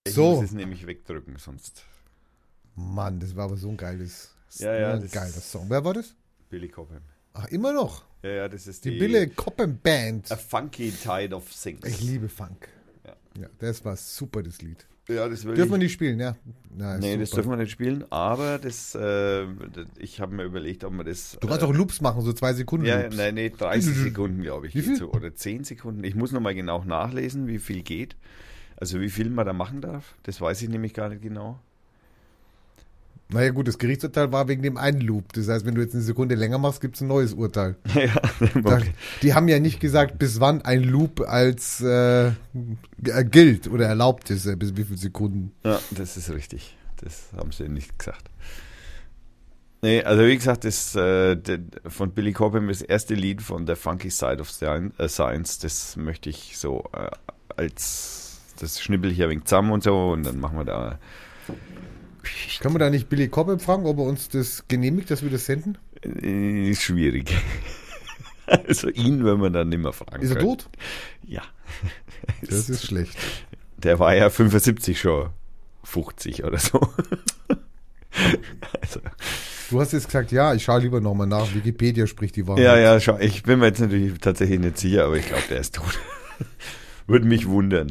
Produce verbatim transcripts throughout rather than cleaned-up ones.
Ich So. muss es nämlich wegdrücken, sonst. Mann, das war aber so ein geiles, Ja, ja, ein das geiler Song. Wer war das? Billy Cobham. Ach, immer noch. Ja, ja, das ist Die, die, Billy Cobham Band. A Funky Tide of Things. Ich liebe Funk. Ja. Ja, das war super, das Lied. Ja, das will Dürfen ich. wir nicht spielen, ja? Na, Nee, super. das dürfen wir nicht spielen, aber das, äh, das ich habe mir überlegt, ob man das. Du kannst äh, auch Loops machen, so zwei Sekunden Ja, Loops. nein, nee, dreißig Sekunden, glaube ich. Wie geht viel? So, oder zehn Sekunden. Ich muss nochmal genau nachlesen, wie viel geht. Also wie viel man da machen darf. Das weiß ich nämlich gar nicht genau. Naja gut, das Gerichtsurteil war wegen dem einen Loop. Das heißt, wenn du jetzt eine Sekunde länger machst, gibt es ein neues Urteil. ja, Da, die haben ja nicht gesagt, bis wann ein Loop als äh, g- gilt oder erlaubt ist, äh, bis wie viele Sekunden. ja, das ist richtig. Das haben sie nicht gesagt. Nee, also wie gesagt, das äh, der, von Billy Cobham das erste Lied von der Funky Side of Science, äh, Science, das möchte ich so äh, als, das schnippel ich ja wegen zusammen und so und dann machen wir da. Können wir da nicht Billy Cobham fragen, ob er uns das genehmigt, dass wir das senden? Äh, Ist schwierig. Also ihn, wenn man dann nicht mehr fragen Ist er können. tot? Ja. Das ist schlecht. Der war ja fünfundsiebzig schon fünfzig oder so. Also, Du hast jetzt gesagt, ja, ich schaue lieber nochmal nach. Wikipedia spricht die Wahrheit. ja, ja, schau, ich bin mir jetzt natürlich tatsächlich nicht sicher, aber ich glaube, der ist tot. Würde mich wundern.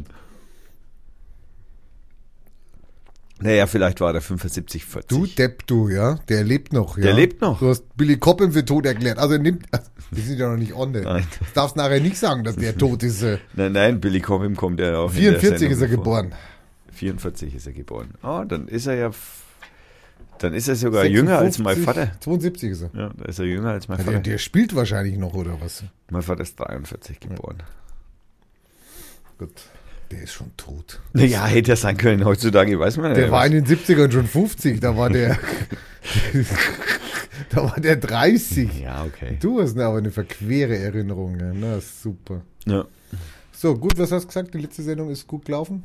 Naja, vielleicht war der fünfundsiebzig, vierzig. Du Depp, du, ja? Der lebt noch, ja? Der lebt noch. Du hast Billy Cobham für tot erklärt. Also nimmt, die sind ja noch nicht on, ne? Nein. Du darfst nachher nicht sagen, dass der tot ist. äh. Nein, nein, Billy Cobham kommt ja auch vierundvierzig in der ist er Sendung vor. geboren. vierundvierzig ist er geboren. Oh, dann ist er ja, f- dann ist er sogar jünger als mein Vater. zweiundsiebzig ist er. Ja, da ist er jünger als mein Ja, Vater. der, der spielt wahrscheinlich noch, oder was? Mein Vater ist dreiundvierzig geboren. Gut. Der ist schon tot. Ja, hätte er sein können. Heutzutage weiß man Der ja. war in was. den siebzigern schon fünfzig, da war der, da war der dreißig. Ja, okay. Du hast aber eine verquere Erinnerung, ja. Na, super. Ja. So, gut, was hast du gesagt? Die letzte Sendung ist gut gelaufen.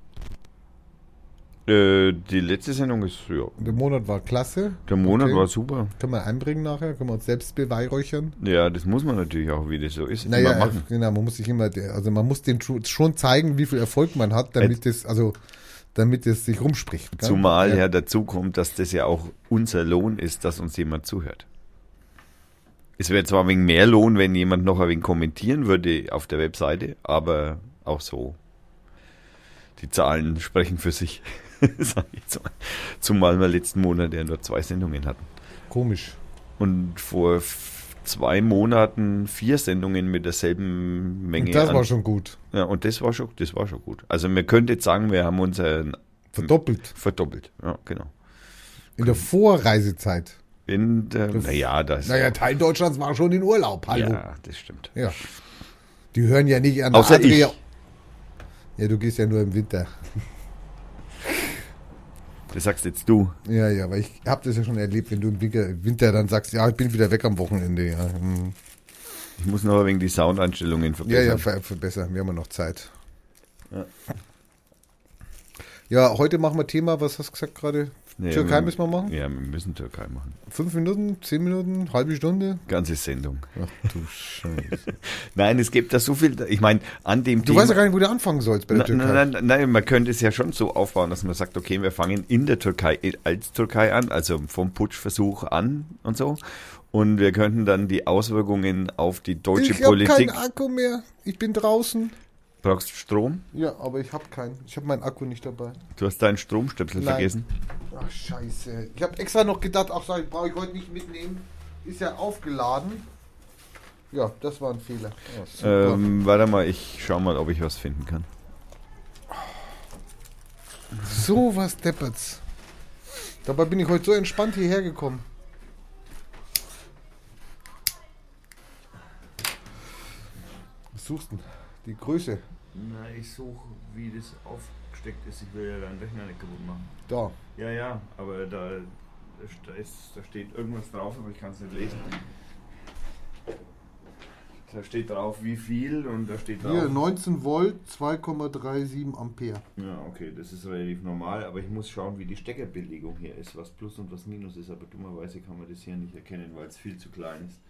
Äh, die letzte Sendung ist, ja, Der Monat war klasse. der Monat Okay. war super. Können wir einbringen nachher? Können wir uns selbst beweihräuchern? Ja, das muss man natürlich auch, wie das so ist. Naja, immer machen. äh, genau, man muss sich immer, also man muss den schon- schon zeigen, wie viel Erfolg man hat, damit es, also, damit es sich rumspricht. Gell? Zumal ja. ja dazu kommt, dass das ja auch unser Lohn ist, dass uns jemand zuhört. Es wäre zwar ein wenig mehr Lohn, wenn jemand noch ein wenig kommentieren würde auf der Webseite, aber auch so. Die Zahlen sprechen für sich, sag ich jetzt mal. Zumal wir letzten Monat ja nur zwei Sendungen hatten. Komisch. Und vor f- zwei Monaten vier Sendungen mit derselben Menge. Und das an- war schon gut. Ja, und das war schon, das war schon gut. Also man könnte jetzt sagen, wir haben uns äh, Verdoppelt. verdoppelt. Ja, genau. In der Vorreisezeit. In der, naja, das. Naja, Teil Deutschlands war schon in Urlaub, hallo. Ja. Ja, das stimmt. Die hören ja nicht an Außer Adria. ich. Ja, du gehst ja nur im Winter. Das sagst jetzt du. Ja, ja, aber ich habe das ja schon erlebt, wenn du im Winter, Winter dann sagst, ja, ich bin wieder weg am Wochenende. Ja, hm. Ich muss noch wegen die Soundeinstellungen ja, verbessern. ja ver verbessern. Wir haben ja noch Zeit. Ja. Ja, heute machen wir Thema, was hast du gesagt gerade? Nee, Türkei müssen wir machen? Ja, wir müssen Türkei machen. Fünf Minuten, zehn Minuten, halbe Stunde? Ganze Sendung. Ach du Scheiße. Nein, es gibt da so viel. Ich meine, an dem Du Thema. weißt ja gar nicht, wo du anfangen sollst bei der Nein, Türkei. nein, nein, nein, man könnte es ja schon so aufbauen, dass man sagt, okay, wir fangen in der Türkei als Türkei an, also vom Putschversuch an und so. Und wir könnten dann die Auswirkungen auf die deutsche Ich habe Politik. keinen Akku mehr. Ich bin draußen. Brauchst du Strom? Ja, aber ich habe keinen. Ich habe meinen Akku nicht dabei. Du hast deinen Stromstöpsel Nein. vergessen. Ach, scheiße. Ich habe extra noch gedacht, ach, sag ich, brauche ich heute nicht mitnehmen. Ist ja aufgeladen. Ja, das war ein Fehler. Ja, super. Ähm, warte mal, ich schau mal, ob ich was finden kann. So was deppert's. Dabei bin ich heute so entspannt hierher gekommen. Was suchst du denn? Die Größe. Na, ich suche, wie das aufgesteckt ist. Ich will ja deinen Rechner nicht kaputt machen. Da. Ja, ja, aber da, da, ist, da steht irgendwas drauf, aber ich kann es nicht lesen. Da steht drauf, wie viel und da steht drauf. Hier, neunzehn Volt, zwei Komma siebenunddreißig Ampere. Ja, okay, das ist relativ normal, aber ich muss schauen, wie die Steckerbelegung hier ist, was Plus und was Minus ist, aber dummerweise kann man das hier nicht erkennen, weil es viel zu klein ist.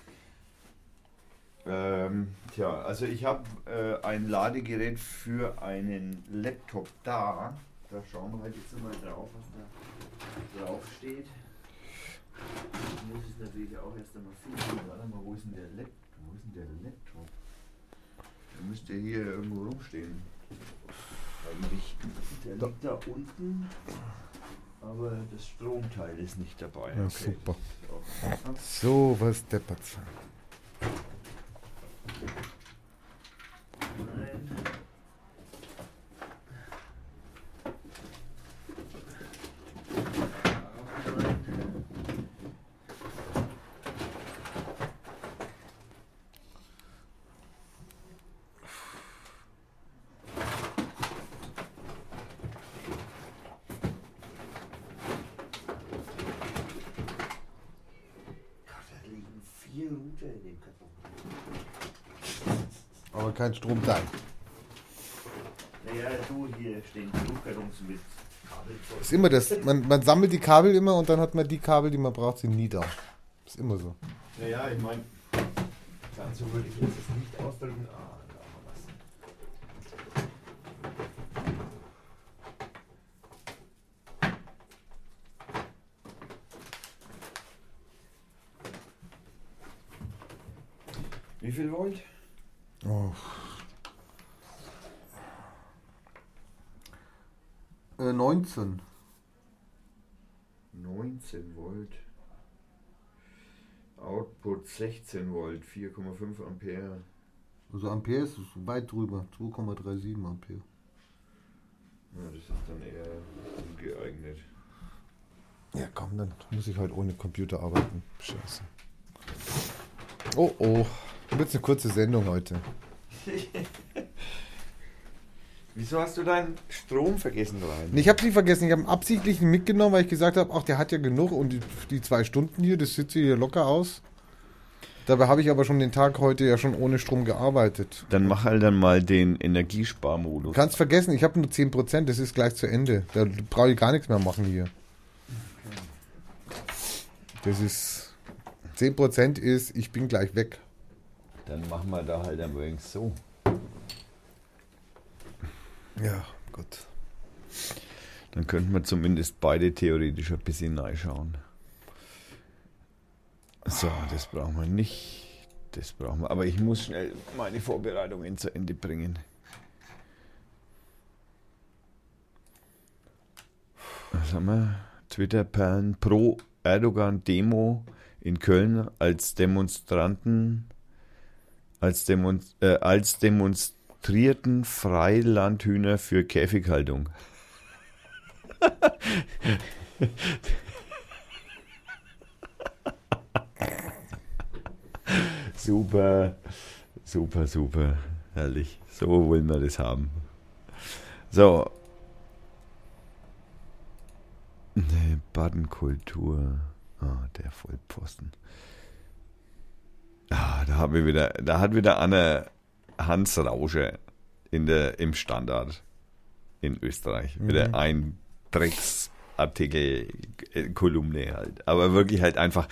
Ähm, tja, also ich habe äh, ein Ladegerät für einen Laptop da. Da schauen wir halt jetzt mal drauf, was da drauf steht. Ich muss es natürlich auch erst einmal finden. Warte mal, wo ist denn der Laptop? Wo ist denn der Laptop? Der müsste hier irgendwo rumstehen. Eigentlich, der liegt da unten, aber das Stromteil ist nicht dabei. Ja, okay, super. So, was deppert. Nein. Vier Router in dem Karton. Aber kein Stromteil. Naja, du, hier stehen Druckkartons mit Kabelzeug. Ist immer das. Man, man sammelt die Kabel immer und dann hat man die Kabel, die man braucht, sind nie da. Ist immer so. Naja, ich meine, ganz so würde ich jetzt das nicht ausdrücken. Ah, da haben wir was. Wie viel Volt? Oh. Äh, neunzehn. neunzehn Volt. Output sechzehn Volt, vier Komma fünf Ampere. Also Ampere ist weit drüber. zwei Komma siebenunddreißig Ampere. Ja, das ist dann eher ungeeignet. Ja komm, dann muss ich halt ohne Computer arbeiten. Scheiße. Oh oh. Wird eine kurze Sendung heute. Wieso hast du deinen Strom vergessen rein? Ich habe nicht vergessen, ich habe ihn absichtlich mitgenommen, weil ich gesagt habe, ach, der hat ja genug und die, die zwei Stunden hier, das sitzt hier locker aus. Dabei habe ich aber schon den Tag heute ja schon ohne Strom gearbeitet. Dann mach halt dann mal den Energiesparmodus. Du kannst vergessen, ich habe nur zehn Prozent, das ist gleich zu Ende. Da brauche ich gar nichts mehr machen hier. Das ist, zehn Prozent ist, ich bin gleich weg. Dann machen wir da halt ein wenig so. Ja, gut. Dann könnten wir zumindest beide theoretisch ein bisschen reinschauen. So, das brauchen wir nicht. Das brauchen wir. Aber ich muss schnell meine Vorbereitungen zu Ende bringen. Was haben wir? Twitter-Perlen pro Erdogan-Demo in Köln als Demonstranten, als, Demonst äh, als demonstrierten Freilandhühner für Käfighaltung. Super, super, super, herrlich. So wollen wir das haben. So. Ne, Badenkultur. Ah, der Vollpfosten. Ah, da haben wir wieder, da hat wieder Anne Hans Rauscher in der, im Standard in Österreich. Mhm. Wieder ein Drecksartikel, Kolumne halt. Aber wirklich halt einfach.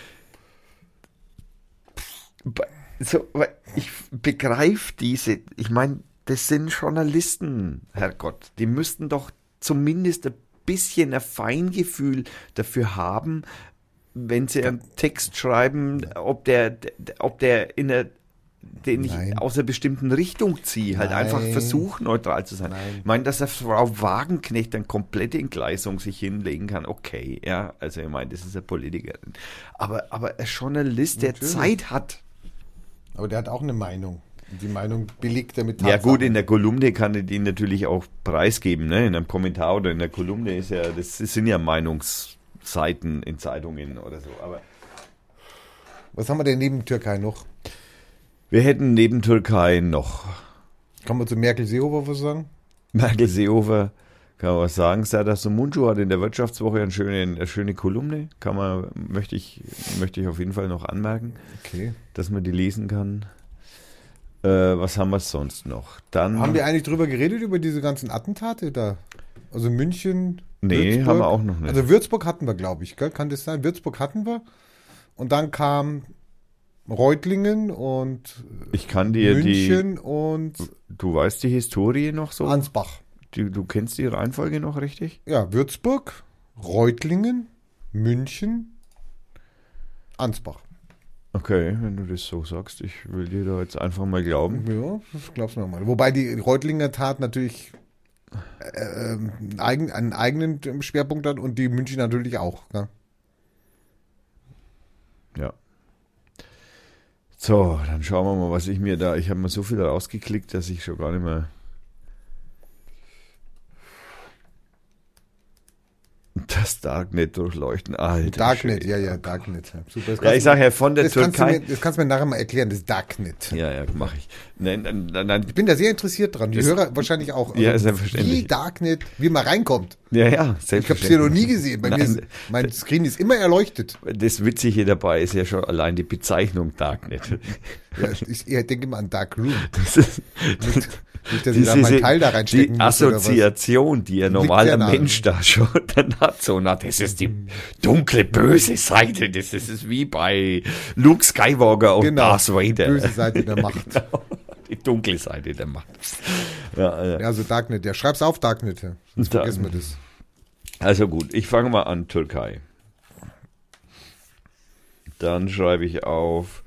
So, ich begreife diese, ich meine, das sind Journalisten, Herrgott. Die müssten doch zumindest ein bisschen ein Feingefühl dafür haben, wenn sie einen Text schreiben, ob der, ob der in der, den ich Nein. aus einer bestimmten Richtung ziehe, halt Nein. einfach versuchen, neutral zu sein. Nein. Ich meine, dass eine Frau Wagenknecht dann komplette Entgleisung sich hinlegen kann, okay, ja, also ich meine, das ist eine Politikerin. Aber, aber ein Journalist, der Natürlich. Zeit hat. Aber der hat auch eine Meinung. Und die Meinung belegt er mit Tatsachen. Ja gut, in der Kolumne kann er die natürlich auch preisgeben, ne? In einem Kommentar oder in der Kolumne ist ja, das sind ja Meinungsseiten in Zeitungen oder so. Aber Was haben wir denn neben Türkei noch? wir hätten neben Türkei noch Kann man zu Merkel-Seehofer was sagen? Merkel Seehofer, kann man was sagen. Serdar Somuncu hat in der Wirtschaftswoche eine schöne, eine schöne Kolumne, kann man, möchte ich, möchte ich auf jeden Fall noch anmerken, Okay. dass man die lesen kann. Äh, was haben wir sonst noch? Dann Haben wir eigentlich drüber geredet, über diese ganzen Attentate da? Also München, Nee, Würzburg? haben wir auch noch nicht. Also Würzburg hatten wir, glaube ich, gell? Kann das sein? Würzburg hatten wir. Und dann kam Reutlingen und ich kann dir München die, und du weißt die Historie noch so? Ansbach. du, du kennst die Reihenfolge noch richtig? Ja, Würzburg, Reutlingen, München, Ansbach. Okay, wenn du das so sagst, ich will dir da jetzt einfach mal glauben. Ja, das glaubst du mir mal. Wobei die Reutlinger Tat natürlich äh, ähm, eigen, einen eigenen Schwerpunkt hat und die München natürlich auch. Ne? Ja. So, dann schauen wir mal, was ich mir da... Ich habe mir so viel rausgeklickt, dass ich schon gar nicht mehr... Das Darknet durchleuchten. Alter, Darknet, Schön. ja, ja, Darknet. Super. Das Ja, ich sage ja von der das kannst, du Türkei... mir, das kannst du mir nachher mal erklären, das Darknet. Ja, ja, mache ich. Nein, nein, nein, nein. Ich bin da sehr interessiert dran. Die Das- Hörer wahrscheinlich auch. Also Ja, selbstverständlich. Wie Darknet, wie man reinkommt. Ja, ja, Ich habe es selbstverständlich. hier noch nie gesehen. Bei mir Nein, ist, mein Screen ist immer erleuchtet. das Witzige dabei ist ja schon allein die Bezeichnung Darknet. Ja, ich, ich denke immer an Dark Room. Das ist, Nicht, nicht dass ich da mein diese- Teil da reinstecken die muss oder was. Assoziation, die ein Liegt normaler sehr nah. Mensch da schon dann hat, so, na, das ist die dunkle, böse Seite, das ist, das ist wie bei Luke Skywalker und Genau, Darth Vader. böse Seite der Macht. Genau, die dunkle Seite der Macht. Ja, äh, Ja, also Darknet. Ja, schreib's auf, Darknet. Ja. Sonst Da- vergessen wir das. also gut, ich fange mal an, Türkei. Dann schreibe ich auf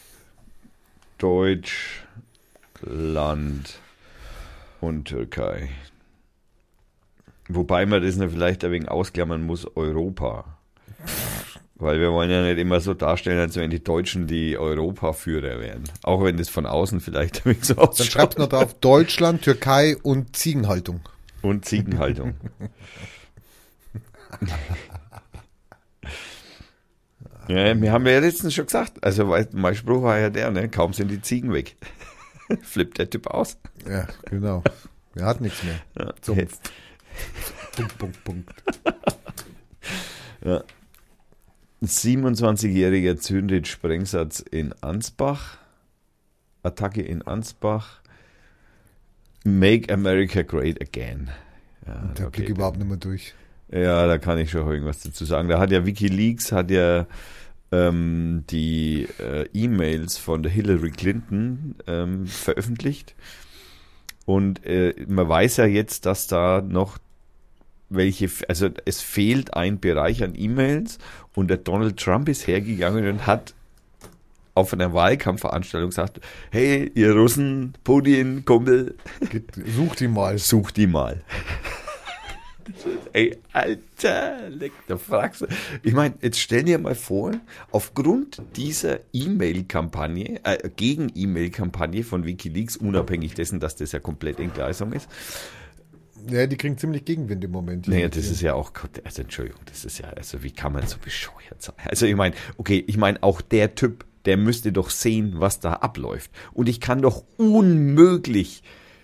Deutschland und Türkei. Wobei man das noch vielleicht ein wenig ausklammern muss, Europa. Weil wir wollen ja nicht immer so darstellen, als wenn die Deutschen die Europaführer wären. Auch wenn das von außen vielleicht ein wenig so Dann ausschaut. schreib's noch drauf, Deutschland, Türkei und Ziegenhaltung. Und Ziegenhaltung. Ja, wir haben ja letztens schon gesagt, also weil, mein Spruch war ja der, ne? Kaum sind die Ziegen weg. Flippt der Typ aus. Ja, genau. Er hat nichts mehr. Ja, Zum jetzt. Punkt, Punkt, Punkt. Ja. Ein siebenundzwanzigjähriger zündet Sprengsatz in Ansbach. Attacke in Ansbach. Make America Great Again. Ja, Der okay. Blick überhaupt nicht mehr durch. Ja, da kann ich schon irgendwas dazu sagen. Da hat ja WikiLeaks hat ja ähm, die äh, E-Mails von der Hillary Clinton ähm, veröffentlicht. Und äh, man weiß ja jetzt, dass da noch welche, also es fehlt ein Bereich an E-Mails und der Donald Trump ist hergegangen und hat auf einer Wahlkampfveranstaltung gesagt, hey, ihr Russen, Putin, Kumpel, Geht, such die mal. such die mal. Ey, Alter, leck, da fragst du. Ich meine, jetzt stell dir mal vor, aufgrund dieser E-Mail-Kampagne, äh, gegen E-Mail-Kampagne von WikiLeaks, unabhängig dessen, dass das ja komplett Entgleisung ist. Ja, die kriegen ziemlich Gegenwind im Moment. Naja, das ist ja auch, also Entschuldigung, das ist ja, also wie kann man so bescheuert sein? Also ich meine, okay, ich meine, auch der Typ, der müsste doch sehen, was da abläuft. Und ich kann doch unmöglich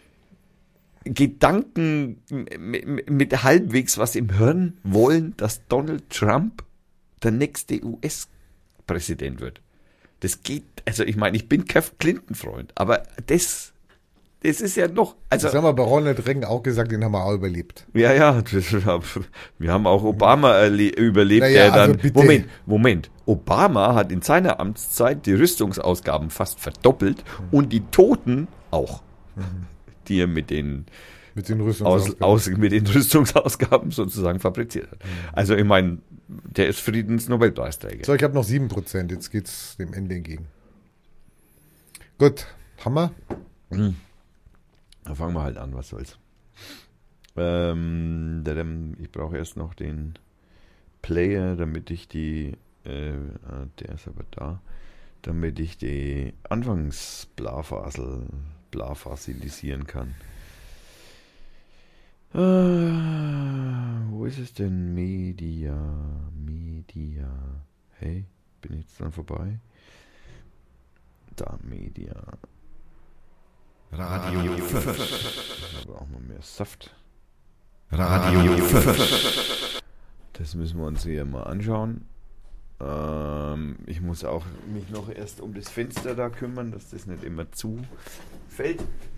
Gedanken mit, mit halbwegs was im Hirn wollen, dass Donald Trump der nächste U S-Präsident wird. Das geht, also ich meine, ich bin kein Clinton-Freund, aber das, das ist ja noch, also Das haben wir bei Ronald Reagan auch gesagt, den haben wir auch überlebt. ja, ja, das, wir haben auch Obama erle- überlebt, Naja, der dann, also bitte. Moment, Moment, Obama hat in seiner Amtszeit die Rüstungsausgaben fast verdoppelt und die Toten auch, die er mit den, Mit den aus, Rüstungsausgaben. aus, mit den Rüstungsausgaben sozusagen fabriziert hat. Also ich meine, der ist Friedensnobelpreisträger. So, ich habe noch sieben Prozent. Jetzt geht's dem Ende entgegen. Gut, Hammer. Dann fangen wir halt an, was soll's. Ähm, der- der- ich brauche erst noch den Player, damit ich die, äh, ah, der ist aber da, damit ich die Anfangsblafasel blafasilisieren kann. Ah, wo ist es denn? Media, Media. Hey, bin ich jetzt dann vorbei? Da, Media. Radio fünf. Da brauchen wir mehr Saft. Radio fünf. Das müssen wir uns hier mal anschauen. Ähm, ich muss auch mich noch erst um das Fenster da kümmern, dass das nicht immer zu fällt.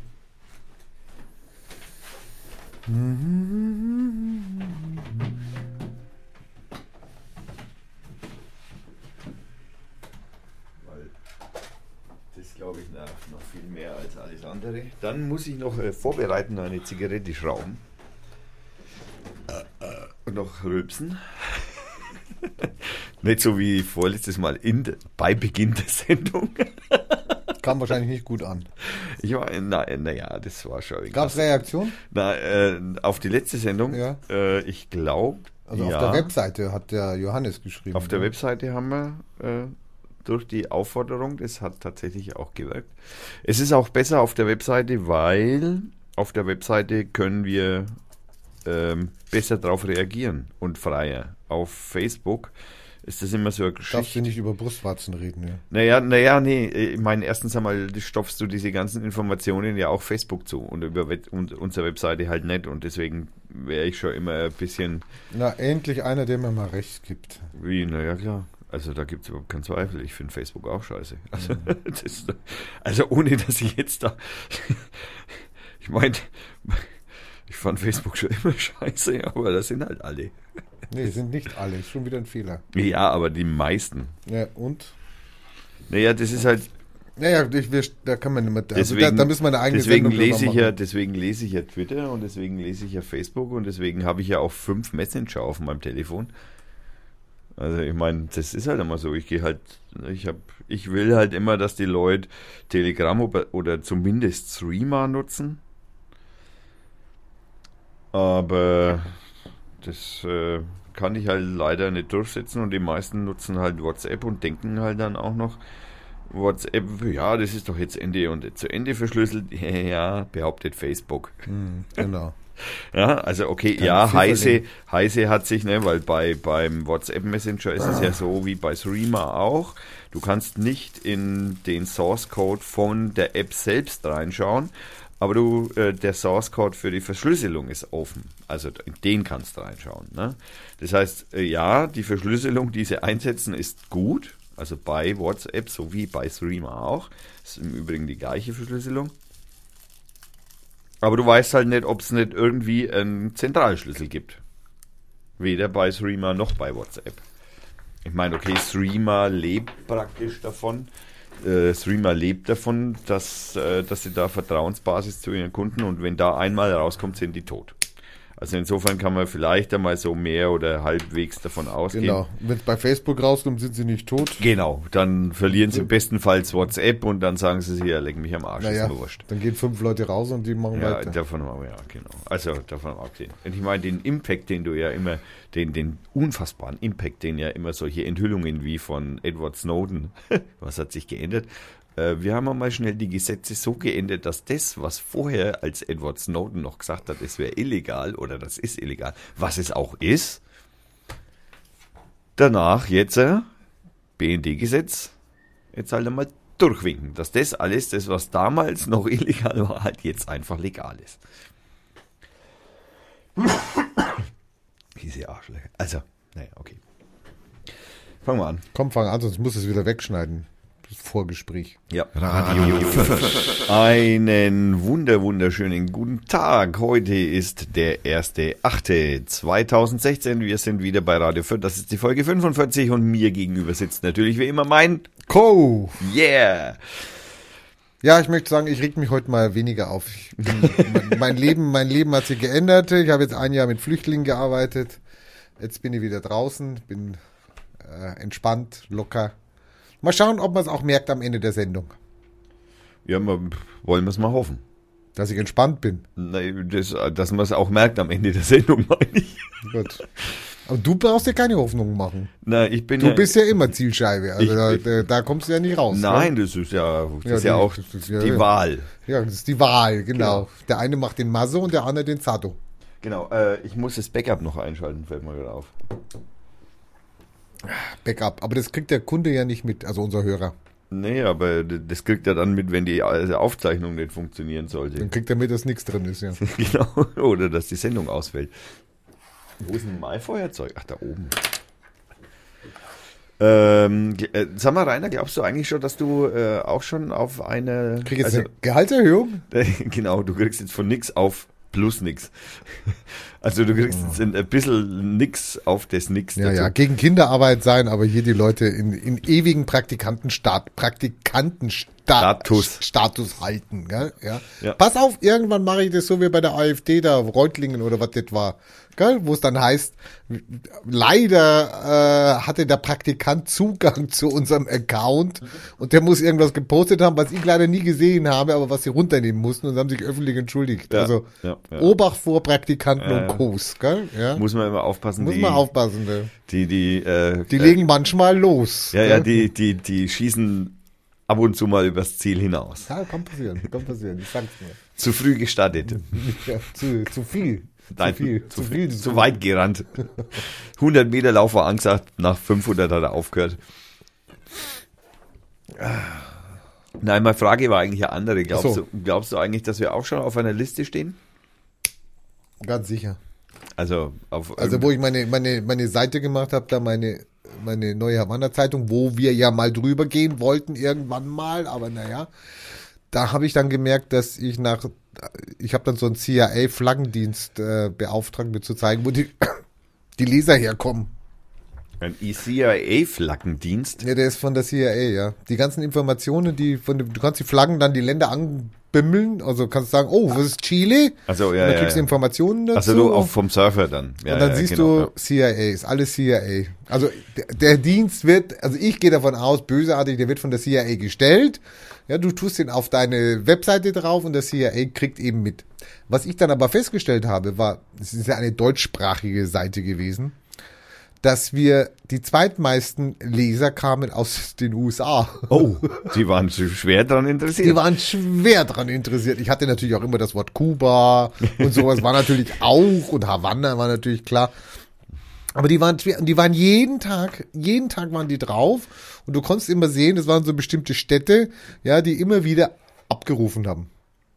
Weil das, glaube ich, nervt noch viel mehr als alles andere. Dann muss ich noch äh, vorbereiten, eine Zigarette schrauben. Und noch rülpsen. Nicht so wie vorletztes Mal in de, bei Beginn der Sendung. Kam wahrscheinlich nicht gut an. Ich war, na, naja, das war schon. Gab es Reaktion? Na, äh, auf die letzte Sendung? Ja. Äh, ich glaube. Also ja. auf der Webseite hat der Johannes geschrieben. Auf der ja. Webseite haben wir äh, durch die Aufforderung, das hat tatsächlich auch gewirkt. Es ist auch besser auf der Webseite, weil auf der Webseite können wir ähm, besser darauf reagieren und freier. Auf Facebook ist das immer so eine Geschichte. Darfst du nicht über Brustwarzen reden, ja? Naja, naja, nee, ich meine, erstens einmal stopfst du diese ganzen Informationen ja auch Facebook zu und über Web- und unsere Webseite halt nicht und deswegen wäre ich schon immer ein bisschen Na, endlich einer, der mir mal recht gibt. wie, naja, klar. Also da gibt es überhaupt keinen Zweifel. Ich finde Facebook auch scheiße. Also, Mhm. das, also ohne, dass ich jetzt da... ich meine, ich fand Facebook schon immer scheiße, aber das sind halt alle. Nee, sind nicht alle. Ist schon wieder ein Fehler. Ja, aber die meisten. Ja, und? Naja, das ist halt... Naja, ich, wir, da kann man nicht mehr... Also Deswegen, da, da müssen wir eine eigene deswegen Sendung lese drüber ich ja, machen. deswegen lese ich ja Twitter und deswegen lese ich ja Facebook und deswegen habe ich ja auch fünf Messenger auf meinem Telefon. Also ich meine, das ist halt immer so. Ich gehe halt, ich habe, ich will halt immer, dass die Leute Telegram oder, oder zumindest Streamer nutzen. Aber das äh, kann ich halt leider nicht durchsetzen und die meisten nutzen halt WhatsApp und denken halt dann auch noch, WhatsApp, ja, das ist doch jetzt Ende und zu Ende verschlüsselt. Ja, behauptet Facebook. Hm, genau. Ja, also okay, Kein ja, Heise, Pfifferling. Heise hat sich, ne, weil bei beim WhatsApp Messenger ist es ja so wie bei Threema auch. Du kannst nicht in den Source Code von der App selbst reinschauen, aber du, äh, der Source Code für die Verschlüsselung ist offen. Also in den kannst du reinschauen. Ne? Das heißt, äh, ja, die Verschlüsselung, die sie einsetzen, ist gut. Also bei WhatsApp sowie bei Threema auch. Das ist im Übrigen die gleiche Verschlüsselung. Aber du weißt halt nicht, ob es nicht irgendwie einen Zentralschlüssel gibt. Weder bei Threema noch bei WhatsApp. Ich meine, okay, Threema lebt praktisch davon. Äh, Threema lebt davon, dass, äh, dass sie da Vertrauensbasis zu ihren Kunden und wenn da einmal rauskommt, sind die tot. Also insofern kann man vielleicht einmal so mehr oder halbwegs davon ausgehen. Genau. Wenn es bei Facebook rauskommt, sind sie nicht tot. Genau, dann verlieren sie bestenfalls WhatsApp und dann sagen sie sich, ja, leck mich am Arsch, Naja, ist mir wurscht. dann gehen fünf Leute raus und die machen Ja, weiter. davon haben wir ja, genau. Also davon abgesehen. Und ich meine, den Impact, den du ja immer, den, den unfassbaren Impact, den ja immer solche Enthüllungen wie von Edward Snowden, was hat sich geändert? Äh, wir haben einmal schnell die Gesetze so geändert, dass das, was vorher als Edward Snowden noch gesagt hat, es wäre illegal oder das ist illegal, was es auch ist, danach jetzt äh, B N D-Gesetz, jetzt halt einmal durchwinken, dass das alles, das was damals noch illegal war, halt jetzt einfach legal ist. Diese Arschlöcher. Also, naja, okay. Fangen wir an. Komm, fang an, sonst muss es wieder wegschneiden. Das Vorgespräch. Ja. Radio fünf. Einen wunder wunderschönen guten Tag. Heute ist der erster achte zweitausendsechzehn. Wir sind wieder bei Radio fünf. Das ist die Folge fünfundvierzig und mir gegenüber sitzt natürlich wie immer mein Co! Yeah. Ja, ich möchte sagen, ich reg mich heute mal weniger auf. Ich bin, mein, mein Leben, mein Leben hat sich geändert. Ich habe jetzt ein Jahr mit Flüchtlingen gearbeitet. Jetzt bin ich wieder draußen, bin äh, entspannt, locker. Mal schauen, ob man es auch merkt am Ende der Sendung, Ja, wir, wollen wir es mal hoffen. dass ich entspannt bin. Nein, das, dass man es auch merkt am Ende der Sendung, meine ich. Gut. Aber du brauchst dir keine Hoffnung machen. Na, ich bin Du ja, bist ja immer Zielscheibe. Also Ich- da, ich- da, da kommst du ja nicht raus. Nein, Ne? das ist ja, das Ja, ist ja die- auch das ist ja- die ja. Wahl. Ja, das ist die Wahl, genau. Der eine macht den Maso und der andere den Zato. Genau, äh, ich muss das Backup noch einschalten, fällt mir wieder auf. Backup. Aber das kriegt der Kunde ja nicht mit, also unser Hörer. Nee, aber d- das kriegt er dann mit, wenn die also Aufzeichnung nicht funktionieren sollte. Dann kriegt er mit, dass nichts drin ist, ja. Genau, oder dass die Sendung ausfällt. Wo ist denn mein Feuerzeug? Ach, da oben. Ähm, ge- äh, sag mal, Rainer, glaubst du eigentlich schon, dass du äh, auch schon auf eine... Krieg jetzt also, eine Gehaltserhöhung? genau, du kriegst jetzt von nix auf plus nix. Also du kriegst jetzt ein, ein bisschen nix auf das nix Ja, dazu. ja, gegen Kinderarbeit sein, aber hier die Leute in, in ewigen Praktikantenstaat, Praktikantenstatus Status. Status halten. Gell? Ja. Ja. Pass auf, irgendwann mache ich das so wie bei der AfD da, Reutlingen oder was das war. Gell? Wo es dann heißt, leider äh, hatte der Praktikant Zugang zu unserem Account und der muss irgendwas gepostet haben, was ich leider nie gesehen habe, aber was sie runternehmen mussten und haben sich öffentlich entschuldigt. Ja, Also ja, ja. Obacht vor Praktikanten Ja, und Co's. Gell? Ja. Muss man immer aufpassen. Muss die, man aufpassen. Ne? Die, die, äh, Die äh, legen manchmal los. Ja, gell? ja, die, die, die schießen ab und zu mal übers Ziel hinaus. Ja, kann passieren, kann passieren, ich sag's mir. Zu früh gestartet. Ja, zu, zu viel. Nein, zu viel. zu, Zu viel. zu weit gerannt. hundert Meter Lauf war angesagt, nach fünfhundert hat er aufgehört. Nein, meine Frage war eigentlich eine andere. Glaubst, Ach so. du, glaubst du eigentlich, dass wir auch schon auf einer Liste stehen? Ganz sicher. Also, auf, Also wo ich meine, meine, meine Seite gemacht habe, da meine, meine neue Havanna-Zeitung, wo wir ja mal drüber gehen wollten, irgendwann mal, aber naja, da habe ich dann gemerkt, dass ich nach, ich habe dann so einen C I A-Flaggendienst äh, beauftragt, mir zu zeigen, wo die, die Leser herkommen. ein C I A-Flaggendienst. Ja, der ist von der C I A, ja. Die ganzen Informationen, die von dem, du kannst die Flaggen dann die Länder anbimmeln, also kannst du sagen, oh, was ist Chile? Also, ja, und dann ja, kriegst du ja. Informationen dazu. Also du auch vom Surfer dann. Ja, und dann ja, siehst genau, du ja. C I A, ist alles C I A. Also der, der Dienst wird, also ich gehe davon aus, bösartig, der wird von der C I A gestellt. Ja, du tust den auf deine Webseite drauf und der C I A kriegt eben mit. Was ich dann aber festgestellt habe, war, es ist ja eine deutschsprachige Seite gewesen, dass wir die zweitmeisten Leser kamen aus den U S A. Oh, die waren schwer daran interessiert. Die waren schwer daran interessiert. Ich hatte natürlich auch immer das Wort Kuba und sowas war natürlich auch und Havanna war natürlich klar. Aber die waren schwer, und die waren jeden Tag, jeden Tag waren die drauf und du konntest immer sehen, das waren so bestimmte Städte, ja, die immer wieder abgerufen haben.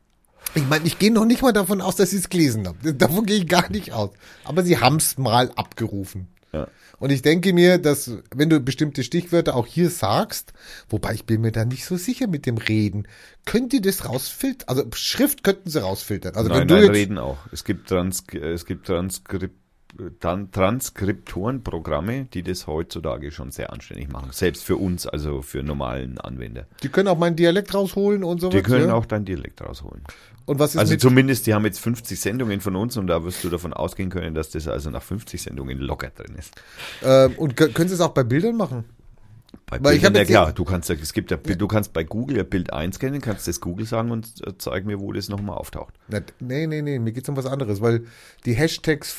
Ich meine, ich gehe noch nicht mal davon aus, dass sie es gelesen haben. Davon gehe ich gar nicht aus. Aber sie haben es mal abgerufen. Ja. Und ich denke mir, dass wenn du bestimmte Stichwörter auch hier sagst, wobei ich bin mir da nicht so sicher mit dem Reden, könnt ihr das rausfiltern? Also Schrift könnten sie rausfiltern. Also Nein, wenn du nein, jetzt, reden auch. Es gibt, Trans es gibt Transkript Dann Transkriptorenprogramme, die das heutzutage schon sehr anständig machen. Selbst für uns, also für normalen Anwender. die können auch meinen Dialekt rausholen und sowas. Die können ja? auch deinen Dialekt rausholen. Und was ist Also mit, zumindest, die haben jetzt fünfzig Sendungen von uns und da wirst du davon ausgehen können, dass das also nach fünfzig Sendungen locker drin ist. ähm, und kö- können sie es auch bei Bildern machen? Bei Weil ich Bildern, hab ja jetzt- klar, du kannst, ja- es gibt ja, du kannst bei Google ja Bild einscannen, kannst das Google sagen und äh, zeig mir, wo das nochmal auftaucht. Na, nee, nee, nee, mir geht's um was anderes, weil die Hashtags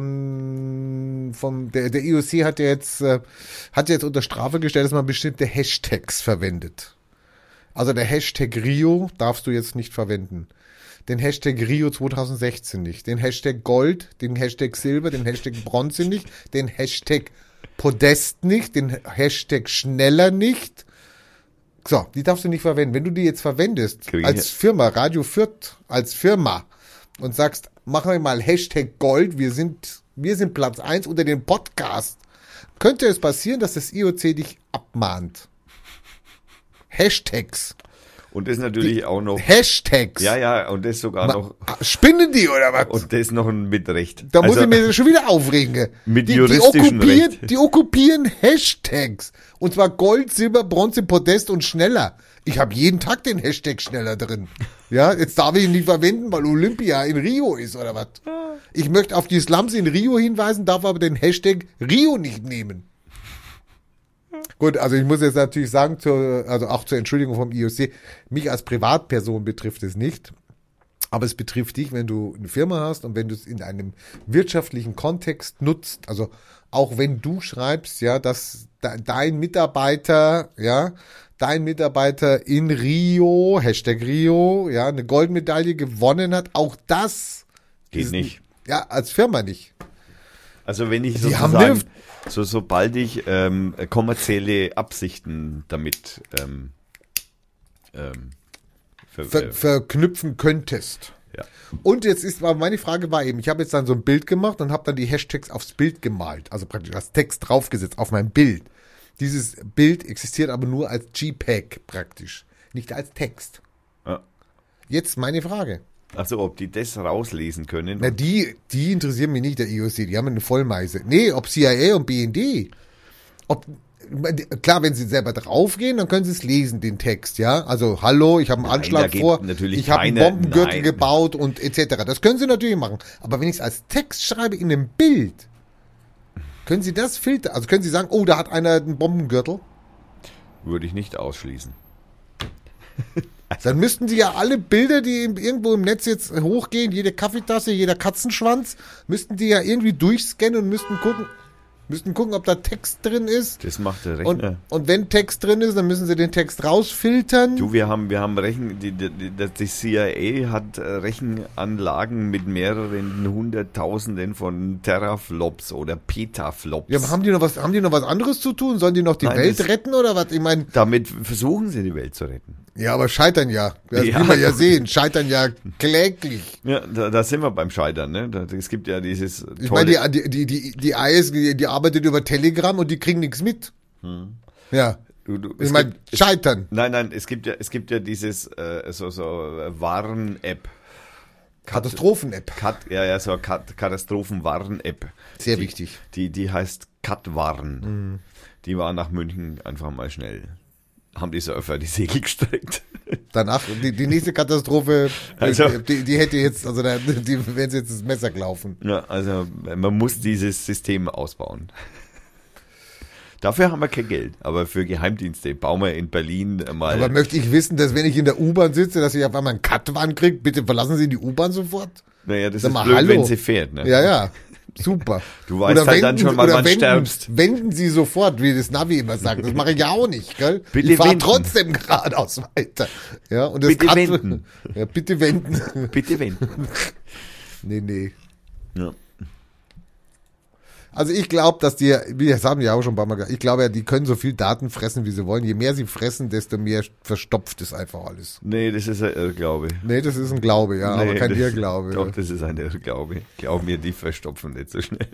von, von der, der I O C hat ja jetzt, äh, hat ja jetzt unter Strafe gestellt, dass man bestimmte Hashtags verwendet. Also der Hashtag Rio darfst du jetzt nicht verwenden. Den Hashtag Rio zwanzig sechzehn nicht. Den Hashtag Gold, den Hashtag Silber, den Hashtag Bronze nicht, den Hashtag Podest nicht, den Hashtag Schneller nicht. So, die darfst du nicht verwenden. Wenn du die jetzt verwendest, Krieg ich als hin. Firma, Radio Fürth, als Firma, und sagst, machen wir mal Hashtag Gold, wir sind, wir sind Platz eins unter den Podcast, könnte es passieren, dass das I O C dich abmahnt. Hashtags. Und das natürlich auch noch, Hashtags. ja, ja, und das sogar noch, Spinnen die oder was? und das noch mit Recht. Da muss Also, ich mir schon wieder aufregen. Mit die, die, juristischem okkupieren, Recht. die okkupieren Hashtags. Und zwar Gold, Silber, Bronze, Podest und schneller. Ich habe jeden Tag den Hashtag schneller drin. Ja, jetzt darf ich ihn nicht verwenden, weil Olympia in Rio ist oder was. Ich möchte auf die Slums in Rio hinweisen, darf aber den Hashtag Rio nicht nehmen. Gut, also ich muss jetzt natürlich sagen, zur, also auch zur Entschuldigung vom I O C, mich als Privatperson betrifft es nicht. Aber es betrifft dich, wenn du eine Firma hast und wenn du es in einem wirtschaftlichen Kontext nutzt. Also auch wenn du schreibst, ja, dass de- dein Mitarbeiter, ja, dein Mitarbeiter in Rio, Hashtag Rio, ja, eine Goldmedaille gewonnen hat, auch das Geht ist- nicht. Ja, als Firma nicht. Also wenn ich Die haben sozusagen, eine- so, sobald ich ähm, kommerzielle Absichten damit ähm, ähm, ver, Ver äh, verknüpfen könntest. ja. Und jetzt ist, war meine Frage war eben, ich habe jetzt dann so ein Bild gemacht und habe dann die Hashtags aufs Bild gemalt, also praktisch als Text draufgesetzt auf mein Bild. Dieses Bild existiert aber nur als JPEG praktisch, nicht als Text. Ja. Jetzt meine Frage. Also ob die das rauslesen können. Na, die, die interessieren mich nicht, der I O C, die haben eine Vollmeise. Nee, ob C I A und B N D. Ob, klar, wenn Sie selber draufgehen, dann können Sie es lesen, den Text, ja. Also, hallo, ich habe einen Nein, Anschlag da geht vor, natürlich ich habe einen keine- Bombengürtel nein. gebaut und et cetera. Das können Sie natürlich machen. Aber wenn ich es als Text schreibe in einem Bild, können Sie das filtern? Also können Sie sagen, oh, da hat einer einen Bombengürtel? Würde ich nicht ausschließen. Dann müssten Sie ja alle Bilder, die im- irgendwo im Netz jetzt hochgehen, jede Kaffeetasse, jeder Katzenschwanz, müssten die ja irgendwie durchscannen und müssten gucken, müssten gucken, ob da Text drin ist. Das macht der Und, Rechner. und wenn Text drin ist, dann müssen Sie den Text rausfiltern. Du, wir haben, wir haben Rechen, die, die, die die C I A hat äh, Rechenanlagen mit mehreren Hunderttausenden von Teraflops oder Petaflops. Ja, aber haben die noch was, haben die noch was anderes zu tun? Sollen die noch die Nein, Welt das- retten oder was? Ich meine, Damit versuchen sie die Welt zu retten. ja, aber scheitern ja. Das Ja. will man ja sehen. Scheitern ja kläglich. Ja, da, da sind wir beim Scheitern. Ne? Da, es gibt ja dieses Ich tolle... meine, die, die, die, die I S, die, die arbeitet über Telegram und die kriegen nichts mit. Ja. du, du, Ich es meine, gibt- es- scheitern. Nein, nein, es gibt ja, es gibt ja dieses äh, so so äh, Warn-App. Katastrophen-App. Kat, ja, ja, so eine Kat Katastrophen-Warn-App. Sehr die, wichtig. Die, die heißt Katwarn. Mhm. Die war nach München einfach mal schnell. Haben die Surfer die Segel gestreckt. Danach, die, die nächste Katastrophe, Also- die, die hätte jetzt, also da, die werden sie jetzt ins Messer gelaufen. Ja, also man muss dieses System ausbauen. Dafür haben wir kein Geld, aber für Geheimdienste bauen wir in Berlin mal. Aber möchte ich wissen, dass wenn ich in der U-Bahn sitze, dass ich auf einmal einen Cut-Warn kriege? Bitte verlassen Sie die U-Bahn sofort? naja, das Sag ist mal, blöd, hallo. wenn sie fährt. Ne? Ja, ja. Super. Du weißt halt dann schon, wann oder man wenden, sterbst. Wenden Sie sofort, wie das Navi immer sagt. Das mache ich ja auch nicht, gell? Bitte ich fahre wenden. trotzdem geradeaus weiter. Ja, und das Bitte Cut- wenden. Ja, bitte wenden. Bitte wenden. Nee, nee. Ja. Also ich glaube, dass die, wie das haben die auch schon ein paar Mal gesagt, ich glaube ja, die können so viel Daten fressen, wie sie wollen. Je mehr sie fressen, desto mehr verstopft es einfach alles. Nee, das ist ein Irrglaube. Nee, das ist ein Glaube, ja, aber Nee, kein das- Irrglaube. Doch, das ist ein Irrglaube. Glaub mir, die verstopfen nicht so schnell.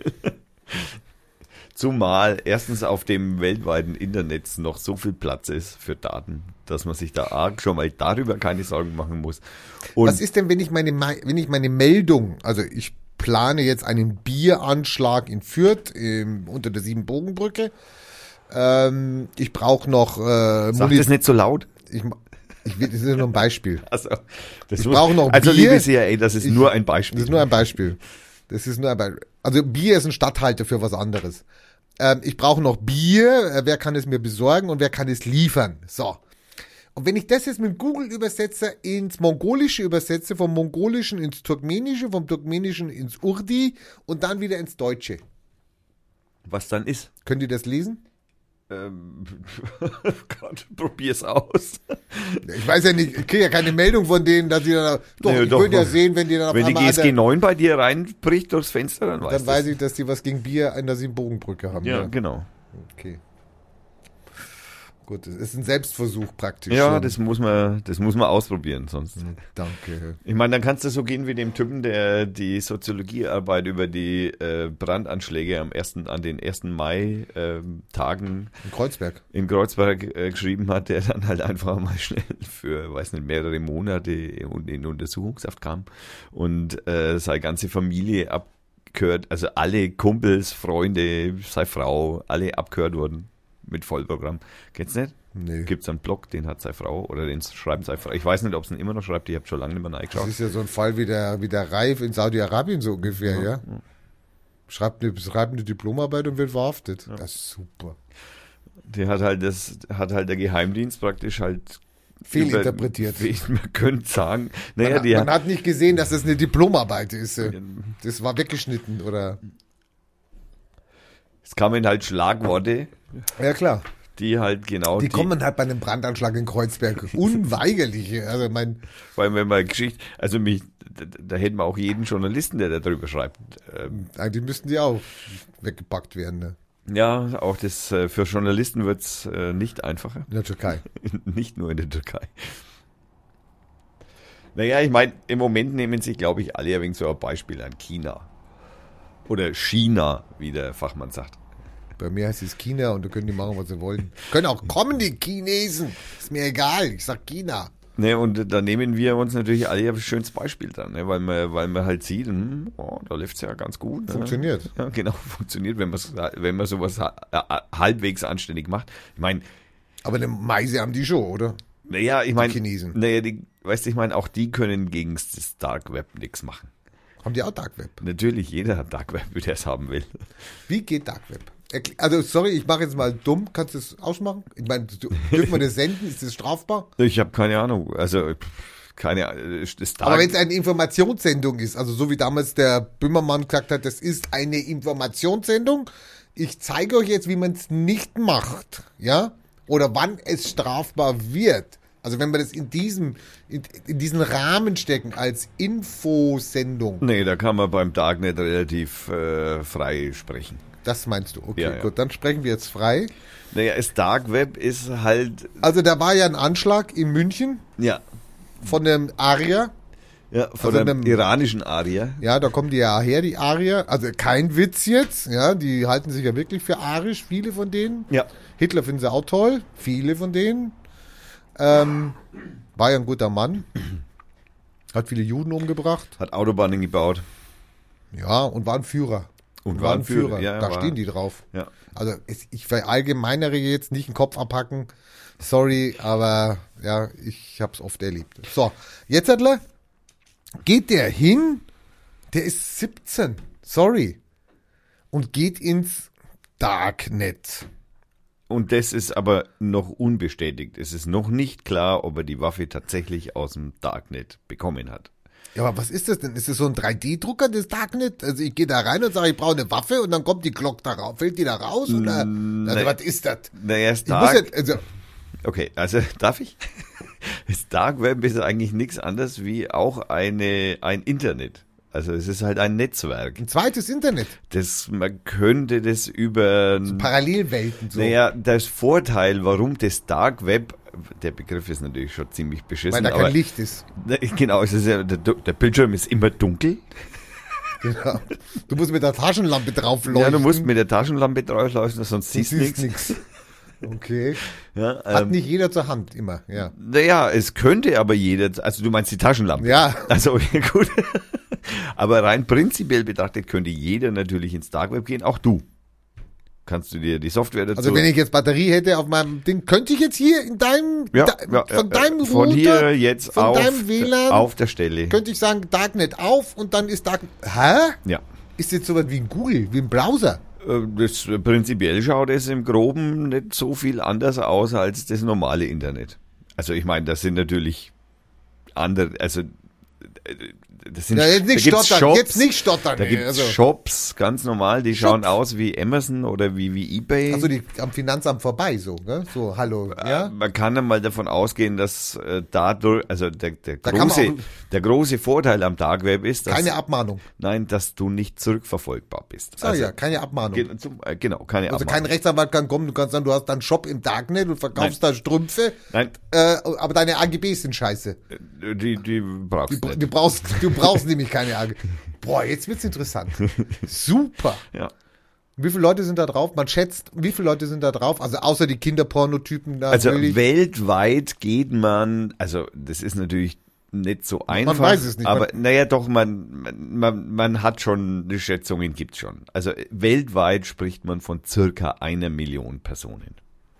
Zumal erstens auf dem weltweiten Internet noch so viel Platz ist für Daten, dass man sich da arg schon mal darüber keine Sorgen machen muss. Und Was ist denn, wenn ich meine, Me- wenn ich meine Meldung, also ich plane jetzt einen Bieranschlag in Fürth ähm, unter der Siebenbogenbrücke. Ähm, ich brauche noch äh, sag Muni- das nicht so laut. Ich, ma- ich will, das ist nur ein Beispiel. Also, das Ich muss- brauche noch Also Bier. liebe C I A, das ist Ich- nur ein Beispiel. Das ist nur ein Beispiel. Das ist nur ein Beispiel. Also Bier ist ein Stadthalter für was anderes. Ähm, ich brauche noch Bier. Äh, wer kann es mir besorgen und wer kann es liefern? So. Und wenn ich das jetzt mit Google Übersetzer ins Mongolische übersetze, vom Mongolischen ins Turkmenische, vom Turkmenischen ins Urdi und dann wieder ins Deutsche. Was dann ist. Könnt ihr das lesen? Ähm, Gott, probier's aus. Ich weiß ja nicht, ich kriege ja keine Meldung von denen, dass die dann, doch, Nee, ich doch. würde ja sehen, wenn die dann auf Wenn die einmal G an S G der, neun bei dir reinbricht durchs Fenster, dann weißt dann weiß ich, dass die was gegen Bier an der Siebenbogenbrücke haben. Ja, Ja, genau. okay. Gut, das ist ein Selbstversuch praktisch. Ja, schon. das muss man, das muss man ausprobieren, sonst. Danke. Ich meine, dann kannst du so gehen wie dem Typen, der die Soziologiearbeit über die äh, Brandanschläge am ersten, an den ersten Mai-Tagen In Kreuzberg. in Kreuzberg äh, geschrieben hat, der dann halt einfach mal schnell für, weiß nicht, mehrere Monate in, in Untersuchungshaft kam und äh, seine ganze Familie abgehört, also alle Kumpels, Freunde, seine Frau, alle abgehört wurden mit Vollprogramm. Kennst du nicht? Nee. Gibt es einen Blog, den hat seine Frau oder den schreibt seine Frau. Ich weiß nicht, ob es ihn immer noch schreibt, ich habe schon lange nicht mehr Das reingeschaut. ist ja so ein Fall wie der, wie der Reif in Saudi-Arabien so ungefähr, ja. Schreibt eine, schreibt eine Diplomarbeit und wird verhaftet. Das ist super. Der hat halt das, hat halt der Geheimdienst praktisch halt Fehlinterpretiert. Über, man könnte sagen, naja, Man, die man hat, hat nicht gesehen, dass das eine Diplomarbeit ist. Das war weggeschnitten, oder? es kamen halt Schlagworte, Ja, klar. die halt genau Die, kommen halt bei einem Brandanschlag in Kreuzberg. Unweigerlich. Also mein, vor allem wenn man Geschichte, also mich, da, da hätten wir auch jeden Journalisten, der da drüber schreibt. Ähm, eigentlich müssten die auch weggepackt werden, ne? ja, auch das äh, für Journalisten wird's äh, nicht einfacher. In der Türkei. Nicht nur in der Türkei. Naja, ich meine, im Moment nehmen sich, glaube ich, alle ein wenig so ein Beispiel an China. Oder China, wie der Fachmann sagt. Bei mir heißt es China und da können die machen, was sie wollen. Können auch kommen, die Chinesen. Ist mir egal. Ich sag China. Ne, und da nehmen wir uns natürlich alle ein schönes Beispiel dann, ne, weil man, weil man halt sieht, hm, oh, da läuft's ja ganz gut. Ne? Funktioniert. Ja, genau, funktioniert, wenn man wenn man sowas ha- halbwegs anständig macht. Ich meine, Aber eine Meise haben die schon, oder? naja, ich meine, Chinesen. naja, die, weißt du, ich meine, auch die können gegen das Dark Web nichts machen. Haben die auch Dark Web? Natürlich, jeder hat Dark Web, der es haben will. Wie geht Dark Web? Erkl- Also, sorry, ich mache jetzt mal dumm. Kannst du das ausmachen? Ich meine, dürfen wir das senden? Ist das strafbar? Ich habe keine Ahnung, also keine Ahnung. Das Dark Aber wenn es eine Informationssendung ist, also so wie damals der Böhmermann gesagt hat, das ist eine Informationssendung, ich zeige euch jetzt, wie man es nicht macht, ja? Oder wann es strafbar wird. Also wenn wir das in diesem, in, in diesen Rahmen stecken als Infosendung, Nee, da kann man beim Darknet relativ äh, frei sprechen. das meinst du? Okay, Ja, ja. gut, dann sprechen wir jetzt frei. Naja, das Dark Web ist halt, Also da war ja ein Anschlag in München ja, von dem Aria. ja von Also einem einem- iranischen Arier. Ja, da kommen die ja her, die Arier. Also kein Witz jetzt, ja, die halten sich ja wirklich für arisch, viele von denen. Ja. Hitler finden sie auch toll, viele von denen. Ähm, war ja ein guter Mann. Hat viele Juden umgebracht. Hat Autobahnen gebaut. Ja, und war ein Führer. Und war ein Führer, ja, da war- stehen die drauf. Ja. Also es, ich verallgemeinere jetzt nicht den Kopf abhacken. Sorry, aber ja, ich hab's oft erlebt. So, jetzt Adler, geht der hin, der ist siebzehn, sorry, und geht ins Darknet. Und das ist aber noch unbestätigt. Es ist noch nicht klar, ob er die Waffe tatsächlich aus dem Darknet bekommen hat. Ja, aber was ist das denn? Ist das so ein drei D Drucker, das Darknet? Also ich gehe da rein und sage, ich brauche eine Waffe und dann kommt die Glock da raus. Fällt die da raus? Oder? Also nee. was ist das? Naja, das Ich muss Dark, jetzt, also, okay, also darf ich? Das Dark Web ist eigentlich nichts anderes wie auch eine, ein Internet. Also es ist halt ein Netzwerk. ein zweites Internet. Das, man könnte das über... Parallelwelten so. Naja, das Vorteil, warum das Dark Web, der Begriff ist natürlich schon ziemlich beschissen, weil da aber kein Licht ist. Ne, genau, es ist ja, der, der Bildschirm ist immer dunkel. Genau. Du musst mit der Taschenlampe drauf leuchten. Ja, du musst mit der Taschenlampe drauf leuchten, sonst Du siehst du siehst nichts. nichts. Okay. Ja, Hat ähm, nicht jeder zur Hand immer, ja. naja, es könnte aber jeder, also du meinst die Taschenlampe. Ja. Also, ja, gut. Aber rein prinzipiell betrachtet könnte jeder natürlich ins Dark Web gehen, auch du. Kannst du dir die Software dazu... Also wenn ich jetzt Batterie hätte auf meinem Ding, könnte ich jetzt hier in deinem, ja, da, ja, von ja, deinem Von Router, hier jetzt von auf, deinem W L A N, auf der Stelle. könnte ich sagen, Darknet auf und dann ist Darknet, hä? Ja. Ist jetzt sowas wie ein Google, wie ein Browser? Äh, Das, äh, prinzipiell schaut es im Groben nicht so viel anders aus als das normale Internet. Also ich meine, das sind natürlich andere, also äh, das sind Ja, jetzt nicht da gibt's stottern, Shops, jetzt nicht stottern. Da ey, gibt's also, Shops, ganz normal, die schauen Shops. aus wie Amazon oder wie, wie eBay. also die am Finanzamt vorbei, so, ne? So, hallo, Äh, ja? Man kann dann mal davon ausgehen, dass äh, dadurch, also der, der, Da kann man große, auch- der große Vorteil am Dark Web ist, dass, Keine Abmahnung. nein, dass du nicht zurückverfolgbar bist. Sag ja, keine Abmahnung. ge- zum, äh, genau, keine Also Abmahnung. kein Rechtsanwalt kann kommen, du kannst sagen, du hast dann einen Shop im Darknet und verkaufst da Strümpfe, Nein, äh, aber deine A G Bs sind scheiße. äh, die, die brauchst Du, du nicht. du brauchst, du brauchst nämlich keine A G. Boah, jetzt wird's interessant. Super. Ja. Wie viele Leute sind da drauf? Man schätzt, wie viele Leute sind da drauf? Also außer die Kinderpornotypen Also natürlich. weltweit geht man, also das ist natürlich nicht so einfach. weiß es nicht. Aber naja, doch, man, man, man hat schon, die Schätzungen gibt's schon. Also äh, weltweit spricht man von circa einer Million Personen.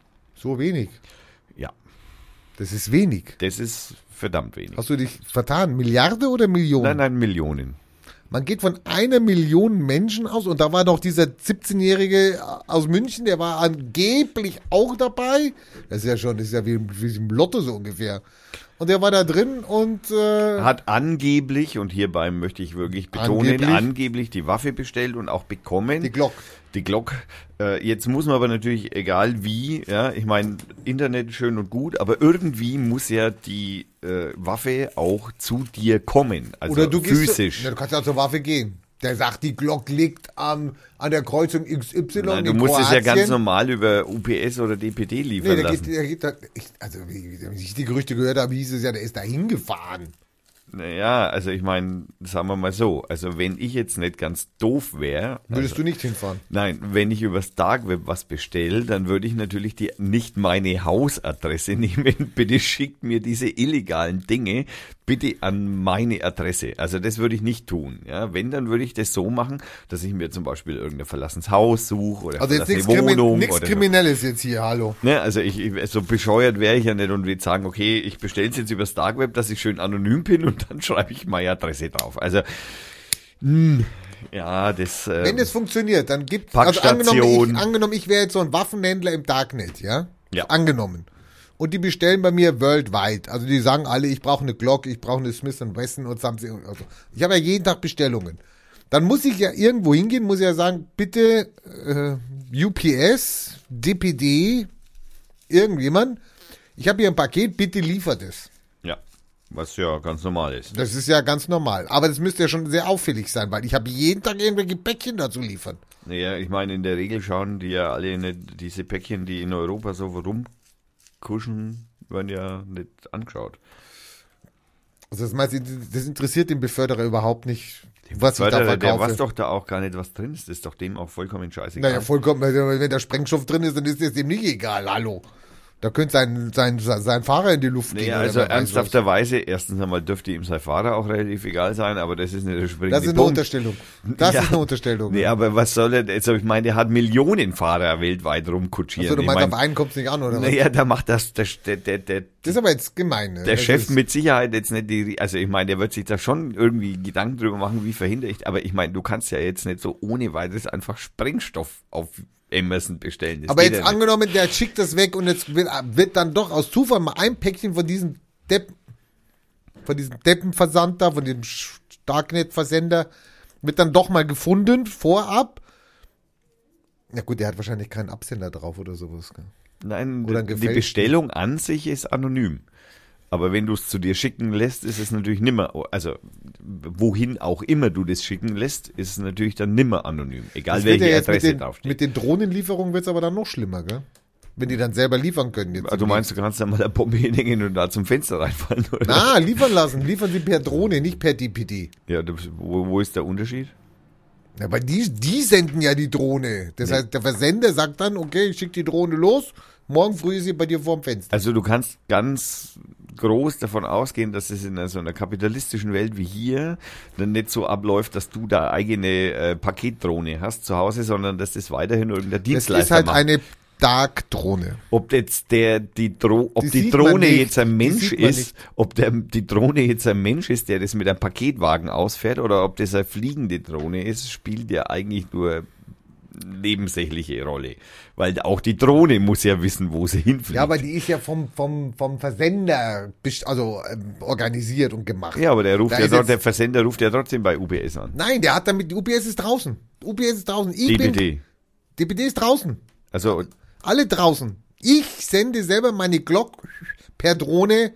So wenig. Ja, Das ist wenig. das ist verdammt wenig. Hast du dich vertan? Milliarde oder Million? Nein, nein, Millionen. Man geht von einer Million Menschen aus und da war doch dieser siebzehnjährige aus München, der war angeblich auch dabei. Das ist ja schon, das ist ja wie, wie im Lotto so ungefähr. Und der war da drin und äh, Hat angeblich, und hierbei möchte ich wirklich betonen, Angeblich? angeblich, die Waffe bestellt und auch bekommen. die Glock. Die Glock. Äh, jetzt muss man aber natürlich, egal wie, ja, ich meine, Internet schön und gut, aber irgendwie muss ja die äh, Waffe auch zu dir kommen, also Oder du gehst, physisch. Ja, du kannst ja zur Waffe gehen. Der sagt, die Glock liegt am, an der Kreuzung X Y Nein, du in musst es ja ganz Kroatien. normal über U P S oder D P D liefern Nee, der lassen. geht, der geht da, ich, also wie, wie ich die Gerüchte gehört habe, hieß es ja, der ist da hingefahren. Naja, also ich meine, sagen wir mal so, also wenn ich jetzt nicht ganz doof wäre. Würdest also, du nicht hinfahren? Nein, wenn ich übers Dark Web was bestelle, dann würde ich natürlich die nicht meine Hausadresse nehmen. Bitte schickt mir diese illegalen Dinge bitte an meine Adresse. Also das würde ich nicht tun. Ja, wenn, dann würde ich das so machen, dass ich mir zum Beispiel irgendein verlassenes Haus suche oder Also jetzt nichts verlassene Wohnung. Krimi- nichts oder Kriminelles jetzt hier, hallo. Ne, also ich, ich so bescheuert wäre ich ja nicht und würde sagen, okay, ich bestelle es jetzt übers Dark Web, dass ich schön anonym bin und dann schreibe ich meine Adresse drauf. Also, mh, ja, das... Äh, Wenn das funktioniert, dann gibt also angenommen, ich, angenommen, ich wäre jetzt so ein Waffenhändler im Darknet, ja? Ja. Angenommen. Und die bestellen bei mir worldwide. Also die sagen alle, ich brauche eine Glock, ich brauche eine Smith and Wesson und Samsung. Also ich habe ja jeden Tag Bestellungen. Dann muss ich ja irgendwo hingehen, muss ich ja sagen, bitte äh, U P S, D P D, irgendjemand. Ich habe hier ein Paket, bitte liefert es. ja, was ja ganz normal ist. Das ist ja ganz normal. Aber das müsste ja schon sehr auffällig sein, weil ich habe jeden Tag irgendwelche Päckchen dazu liefern. Naja, ich meine, in der Regel schauen die ja alle nicht, diese Päckchen, die in Europa so rumkuschen, werden ja nicht angeschaut. Also das meinst du, das interessiert den Beförderer überhaupt nicht, was ich da Förderer, verkaufe. der weiß doch da auch gar nicht, was drin ist. Das ist doch dem auch vollkommen scheißegal. Naja, vollkommen, wenn da Sprengstoff drin ist, dann ist es dem nicht egal, hallo. Da könnte sein, sein, sein Fahrer in die Luft gehen. Naja, oder also wer weiß was. ernsthafterweise, erstens einmal dürfte ihm sein Fahrer auch relativ egal sein, aber das ist nicht der springende Das ist eine Punkt. Unterstellung. Das Ja. ist eine Unterstellung. Nee, aber was soll er, jetzt, ich meine, der hat Millionen Fahrer weltweit rumkutschieren. Achso, du Ich meinst, mein, auf einen kommt es nicht an, oder was? naja, da macht das der, der, der, der, Das ist aber jetzt gemein. Ne? der Das Chef ist, mit Sicherheit jetzt nicht die, also ich meine, der wird sich da schon irgendwie Gedanken drüber machen, wie verhindere ich, aber ich meine, du kannst ja jetzt nicht so ohne weiteres einfach Sprengstoff auf Amazon bestellen. Das aber geht jetzt ja nicht. angenommen, der schickt das weg und jetzt wird, wird dann doch aus Zufall mal ein Päckchen von diesem Depp, von diesem Deppenversand da, von dem Darknet-Versender, wird dann doch mal gefunden, vorab. Na gut, der hat wahrscheinlich keinen Absender drauf oder sowas. Gell? Nein, Oder ein die gefälschten. Bestellung an sich ist anonym. Aber wenn du es zu dir schicken lässt, ist es natürlich nimmer, also wohin auch immer du das schicken lässt, ist es natürlich dann nimmer anonym. Egal Das wird welche ja jetzt Adresse mit den, draufsteht. mit den Drohnenlieferungen wird es aber dann noch schlimmer, gell? Wenn die dann selber liefern können. Jetzt Also du meinst, du kannst da mal eine Bombe hinhängen und da zum Fenster reinfallen, oder? Na, liefern lassen. Liefern sie per Drohne, nicht per D P D. Ja, das, wo, wo ist der Unterschied? Ja, aber die, die senden ja die Drohne. Das Nee. heißt, der Versender sagt dann, okay, ich schicke die Drohne los, morgen früh ist sie bei dir vorm Fenster. Also du kannst ganz groß davon ausgehen, dass es in so einer kapitalistischen Welt wie hier dann nicht so abläuft, dass du da eigene äh, Paketdrohne hast zu Hause, sondern dass das weiterhin irgendein Es Dienstleister ist halt macht. eine Dark-Drohne. Ob jetzt der die Dro ob Die die, sieht man Drohne nicht. jetzt ein Die Mensch sieht man ist, nicht. ob der die Drohne jetzt ein Mensch ist, der das mit einem Paketwagen ausfährt, oder ob das eine fliegende Drohne ist, spielt ja eigentlich nur nebensächliche Rolle, weil auch die Drohne muss ja wissen, wo sie hinfliegt. Ja, aber die ist ja vom, vom, vom Versender best- also ähm, organisiert und gemacht. Ja, aber der ruft Da ja ist dort, jetzt- der Versender ruft ja trotzdem bei U B S an. Nein, der hat damit, die U P S ist draußen. U P S ist draußen. Ich D P bin, D. D P D ist draußen. Also Alle draußen. Ich sende selber meine Glock per Drohne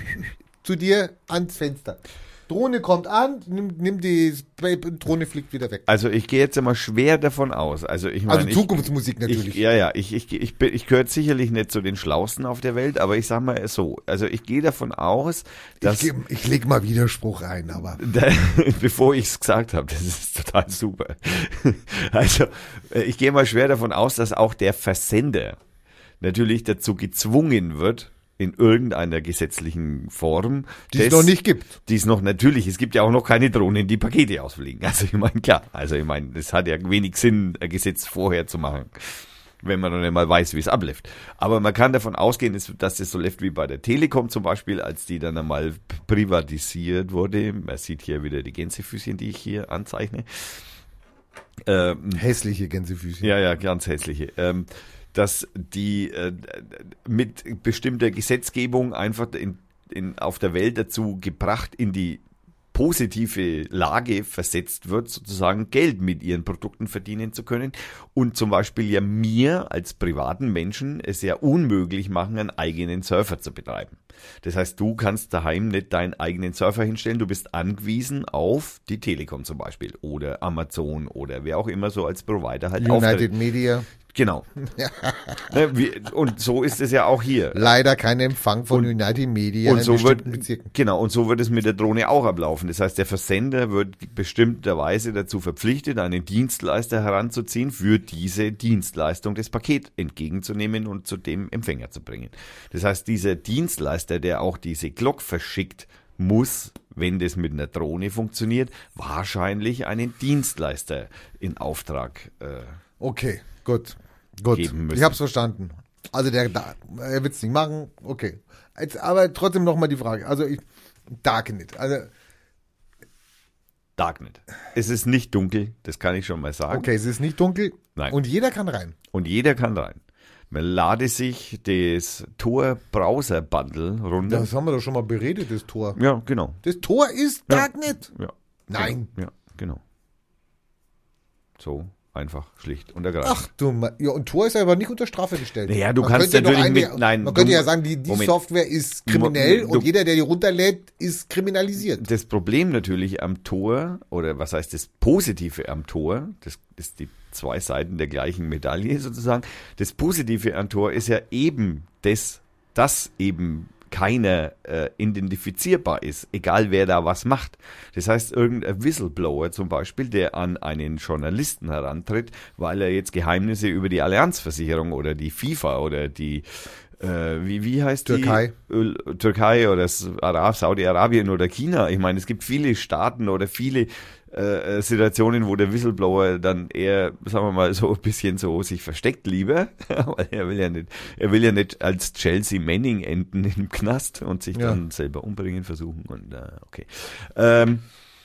zu dir ans Fenster. Drohne kommt an, nimmt nimm die Drohne fliegt wieder weg. Also ich gehe jetzt einmal schwer davon aus. Also ich meine, Also ich- Zukunftsmusik natürlich. Ich, ja, ja, ich, ich, ich, bin- ich gehöre sicherlich nicht zu den Schlausten auf der Welt, aber ich sag mal so, also ich gehe davon aus, dass, ich, geb- ich leg mal Widerspruch ein, aber da, bevor ich es gesagt habe, das ist total super. Also äh, ich gehe mal schwer davon aus, dass auch der Versender natürlich dazu gezwungen wird, in irgendeiner gesetzlichen Form. die es das- noch nicht gibt. Die es noch natürlich, es gibt ja auch noch keine Drohnen, die Pakete ausfliegen. Also ich meine, klar, also ich meine, es hat ja wenig Sinn, ein Gesetz vorher zu machen, wenn man noch nicht mal weiß, wie es abläuft. Aber man kann davon ausgehen, dass dass das so läuft wie bei der Telekom zum Beispiel, als die dann einmal privatisiert wurde. Man sieht hier wieder die Gänsefüßchen, die ich hier anzeichne. Ähm, Hässliche Gänsefüßchen. ja, ja, ganz hässliche. Ähm, dass die äh, mit bestimmter Gesetzgebung einfach in, in, auf der Welt dazu gebracht, in die positive Lage versetzt wird, sozusagen Geld mit ihren Produkten verdienen zu können und zum Beispiel ja mir als privaten Menschen es ja unmöglich machen, einen eigenen Surfer zu betreiben. Das heißt, du kannst daheim nicht deinen eigenen Surfer hinstellen, du bist angewiesen auf die Telekom zum Beispiel oder Amazon oder wer auch immer so als Provider halt auftritt. United Media. Genau. Ne, wie, und so ist es ja auch hier. Leider kein Empfang von Und- United Media Und in so bestimmten wird, Bezirken. genau, und so wird es mit der Drohne auch ablaufen. Das heißt, der Versender wird bestimmterweise dazu verpflichtet, einen Dienstleister heranzuziehen, für diese Dienstleistung das Paket entgegenzunehmen und zu dem Empfänger zu bringen. Das heißt, dieser Dienstleister, der auch diese Glock verschickt, muss, wenn das mit einer Drohne funktioniert, wahrscheinlich einen Dienstleister in Auftrag äh, Okay, gut. Gut. Geben müssen. Ich hab's verstanden. Also der, da- er wird's nicht machen. Okay. Jetzt, aber trotzdem nochmal die Frage. Also ich, Darknet. Also, Darknet. Es ist nicht dunkel, das kann ich schon mal sagen. okay, es ist nicht dunkel. Nein. Und jeder kann rein. Und jeder kann rein. Man lade sich das Tor-Browser-Bundle runter. Das haben wir doch schon mal beredet, das Tor. Ja, genau. Das Tor ist Ja. Darknet. Ja. Nein. Ja, genau. So einfach, schlicht und ergreifend. Ach du, Ma- ja, und Tor ist aber nicht unter Strafe gestellt. Naja, du Man kannst könnte doch natürlich eine- mit- nein, Man könnte du- ja sagen, die, die Moment. Software ist kriminell Du- und jeder, der die runterlädt, ist kriminalisiert. Das Problem natürlich am Tor, oder was heißt das Positive am Tor, das ist die zwei Seiten der gleichen Medaille sozusagen, das Positive am Tor ist ja eben das, dass eben keiner äh, identifizierbar ist, egal wer da was macht. Das heißt, irgendein Whistleblower zum Beispiel, der an einen Journalisten herantritt, weil er jetzt Geheimnisse über die Allianzversicherung oder die FIFA oder die äh, wie, wie heißt Türkei. die? Öl, Türkei oder S- Arab, Saudi-Arabien oder China. Ich meine, es gibt viele Staaten oder viele äh, Situationen, wo der Whistleblower dann eher, sagen wir mal, so ein bisschen so sich versteckt lieber, weil er will ja nicht, er will ja nicht als Chelsea Manning enden im Knast und sich Ja. dann selber umbringen versuchen und äh, okay. Ähm,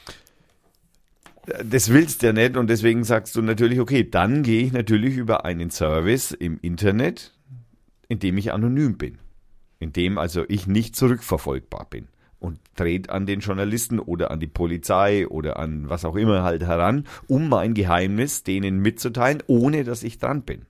das willst du ja nicht und deswegen sagst du natürlich, okay, dann gehe ich natürlich über einen Service im Internet, in dem ich anonym bin, in dem also ich nicht zurückverfolgbar bin und dreht an den Journalisten oder an die Polizei oder an was auch immer halt heran, um mein Geheimnis denen mitzuteilen, ohne dass ich dran bin.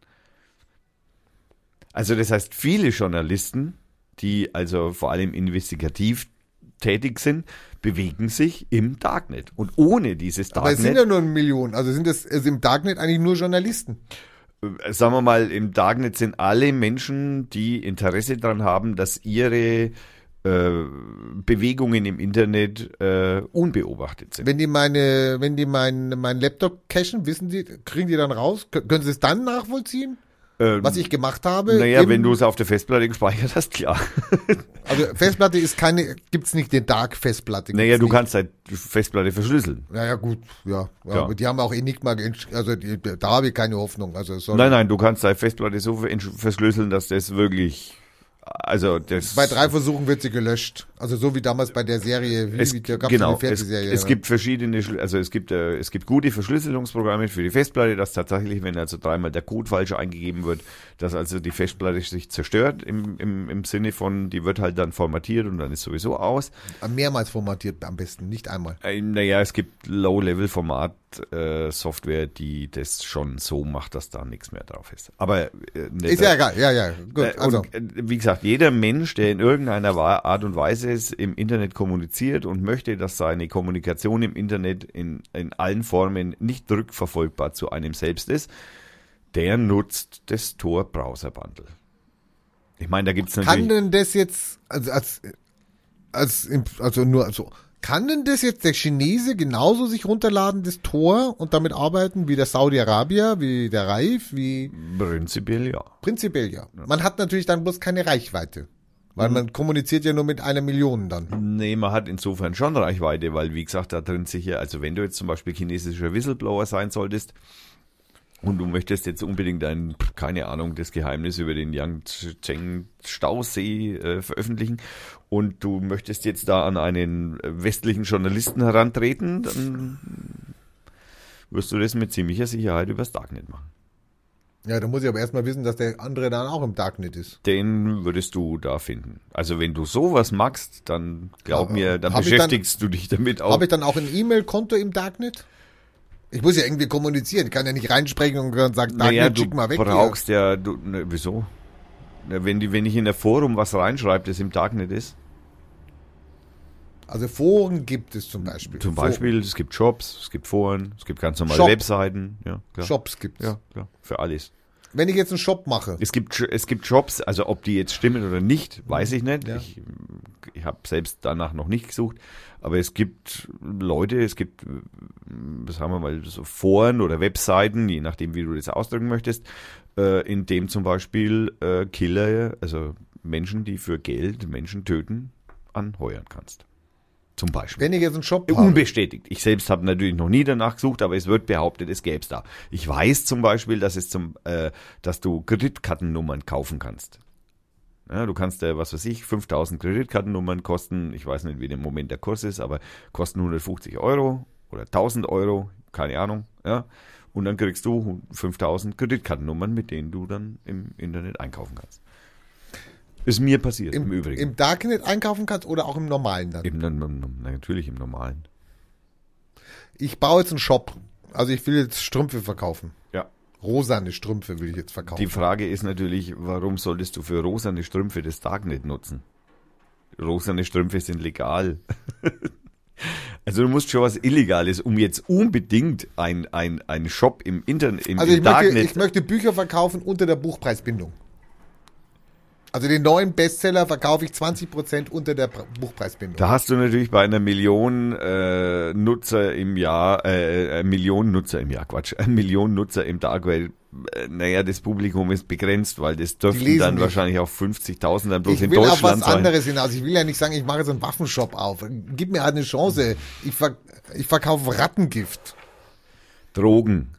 Also das heißt, viele Journalisten, die also vor allem investigativ tätig sind, bewegen sich im Darknet. Und ohne dieses Aber es sind Darknet, ja nur Millionen. Also sind das also im Darknet eigentlich nur Journalisten. äh, sagen wir mal, im Darknet sind alle Menschen, die Interesse daran haben, dass ihre äh, Bewegungen im Internet äh, unbeobachtet sind. Wenn die meine, wenn die mein, mein Laptop cachen, wissen die, kriegen die dann raus? Kö- Können sie es dann nachvollziehen, Ähm, was ich gemacht habe? naja, Im- wenn du es auf der Festplatte gespeichert hast, klar. Also Festplatte ist keine, gibt's nicht den Dark-Festplatte. Naja, gibt's du nicht. kannst halt die Festplatte verschlüsseln. Naja, gut, ja. ja. Ja. Aber die haben auch Enigma, geentsch- also die, da habe ich keine Hoffnung. Also es soll Nein, nein, du kannst deine Festplatte so entsch- verschlüsseln, dass das wirklich, also das... Bei drei Versuchen wird sie gelöscht. Also so wie damals bei der Serie, wie, Es, wie da gab's genau, eine es, Fernsehserie. es gibt verschiedene, Schl- also es gibt, äh, es gibt gute Verschlüsselungsprogramme für die Festplatte, dass tatsächlich, wenn also dreimal der Code falsch eingegeben wird, dass also die Festplatte sich zerstört im, im, im Sinne von, die wird halt dann formatiert und dann ist sowieso aus. mehrmals formatiert am besten, nicht einmal. Äh, naja, es gibt Low-Level-Format-Software, die das schon so macht, dass da nichts mehr drauf ist. Aber äh, nicht- Ist ja egal, ja, ja, gut. Äh, Also, und, äh, wie gesagt, jeder Mensch, der in irgendeiner Wa- Art und Weise es im Internet kommuniziert und möchte, dass seine Kommunikation im Internet in, in allen Formen nicht rückverfolgbar zu einem selbst ist, der nutzt das Tor-Browser-Bundle. Ich meine, da gibt es kann natürlich... denn das jetzt, also als, als, im- also nur, also, kann denn das jetzt der Chinese genauso sich runterladen, das Tor, und damit arbeiten, wie der Saudi-Arabier, wie der Raif, wie Prinzipiell ja. prinzipiell ja. Man hat natürlich dann bloß keine Reichweite. Weil man kommuniziert ja nur mit einer Million dann. Nee, man hat insofern schon Reichweite, weil, wie gesagt, da drin sicher, also wenn du jetzt zum Beispiel chinesischer Whistleblower sein solltest und du möchtest jetzt unbedingt ein, keine Ahnung, das Geheimnis über den Yangtze-Stausee äh, veröffentlichen und du möchtest jetzt da an einen westlichen Journalisten herantreten, dann wirst du das mit ziemlicher Sicherheit übers Darknet machen. Ja, da muss ich aber erstmal wissen, dass der andere dann auch im Darknet ist. Den würdest du da finden. Also wenn du sowas magst, dann glaub Ja, mir, dann hab ich beschäftigst du dich damit auch. Habe ich dann auch ein E-Mail-Konto im Darknet? Ich muss ja irgendwie kommunizieren. Ich kann ja nicht reinsprechen und sagen, Darknet, Naja, du schick mal weg. brauchst ja, du, ne, wieso? Na, wenn, die, wenn ich in der Forum was reinschreibe, das im Darknet ist, hier. Also Foren gibt es zum Beispiel. zum Foren. Beispiel, es gibt Shops, es gibt Foren, es gibt ganz normale Shop. Webseiten, ja, klar. Shops gibt es. Ja, klar, für alles. Wenn ich jetzt einen Shop mache. Es gibt, es gibt Shops, also ob die jetzt stimmen oder nicht, weiß ich nicht. Ja. Ich, ich habe selbst danach noch nicht gesucht. Aber es gibt Leute, es gibt, sagen wir mal, so Foren oder Webseiten, je nachdem, wie du das ausdrücken möchtest, äh, in dem zum Beispiel äh, Killer, also Menschen, die für Geld Menschen töten, anheuern kannst. Zum Beispiel. Wenn ich jetzt einen Shop habe. Unbestätigt. Ich selbst habe natürlich noch nie danach gesucht, aber es wird behauptet, es gäbe es da. Ich weiß zum Beispiel, dass es zum, äh, dass du Kreditkartennummern kaufen kannst. Ja, du kannst, äh, was weiß ich, fünftausend Kreditkartennummern kosten, ich weiß nicht, wie im Moment der Kurs ist, aber kosten hundertfünfzig Euro oder tausend Euro, keine Ahnung, ja. Und dann kriegst du fünftausend Kreditkartennummern, mit denen du dann im Internet einkaufen kannst. Ist mir passiert, im, Im, im Übrigen. Im Darknet einkaufen kannst oder auch im normalen dann? Im, natürlich im Normalen. Ich baue jetzt einen Shop. Also ich will jetzt Strümpfe verkaufen. Ja. Rosane Strümpfe will ich jetzt verkaufen. Die Frage ist natürlich, warum solltest du für rosane Strümpfe das Darknet nutzen? Rosane Strümpfe sind legal. Also du musst schon was Illegales, um jetzt unbedingt ein, ein, ein Shop im Internet, im, also im ich möchte, Darknet... ich möchte Bücher verkaufen unter der Buchpreisbindung. Also den neuen Bestseller verkaufe ich zwanzig Prozent unter der Buchpreisbindung. Da hast du natürlich bei einer Million äh, Nutzer im Jahr, äh, Millionen Nutzer im Jahr, Quatsch, eine Million Nutzer im Dark Web, äh, naja, das Publikum ist begrenzt, weil das dürften dann nicht. wahrscheinlich auch fünfzigtausend dann bloß ich in will Deutschland auf was sein. anderes hinaus. Ich will ja nicht sagen, ich mache jetzt einen Waffenshop auf. Gib mir halt eine Chance. Ich, ver ich verkaufe Rattengift. Drogen.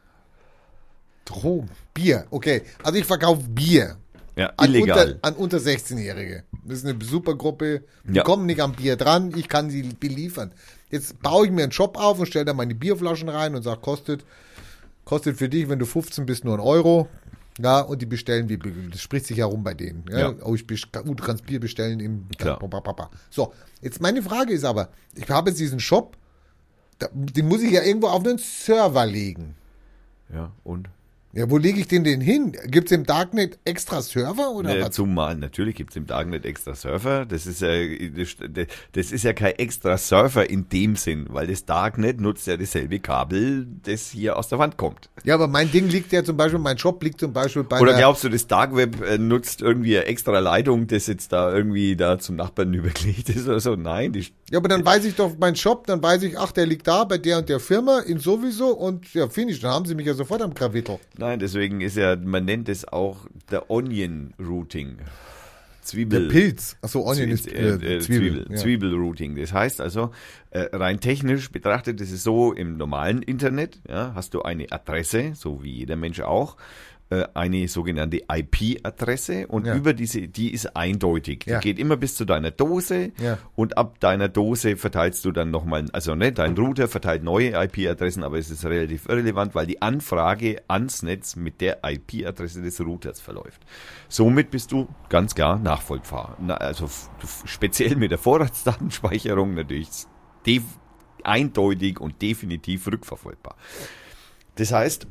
Drogen. Bier. Okay. Also ich verkaufe Bier. Ja, An illegal. unter, an unter sechzehnjährige. Das ist eine super Gruppe. Die Ja. kommen nicht am Bier dran. Ich kann sie beliefern. Jetzt baue ich mir einen Shop auf und stelle da meine Bierflaschen rein und sage, kostet, kostet für dich, wenn du fünfzehn bist, nur ein Euro. Ja, und die bestellen, wie, das spricht sich herum bei denen. Ja, Ja. Oh, ich best- oh, du kannst Bier bestellen im, Klar. So, jetzt meine Frage ist aber, ich habe jetzt diesen Shop, da, den muss ich ja irgendwo auf einen Server legen. Ja, und? Ja, wo lege ich den denn hin? Gibt es im Darknet extra Server oder Ja, was? zumal, natürlich gibt es im Darknet extra Surfer. Das ist ja, das, das ist ja kein extra Surfer in dem Sinn, weil das Darknet nutzt ja dasselbe Kabel, das hier aus der Wand kommt. Ja, aber mein Ding liegt ja zum Beispiel, mein Shop liegt zum Beispiel bei Oder einer, glaubst du, das Dark Web äh, nutzt irgendwie eine extra Leitung, das jetzt da irgendwie da zum Nachbarn übergelegt ist oder so? Nein, die, ja, aber dann weiß ich doch, mein Shop, dann weiß ich, ach, der liegt da bei der und der Firma, in sowieso und ja, finish, dann haben sie mich ja sofort am Krawittel. nein, deswegen ist ja, man nennt es auch der Onion Routing. Zwiebel. Der Pilz. Achso, Onion Zwie- ist äh, äh, äh, Zwiebel. Zwiebel, Ja. Zwiebelrouting. Das heißt also, äh, rein technisch betrachtet, das ist so im normalen Internet, ja, hast du eine Adresse, so wie jeder Mensch auch, äh, eine sogenannte I P-Adresse und Ja. über diese, die ist eindeutig. Ja. Die geht immer bis zu deiner Dose Ja. und ab deiner Dose verteilst du dann nochmal, also ne, dein Router verteilt neue I P-Adressen, aber es ist relativ irrelevant, weil die Anfrage ans Netz mit der I P-Adresse des Routers verläuft. Somit bist du ganz klar nachvollziehbar. Na, also f- f- speziell mit der Vorratsdatenspeicherung natürlich def eindeutig und definitiv rückverfolgbar. Das heißt,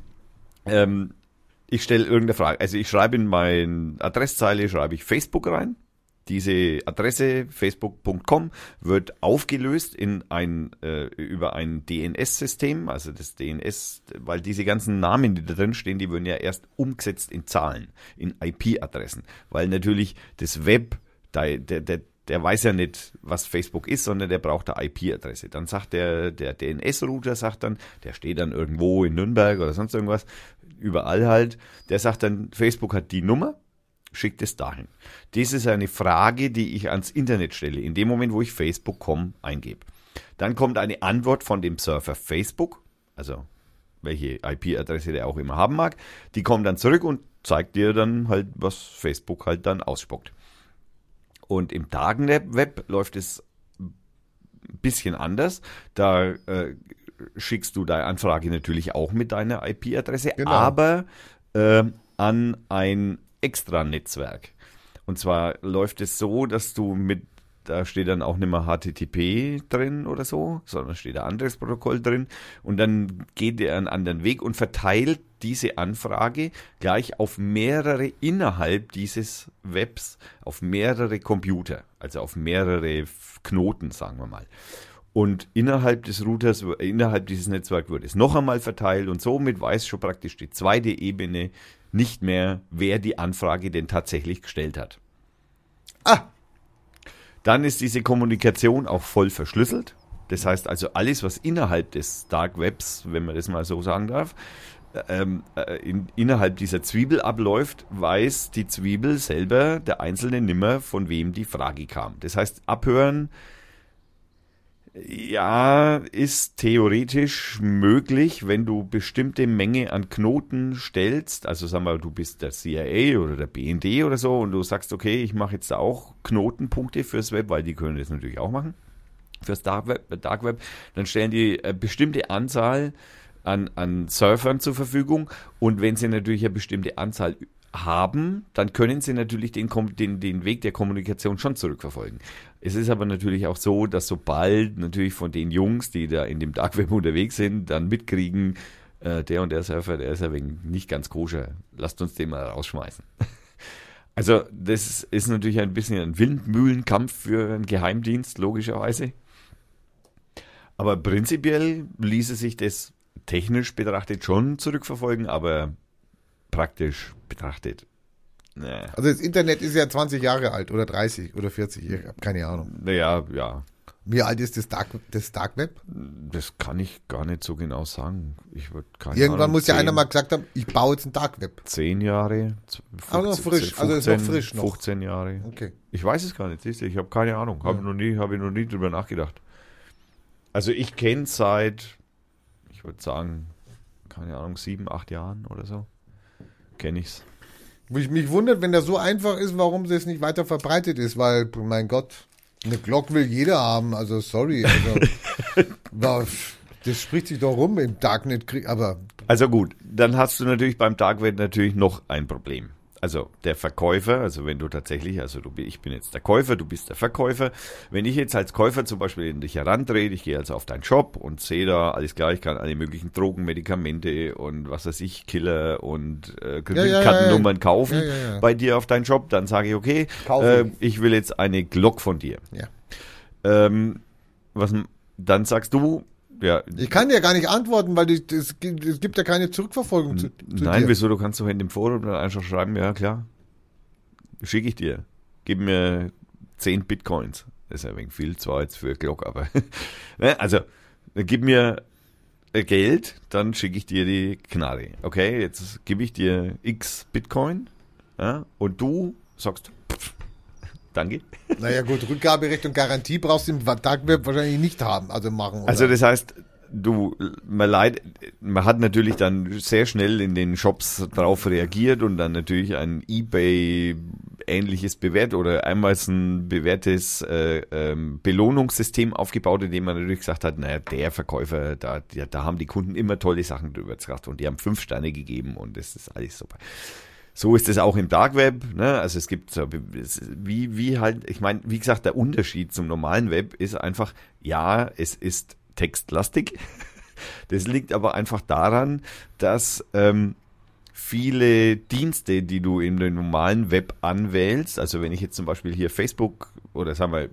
ähm, ich stelle irgendeine Frage. Also ich schreibe in meine Adresszeile, schreibe ich Facebook rein. Diese Adresse, facebook punkt com, wird aufgelöst in ein, äh, über ein D N S-System, also das D N S, weil diese ganzen Namen, die da drin stehen, die werden ja erst umgesetzt in Zahlen, in I P-Adressen, weil natürlich das Web, der, der, der, der weiß ja nicht, was Facebook ist, sondern der braucht eine I P-Adresse. Dann sagt der, der D N S-Router, sagt dann, der steht dann irgendwo in Nürnberg oder sonst irgendwas, überall halt, der sagt dann, Facebook hat die Nummer, schickt es dahin. Das ist eine Frage, die ich ans Internet stelle, in dem Moment, wo ich facebook punkt com eingebe. Dann kommt eine Antwort von dem Server Facebook, also welche I P-Adresse der auch immer haben mag, die kommt dann zurück und zeigt dir dann halt, was Facebook halt dann ausspuckt. Und im Darknet-Web läuft es ein bisschen anders. Da äh, schickst du deine Anfrage natürlich auch mit deiner I P-Adresse, Genau. aber äh, an ein Extranetzwerk. Und zwar läuft es so, dass du mit, da steht dann auch nicht mehr H T T P drin oder so, sondern steht ein anderes Protokoll drin und dann geht er einen anderen Weg und verteilt diese Anfrage gleich auf mehrere innerhalb dieses Webs, auf mehrere Computer, also auf mehrere Knoten, sagen wir mal. und innerhalb des Routers, innerhalb dieses Netzwerks wird es noch einmal verteilt und somit weiß schon praktisch die zweite Ebene nicht mehr, wer die Anfrage denn tatsächlich gestellt hat. Ah! Dann ist diese Kommunikation auch voll verschlüsselt. Das heißt also, alles, was innerhalb des Dark Webs, wenn man das mal so sagen darf, ähm, in, innerhalb dieser Zwiebel abläuft, weiß die Zwiebel selber, der Einzelne, nimmer, von wem die Frage kam. Das heißt, abhören, ja, ist theoretisch möglich, wenn du bestimmte Menge an Knoten stellst. Also sagen wir, du bist der C I A oder der B N D oder so und du sagst, okay, ich mache jetzt da auch Knotenpunkte fürs Web, weil die können das natürlich auch machen, fürs Dark Web. Dark Web. Dann stellen die eine bestimmte Anzahl an, an Surfern zur Verfügung und wenn sie natürlich eine bestimmte Anzahl haben, dann können sie natürlich den, den, den Weg der Kommunikation schon zurückverfolgen. Es ist aber natürlich auch so, dass sobald natürlich von den Jungs, die da in dem Dark Web unterwegs sind, dann mitkriegen, äh, der und der Surfer, der ist ja wegen nicht ganz koscher, lasst uns den mal rausschmeißen. Also das ist natürlich ein bisschen ein Windmühlenkampf für einen Geheimdienst, logischerweise. Aber prinzipiell ließe sich das technisch betrachtet schon zurückverfolgen, aber praktisch betrachtet. Nee. Also das Internet ist ja zwanzig Jahre alt oder dreißig oder vierzig, ich habe keine Ahnung. Naja, ja. Wie alt ist das Dark, das Dark Web? Das kann ich gar nicht so genau sagen. Ich würde keine Irgendwann Ahnung, muss ja zehn, einer mal gesagt haben, ich baue jetzt ein Dark Web. Zehn Jahre. fünfzehn, Aber noch frisch, fünfzehn, also ist noch frisch noch. fünfzehn Jahre. Okay. Ich weiß es gar nicht, siehst du, ich habe keine Ahnung. Habe Ja. noch nie, habe ich noch nie drüber nachgedacht. Also ich kenne es seit, ich würde sagen, keine Ahnung, sieben, acht Jahren oder so. Kenne ich's. Mich, mich wundert, wenn das so einfach ist, warum das nicht weiter verbreitet ist, weil, mein Gott, eine Glock will jeder haben, also sorry. Also, na, das spricht sich doch rum im Darknet, aber... Also gut, dann hast du natürlich beim Dark Web natürlich noch ein Problem. Also der Verkäufer, also wenn du tatsächlich, also du, ich bin jetzt der Käufer, du bist der Verkäufer. Wenn ich jetzt als Käufer zum Beispiel in dich herantrete, ich gehe also auf deinen Shop und sehe da alles klar, ich kann alle möglichen Drogen, Medikamente und was weiß ich, Killer und äh, Kreditkartennummern ja, ja, ja. kaufen Ja, ja, ja. bei dir auf deinen Shop, dann sage ich, okay, Kaufe. äh, ich will jetzt eine Glock von dir. Ja. Ähm, was, dann sagst du, ja, Ich kann dir gar nicht antworten, weil die, es, gibt, es gibt ja keine Zurückverfolgung zu, zu Nein, dir. wieso? Du kannst doch in dem Forum dann einfach schreiben, ja klar, schicke ich dir. Gib mir zehn Bitcoins. Das ist ja ein wenig viel, zwar jetzt für Glock, aber ne, also gib mir Geld, dann schicke ich dir die Knarre. Okay, jetzt gebe ich dir X Bitcoin, ja, und du sagst, pff, danke. Naja gut, Rückgaberecht und Garantie brauchst du im Dark Web wahrscheinlich nicht haben, also machen. Oder? Also das heißt, du, man leid, man hat natürlich dann sehr schnell in den Shops drauf reagiert und dann natürlich ein eBay-ähnliches Bewährt oder einmal ein bewährtes äh, ähm, Belohnungssystem aufgebaut, in dem man natürlich gesagt hat, naja, der Verkäufer, da, da, da haben die Kunden immer tolle Sachen drüber gesagt und die haben fünf Sterne gegeben und das ist alles super. So ist es auch im Dark Web, ne? Also es gibt so, wie, wie halt, ich meine, wie gesagt, der Unterschied zum normalen Web ist einfach, ja, es ist textlastig. Das liegt aber einfach daran, dass ähm, viele Dienste, die du in dem normalen Web anwählst, also wenn ich jetzt zum Beispiel hier Facebook oder sagen wir,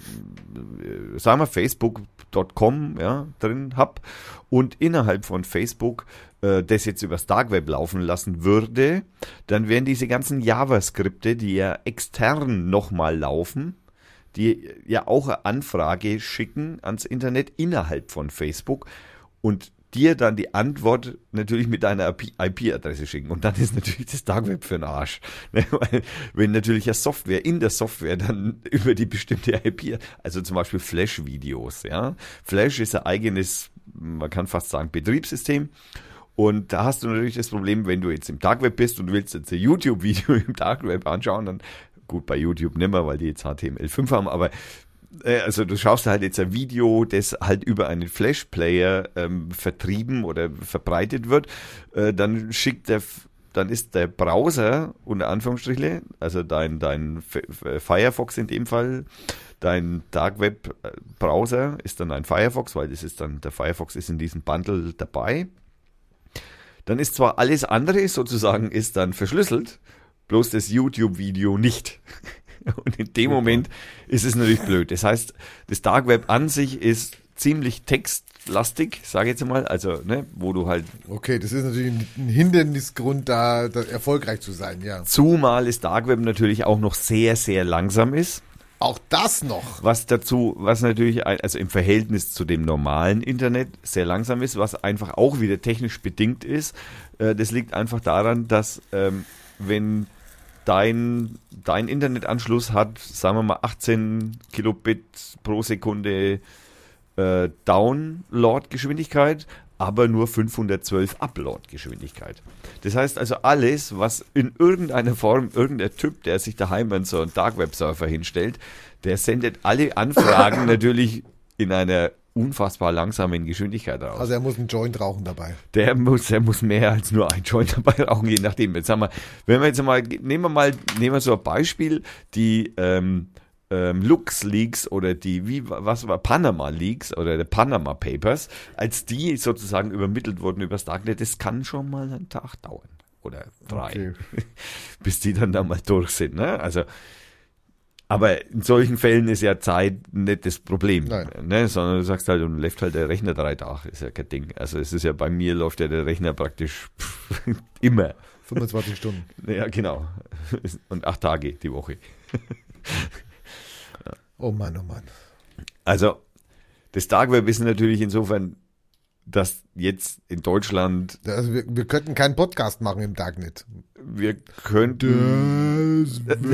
sagen wir facebook Punkt com ja, drin habe und innerhalb von Facebook äh, das jetzt übers Dark Web laufen lassen würde, dann wären diese ganzen JavaScripte, die ja extern nochmal laufen, die ja auch eine Anfrage schicken ans Internet innerhalb von Facebook und dir dann die Antwort natürlich mit deiner I P-Adresse schicken. Und dann ist natürlich das Dark Web für den Arsch. Weil, wenn natürlich ja Software in der Software dann über die bestimmte I P, also zum Beispiel Flash-Videos, ja. Flash ist ein eigenes, man kann fast sagen, Betriebssystem. Und da hast du natürlich das Problem, wenn du jetzt im Dark Web bist und du willst jetzt ein YouTube-Video im Dark Web anschauen, dann gut, bei YouTube nimmer, weil die jetzt H T M L fünf haben, aber äh, also du schaust halt jetzt ein Video, das halt über einen Flash-Player ähm, vertrieben oder verbreitet wird, äh, dann schickt der, dann ist der Browser, unter Anführungsstriche, also dein, dein F- Firefox in dem Fall, dein Dark Web Browser ist dann ein Firefox, weil das ist dann, der Firefox ist in diesem Bundle dabei. Dann ist zwar alles andere sozusagen ist dann verschlüsselt, bloß das YouTube-Video nicht. Und in dem Moment ist es natürlich blöd. Das heißt, das Dark Web an sich ist ziemlich textlastig, sage ich jetzt mal, also ne, wo du halt, Okay, das ist natürlich ein Hindernisgrund, da, da erfolgreich zu sein, ja. zumal das Dark Web natürlich auch noch sehr, sehr langsam ist. Auch das noch. Was dazu, was natürlich, ein, also im Verhältnis zu dem normalen Internet sehr langsam ist, was einfach auch wieder technisch bedingt ist. Äh, das liegt einfach daran, dass ähm, wenn dein, dein Internetanschluss hat, sagen wir mal, achtzehn Kilobit pro Sekunde äh, Download-Geschwindigkeit, aber nur fünfhundertzwölf Upload-Geschwindigkeit. Das heißt also, alles, was in irgendeiner Form, irgendein Typ, der sich daheim an so einen Dark-Web-Surfer hinstellt, der sendet alle Anfragen natürlich in einer unfassbar langsamen Geschwindigkeit raus. Also er muss einen Joint rauchen dabei. Der muss, der muss mehr als nur ein Joint dabei rauchen, je nachdem. Jetzt haben wir, wenn wir jetzt mal, nehmen wir mal, nehmen wir so ein Beispiel, die ähm, ähm, LuxLeaks oder die, wie, was war, Panama Leaks oder der Panama Papers, als die sozusagen übermittelt wurden über das Darknet, das kann schon mal einen Tag dauern. Oder drei. Okay. Bis die dann da mal durch sind, ne? Also, aber in solchen Fällen ist ja Zeit nicht das Problem, ne? Sondern du sagst halt, und läuft halt der Rechner drei Tage, ist ja kein Ding. Also es ist ja, bei mir läuft ja der Rechner praktisch immer. fünfundzwanzig Stunden. Ja, genau. Und acht Tage die Woche. Oh Mann, oh Mann. Also das Dark Web ist natürlich insofern, dass jetzt in Deutschland... Also wir, wir könnten keinen Podcast machen im Darknet. Wir könnten...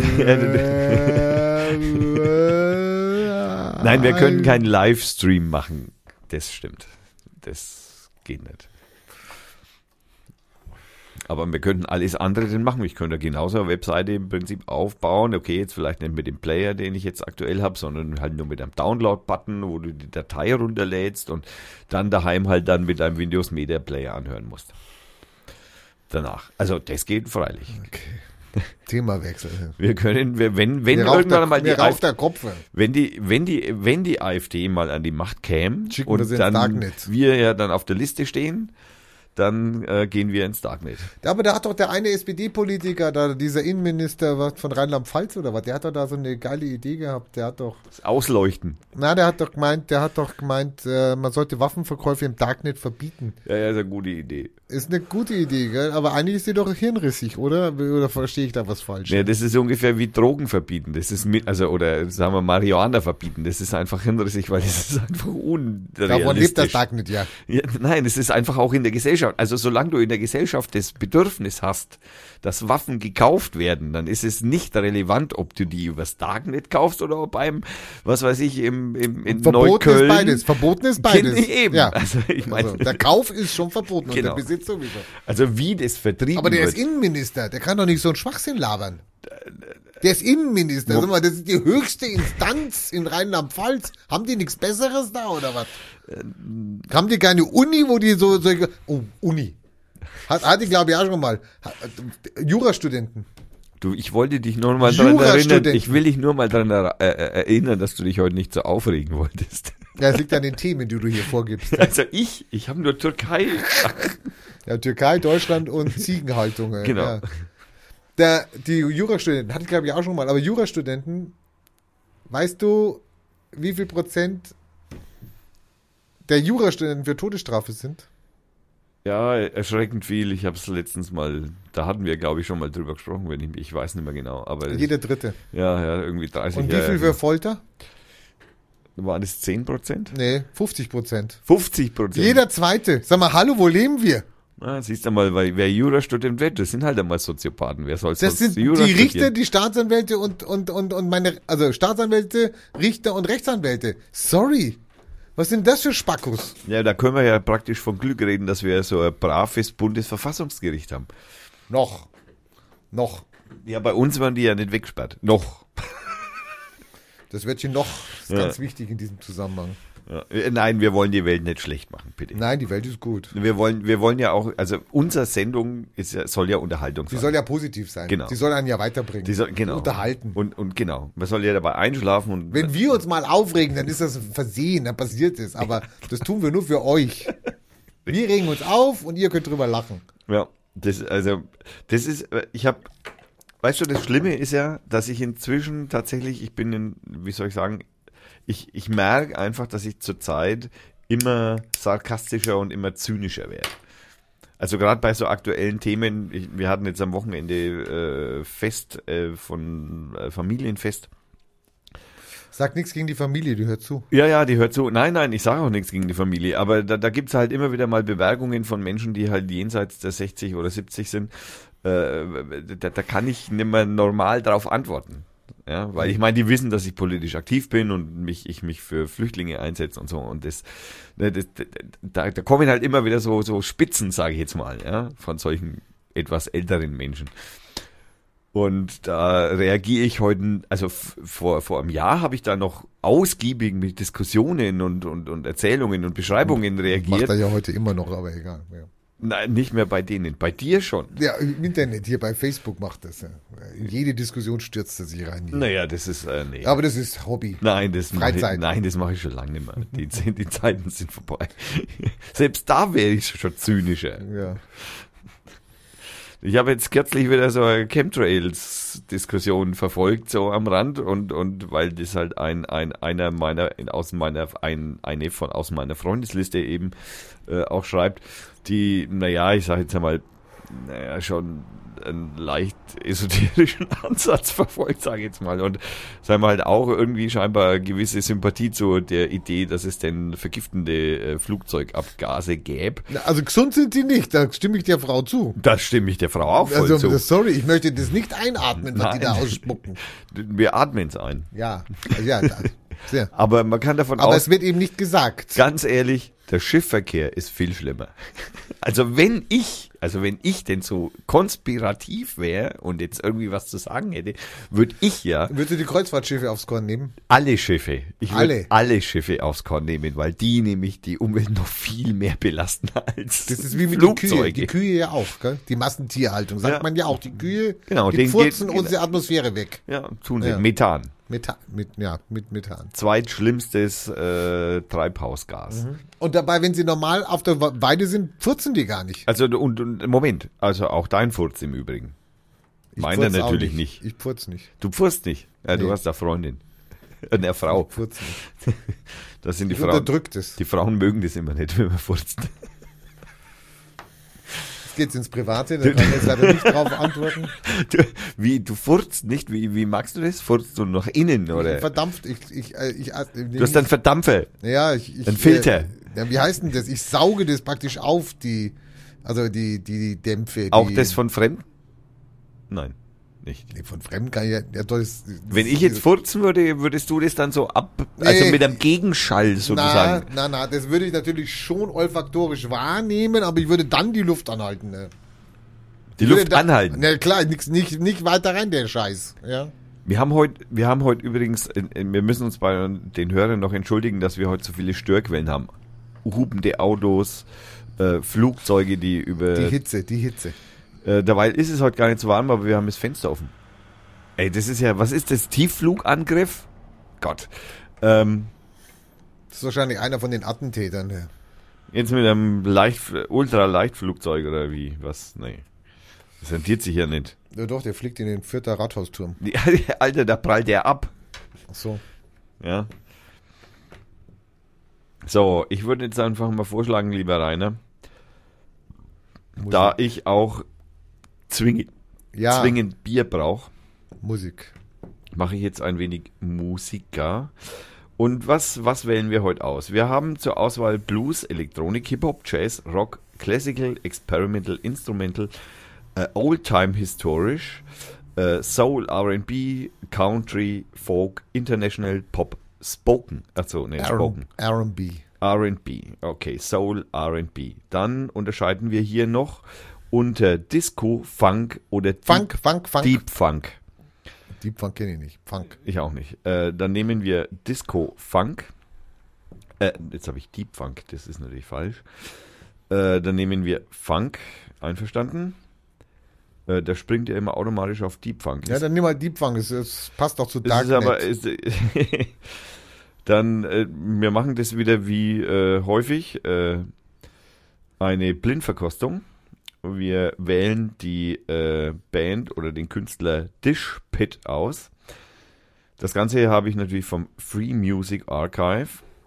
Nein, wir können keinen Livestream machen. Das stimmt. Das geht nicht. Aber wir könnten alles andere denn machen. Ich könnte genauso eine Webseite im Prinzip aufbauen. Okay, jetzt vielleicht nicht mit dem Player, den ich jetzt aktuell habe, sondern halt nur mit einem Download-Button, wo du die Datei runterlädst und dann daheim halt dann mit einem Windows Media Player anhören musst. Danach. Also das geht freilich. Okay. Themawechsel. Wir können, wenn, wenn mir irgendwann der, mal die, mir rauft der Kopf. wenn die, wenn die, wenn die AfD mal an die Macht käme Schicken und wir dann Darknet. wir ja dann auf der Liste stehen, dann äh, gehen wir ins Darknet. Ja, aber da hat doch der eine S P D-Politiker, da dieser Innenminister was von Rheinland-Pfalz oder was, der hat doch da so eine geile Idee gehabt. Der hat doch. Das Ausleuchten. Na, der hat doch gemeint, der hat doch gemeint, äh, man sollte Waffenverkäufe im Darknet verbieten. Ja, ja, ist eine gute Idee. Ist eine gute Idee, gell? Aber eigentlich ist die doch hirnrissig, oder? Oder verstehe ich da was falsch? Ja, das ist ungefähr wie Drogen verbieten. Das ist mit, also, oder sagen wir Marihuana verbieten. Das ist einfach hirnrissig, weil das ist einfach unrealistisch. Davon lebt das Darknet, ja. Ja, nein, es ist einfach auch in der Gesellschaft. Also solange du in der Gesellschaft das Bedürfnis hast, dass Waffen gekauft werden, dann ist es nicht relevant, ob du die übers Darknet kaufst oder ob beim, was weiß ich, im, im in verboten Neukölln. Ist beides. Verboten ist beides. Eben. Ja. Also, ich meine, also, der Kauf ist schon verboten genau. Und der Besitz sowieso. Also wie das vertrieben Aber der wird. ist Innenminister, der kann doch nicht so einen Schwachsinn labern. Der ist Innenminister, sag mal, das ist die höchste Instanz in Rheinland-Pfalz. Haben die nichts Besseres da oder was? Ähm, Haben die keine Uni, wo die so, so oh, Uni. Hat, hatte ich glaube ich auch schon mal. Jurastudenten. Du, ich wollte dich nur mal daran erinnern, ich will dich nur mal daran erinnern, dass du dich heute nicht so aufregen wolltest. Ja, es liegt an den Themen, die du hier vorgibst. Also ich, ich habe nur Türkei. Ja, Türkei, Deutschland und Ziegenhaltung. Genau. Ja. Der, die Jurastudenten, hatte ich glaube ich auch schon mal, aber Jurastudenten, weißt du, wie viel Prozent der Jurastudenten für Todesstrafe sind? Ja, erschreckend viel. Ich habe es letztens mal, da hatten wir, glaube ich, schon mal drüber gesprochen, wenn ich, ich weiß nicht mehr genau. Aber Jeder Dritte. Ja, ja, irgendwie dreißig. Und wie viel für Folter? Waren das zehn Prozent? Nee, fünfzig Prozent. fünfzig Prozent? Jeder Zweite. Sag mal, hallo, wo leben wir? Na, siehst du mal, weil wer Jurastudent wird, das sind halt einmal Soziopathen. Wer soll Das sind die Richter, die Staatsanwälte und, und, und, und meine, also Staatsanwälte, Richter und Rechtsanwälte. Sorry. Was sind das für Spackos? Ja, da können wir ja praktisch von Glück reden, dass wir so ein braves Bundesverfassungsgericht haben. Noch. Noch. Ja, bei uns waren die ja nicht weggesperrt. Noch. Das wird hier noch das ist ja. ganz wichtig in diesem Zusammenhang. Ja. Nein, wir wollen die Welt nicht schlecht machen, bitte. Nein, die Welt ist gut. Wir wollen, wir wollen ja auch, also unsere Sendung ist ja, soll ja Unterhaltung sein. Sie soll ja positiv sein. Genau. Sie soll einen ja weiterbringen. Die soll, genau. Unterhalten. Und, und genau. Man soll ja dabei einschlafen. Und wenn wir uns mal aufregen, dann ist das ein Versehen, dann passiert es. Aber das tun wir nur für euch. Wir regen uns auf und ihr könnt drüber lachen. Ja, das, also, das ist, ich habe, weißt du, das Schlimme ist ja, dass ich inzwischen tatsächlich, ich bin in, wie soll ich sagen, ich, ich merke einfach, dass ich zurzeit immer sarkastischer und immer zynischer werde. Also gerade bei so aktuellen Themen, ich, wir hatten jetzt am Wochenende äh, Fest äh, von äh, Familienfest. Sag nichts gegen die Familie, die hört zu. Ja, ja, die hört zu. Nein, nein, ich sage auch nichts gegen die Familie, aber da, da gibt es halt immer wieder mal Bemerkungen von Menschen, die halt jenseits der sechzig oder siebzig sind. Äh, da, da kann ich nicht mehr normal drauf antworten. Ja, weil ich meine, die wissen, dass ich politisch aktiv bin und mich, ich mich für Flüchtlinge einsetze und so. Und das, das, das da, da kommen halt immer wieder so, so Spitzen, sage ich jetzt mal, ja, von solchen etwas älteren Menschen. Und da reagiere ich heute, also f- vor, vor einem Jahr habe ich da noch ausgiebig mit Diskussionen und, und, und Erzählungen und Beschreibungen reagiert. Macht er ja heute immer noch, aber egal. Ja. Nein, nicht mehr bei denen, bei dir schon. Ja, im Internet, hier bei Facebook macht das. Ja. In jede Diskussion stürzt er sich rein. Hier. Naja, das ist, äh, nee. Aber das ist Hobby. Nein, das mache ich, Freizeit. nein, das mache ich schon lange nicht mehr. Die, die Zeiten sind vorbei. Selbst da wäre ich schon zynischer. Ja. Ich habe jetzt kürzlich wieder so eine Chemtrails-Diskussion verfolgt, so am Rand, und, und weil das halt ein, ein, einer meiner, aus meiner, ein, eine von, aus meiner Freundesliste eben äh, auch schreibt, die, naja, ich sage jetzt einmal, naja, schon einen leicht esoterischen Ansatz verfolgt, sage ich jetzt mal. Und sagen wir halt auch irgendwie scheinbar gewisse Sympathie zu der Idee, dass es denn vergiftende äh, Flugzeugabgase gäbe. Also gesund sind die nicht, da stimme ich der Frau zu. Das stimme ich der Frau auch voll Also, zu. das, sorry, ich möchte das nicht einatmen, was Nein. die da ausspucken. Wir atmen es ein. Ja, also, ja, das, sehr. Aber man kann davon Aber aus, es wird eben nicht gesagt. ganz ehrlich, der Schiffverkehr ist viel schlimmer. Also wenn ich, also wenn ich denn so konspirativ wäre und jetzt irgendwie was zu sagen hätte, würde ich ja Würdest du die Kreuzfahrtschiffe aufs Korn nehmen? alle Schiffe, ich würde Alle. alle Schiffe aufs Korn nehmen, weil die nämlich die Umwelt noch viel mehr belasten als Das ist wie mit den Kühen. Flugzeuge. Die Kühe ja auch, gell? Die Massentierhaltung, sagt Ja. man ja auch. Die Kühe, Genau, die denen furzen geht- unsere Atmosphäre weg. Ja, tun sie. Ja. Methan. Methan, mit, ja, mit Methan. Zweitschlimmstes äh, Treibhausgas. Und dabei, wenn sie normal auf der Weide sind, furzen die gar nicht. Also und, und Moment, also auch dein Furz im Übrigen. Ich Meiner furz auch natürlich nicht. Ich furz nicht. Du pfurst nicht. Ja, du Nee. hast da Freundin. Eine Frau. Ich furz nicht. Das sind die Ich Frauen. unterdrück das. Die Frauen mögen das immer nicht, wenn man furzt. Jetzt geht's ins Private, da kann ich jetzt leider nicht drauf antworten. Du, wie, du furzt nicht? Wie, wie magst du das? Furzt du nach innen, oder? Verdampft, ich, ich, äh, ich, äh, Du hast einen Verdampfer. ja, ich, ich, einen Filter. Äh, ja, wie heißt denn das? Ich sauge das praktisch auf, die, also die, die Dämpfe. Die, Auch das von Fremden? Nein, nicht. Nee, von Fremden kann ich ja, ja das, das, Wenn ich jetzt furzen würde, würdest du das dann so ab, also Nee. mit einem Gegenschall Na, sozusagen. na, na, das würde ich natürlich schon olfaktorisch wahrnehmen, aber ich würde dann die Luft anhalten. Ne? Die Ich würde Luft da- anhalten. Na klar, nix, nicht, nicht weiter rein, der Scheiß. Ja. Wir haben heute, wir haben heute übrigens, äh, wir müssen uns bei den Hörern noch entschuldigen, dass wir heute so viele Störquellen haben. Hupende Autos, äh, Flugzeuge, die über. Die Hitze, die Hitze. Äh, dabei ist es heute gar nicht so warm, aber wir haben das Fenster offen. Ey, das ist ja, was ist das? Tiefflugangriff? Gott. Ähm, Das ist wahrscheinlich einer von den Attentätern. Ja. jetzt mit einem leicht, Ultraleichtflugzeug oder wie? Was? Nee. Das rentiert sich ja nicht. Ja, doch, der fliegt in den Vierter Rathausturm. Die, Alter, da prallt der ab. Ach so. Ja. So, ich würde jetzt einfach mal vorschlagen, lieber Rainer, Musik. da ich auch zwingend, ja, zwingend Bier brauche, Musik. mache ich jetzt ein wenig Musiker. Und was, was wählen wir heute aus? Wir haben zur Auswahl Blues, Elektronik, Hip-Hop, Jazz, Rock, Classical, Experimental, Instrumental, äh, Old-Time Historisch, äh, Soul, R and B, Country, Folk, International, Pop, Spoken. Achso, ne, Spoken. R und B. R and B, okay, Soul, R and B. Dann unterscheiden wir hier noch unter Disco, Funk oder Funk, Deep, Funk, Funk. Deep Funk. Deep Funk kenne ich nicht. Funk. Ich auch nicht. Äh, dann nehmen wir Disco, Funk. Äh, jetzt habe ich Deep Funk, das ist natürlich falsch. Äh, dann nehmen wir Funk, einverstanden? Äh, da springt er immer automatisch auf Deep Funk. Ja, dann nimm mal Deep Funk. Es, es passt doch zu Das ist Darknet. aber, ist, dann, äh, wir machen das wieder wie äh, häufig, äh, eine Blindverkostung. Wir wählen die äh, Band oder den Künstler Dish Pit aus. Das Ganze hier habe ich natürlich vom Free Music Archive.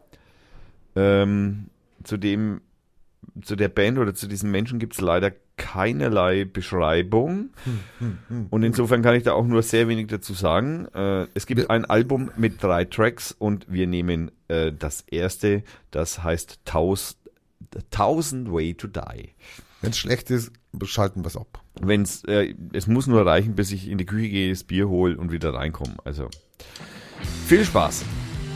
Ähm, zu dem, zu der Band oder zu diesen Menschen gibt es leider keinerlei Beschreibung. Hm, hm, hm. Und insofern kann ich da auch nur sehr wenig dazu sagen. Äh, es gibt ein Album mit drei Tracks und wir nehmen äh, das erste, das heißt Taus, Thousand Way to Die. Wenn es schlecht ist, schalten wir es ab. Wenn's, äh, es muss nur reichen, bis ich in die Küche gehe, das Bier hole und wieder reinkomme. Also viel Spaß.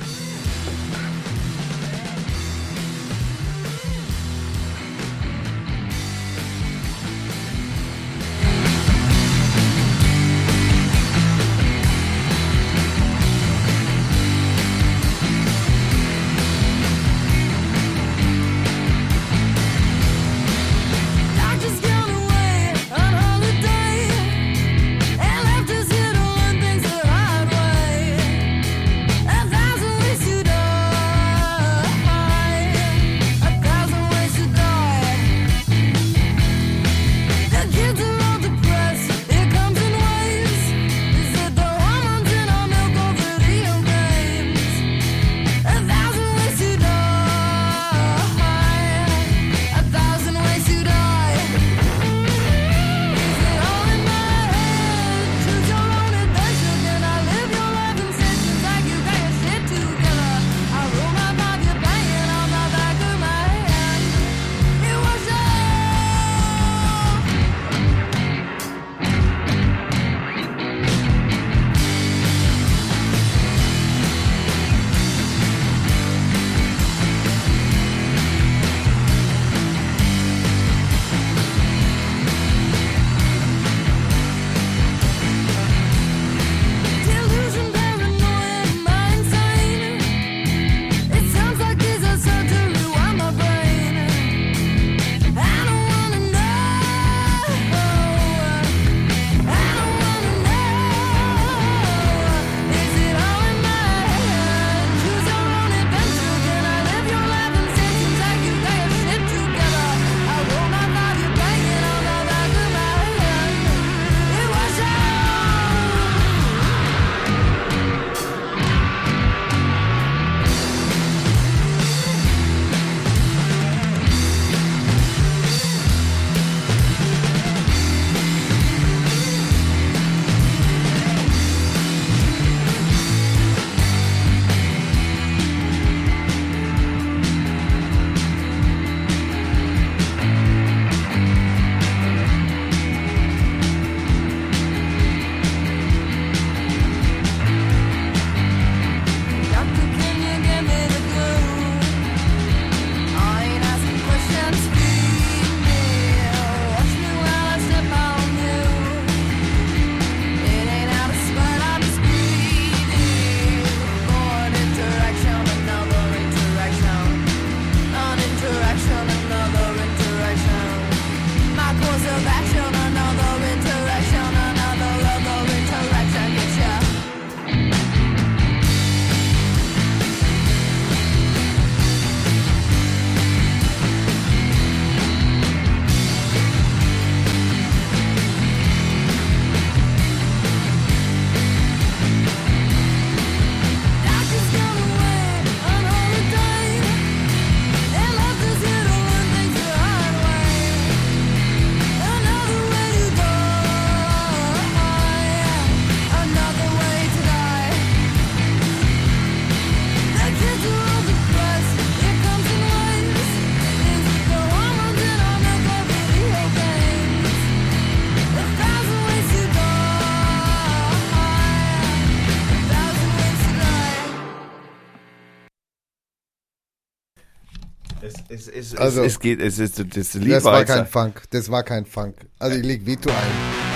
Es, es, es, Also, es, es geht, es ist das Lied Das war war kein jetzt- Funk. Das war kein Funk. Also ich leg Veto ein.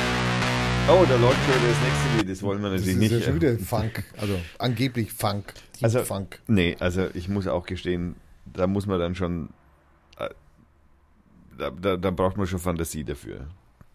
Oh, da läuft schon das nächste Lied, das wollen wir Das natürlich ist nicht. ja schon äh, wieder Funk. Also angeblich Funk. Deep Also- Funk. Nee, also ich muss auch gestehen, da muss man dann schon, äh, da, da, da braucht man schon Fantasie dafür,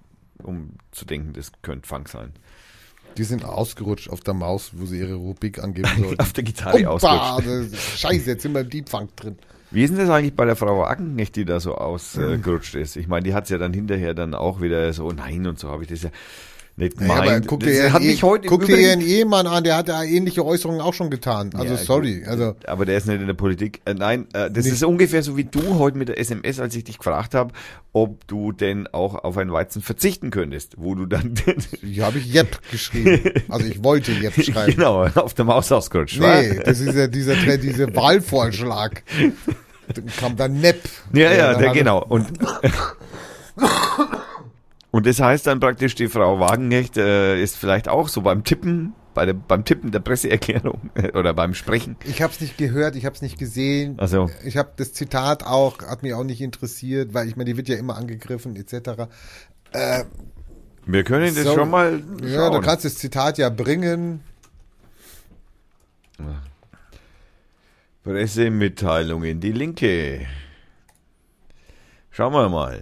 um zu denken, das könnte Funk sein. Die sind ausgerutscht auf der Maus, wo sie ihre Rubrik angeben sollten. Auf der Gitarre Opa, ausgerutscht. das ist Scheiße, jetzt sind wir im Deep Funk drin. Wie ist denn das eigentlich bei der Frau Ackenknecht, die da so ausgerutscht ist? Ich meine, die hat es ja dann hinterher dann auch wieder so, nein und so habe ich das ja. nicht Ja, aber meint. guck Das dir, hat ihren, mich heute guck dir übrigens- ihren Ehemann an, der hat ja ähnliche Äußerungen auch schon getan. Also Ja, sorry. gut. Also Aber der ist nicht in der Politik. Äh, nein, äh, das Nicht. ist ungefähr so wie du heute mit der S M S, als ich dich gefragt habe, ob du denn auch auf ein Weizen verzichten könntest, wo du dann hier habe ich Jepp geschrieben. Also ich wollte Jepp schreiben. genau auf der Maus ausgerutscht. Nee, das ist ja dieser, dieser Wahlvorschlag. Dann kam dann Nepp. Ja, ja, dann der, hat- genau. Und, und das heißt dann praktisch, die Frau Wagenknecht äh, ist vielleicht auch so beim Tippen, bei der, beim Tippen der Presseerklärung äh, oder beim Sprechen. Ich habe es nicht gehört, ich habe es nicht gesehen. Also, Ich habe das Zitat auch, hat mich auch nicht interessiert, weil ich meine, die wird ja immer angegriffen et cetera. Äh, wir können das So. schon mal ja, schauen. du kannst das Zitat ja bringen. Pressemitteilungen, die Linke. Schauen wir mal.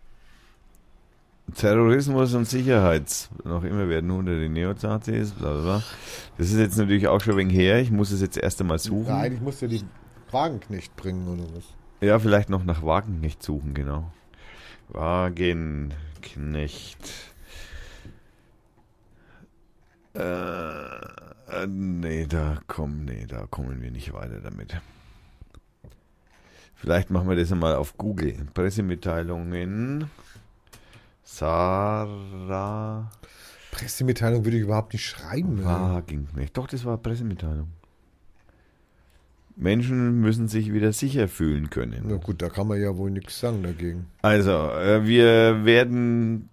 Terrorismus und Sicherheits, noch immer werden hunderte Neonazis, bla bla bla. Das ist jetzt natürlich auch schon ein wenig her, ich muss es jetzt erst einmal suchen. Ja, eigentlich musst du die Wagenknecht bringen oder was. Ja, vielleicht noch nach Wagenknecht suchen, genau. Wagenknecht. Äh, äh, nee, da kommen, nee, da kommen wir nicht weiter damit. Vielleicht machen wir das einmal auf Google. Pressemitteilungen. Sarah Pressemitteilung würde ich überhaupt nicht schreiben. ey. Wagenknecht. Doch, das war Pressemitteilung. Menschen müssen sich wieder sicher fühlen können. Na gut, da kann man ja wohl nichts sagen dagegen. Also, äh, wir werden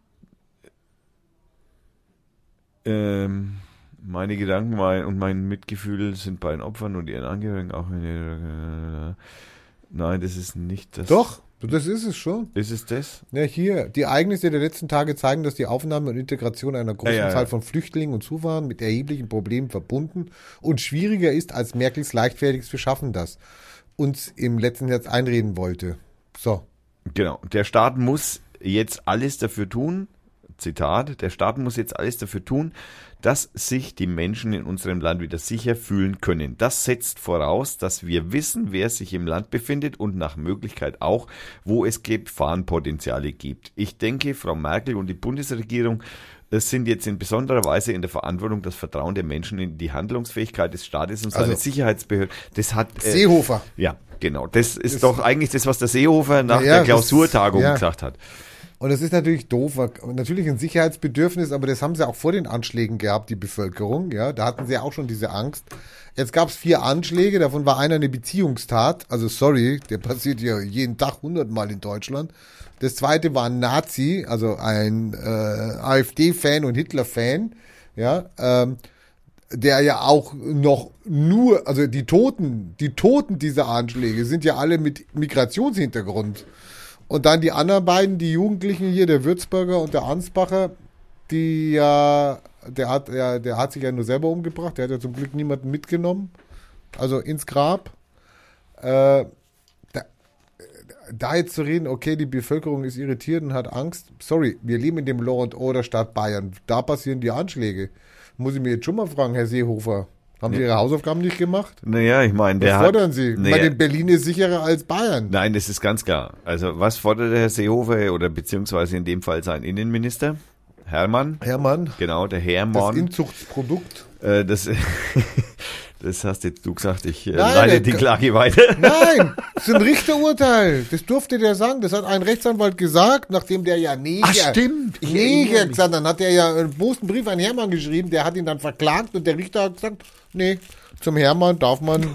ähm, meine Gedanken mein, und mein Mitgefühl sind bei den Opfern und ihren Angehörigen auch. Äh, nein, das ist nicht das. Doch, das ist es schon. Ist es das? Ja, hier. Die Ereignisse der letzten Tage zeigen, dass die Aufnahme und Integration einer großen Ja, ja, ja. Zahl von Flüchtlingen und Zufahrern mit erheblichen Problemen verbunden und schwieriger ist, als Merkels leichtfertiges Wir schaffen das uns im letzten Jahr einreden wollte. So. Genau. Der Staat muss jetzt alles dafür tun, Zitat, der Staat muss jetzt alles dafür tun, dass sich die Menschen in unserem Land wieder sicher fühlen können. Das setzt voraus, dass wir wissen, wer sich im Land befindet und nach Möglichkeit auch, wo es Gefahrenpotenziale gibt. Ich denke, Frau Merkel und die Bundesregierung äh, sind jetzt in besonderer Weise in der Verantwortung, das Vertrauen der Menschen in die Handlungsfähigkeit des Staates und seine Also- Sicherheitsbehörden. Das hat äh, Seehofer. ja, genau. Das ist Das- doch eigentlich das, was der Seehofer nach Ja, ja, der das- Klausurtagung ja. gesagt hat. Und das ist natürlich doof, weil- natürlich ein Sicherheitsbedürfnis, aber das haben sie auch vor den Anschlägen gehabt, die Bevölkerung, ja, da hatten sie ja auch schon diese Angst. Jetzt gab es vier Anschläge, davon war einer eine Beziehungstat, also sorry, der passiert ja jeden Tag hundertmal in Deutschland. Das zweite war ein Nazi, also ein äh, AfD-Fan und Hitler-Fan, ja, ähm, der ja auch noch nur, also die Toten, die Toten dieser Anschläge sind ja alle mit Migrationshintergrund. Und dann die anderen beiden, die Jugendlichen hier, der Würzburger und der Ansbacher, die ja, der hat ja, der hat sich ja nur selber umgebracht, der hat ja zum Glück niemanden mitgenommen, also ins Grab. Äh, da, da jetzt zu reden, okay, die Bevölkerung ist irritiert und hat Angst, sorry, wir leben in dem Law and Order Staat Bayern, da passieren die Anschläge. Muss ich mir jetzt schon mal fragen, Herr Seehofer, haben Sie Ihre Hausaufgaben nicht gemacht? Naja, ich meine, Was der fordern hat, Sie? Naja, Weil Berlin ist sicherer als Bayern. nein, das ist ganz klar. Also was fordert der Herr Seehofer oder beziehungsweise in dem Fall sein Innenminister? Hermann? Hermann, Genau, der das Hermann. Inzuchtsprodukt. Äh, das, das hast jetzt du gesagt, ich äh, Nein, leite der- die Klage weiter. Nein, das ist ein Richterurteil. Das durfte der sagen. Das hat ein Rechtsanwalt gesagt, nachdem der ja Neger, Ach, stimmt. Ich erinnere Neger mich. gesagt hat. Dann hat er ja einen großen Brief an Hermann geschrieben. Der hat ihn dann verklagt und der Richter hat gesagt, nee, zum Hermann darf man.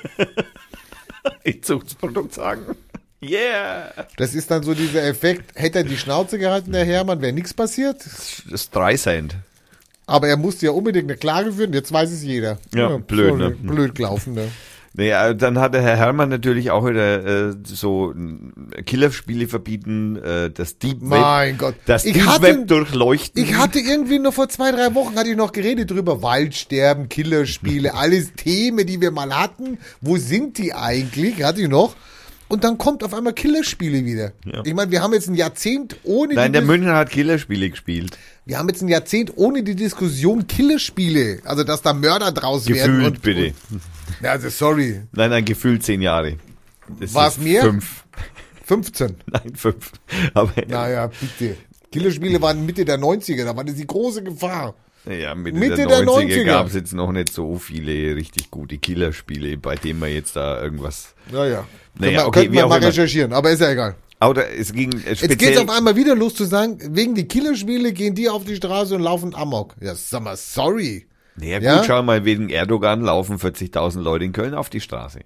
Inzuchtsprodukt sagen. Yeah. Das ist dann so dieser Effekt. Hätte er die Schnauze gehalten, der Hermann, wäre nichts passiert. Das ist drei Cent. Aber er musste ja unbedingt eine Klage führen. Jetzt weiß es jeder. Ja, blöd, ne? Blöd gelaufen, ne? Naja, dann hat der Herr Hermann natürlich auch wieder äh, so äh, Killerspiele verbieten, äh, das Deep Web, Mein Gott. das Ich Deep hatte- Web durchleuchten. Ich hatte irgendwie noch vor zwei, drei Wochen hatte ich noch geredet drüber. Waldsterben, Killerspiele, alles Themen, die wir mal hatten. Wo sind die eigentlich? Hatte ich noch. Und dann kommt auf einmal Killerspiele wieder. Ja. Ich meine, wir haben jetzt ein Jahrzehnt ohne Nein, die der Dis- Münchner hat Killerspiele gespielt. wir haben jetzt ein Jahrzehnt ohne die Diskussion Killerspiele. Also, dass da Mörder draus werden. Gefühlt, Und, bitte. Und, ja, also sorry. Nein, nein, gefühlt zehn Jahre. Das War's ist mehr? Fünf. fünfzehn. Nein, fünf. Aber Naja, bitte. Killerspiele waren Mitte der neunziger, da war das die große Gefahr. Ja, Mitte, Mitte der, der neunziger neunziger gab es jetzt noch nicht so viele richtig gute Killerspiele, bei denen man jetzt da irgendwas... Naja, Naja, Können okay, wir, könnten wie wir auch mal immer. recherchieren, aber ist ja egal. Oder es ging äh, Jetzt geht's speziell... auf einmal wieder los zu sagen, wegen die Killerspiele gehen die auf die Straße und laufen Amok. Ja, sag mal, sorry. Naja gut, Ja? schau mal, wegen Erdogan laufen vierzigtausend Leute in Köln auf die Straße.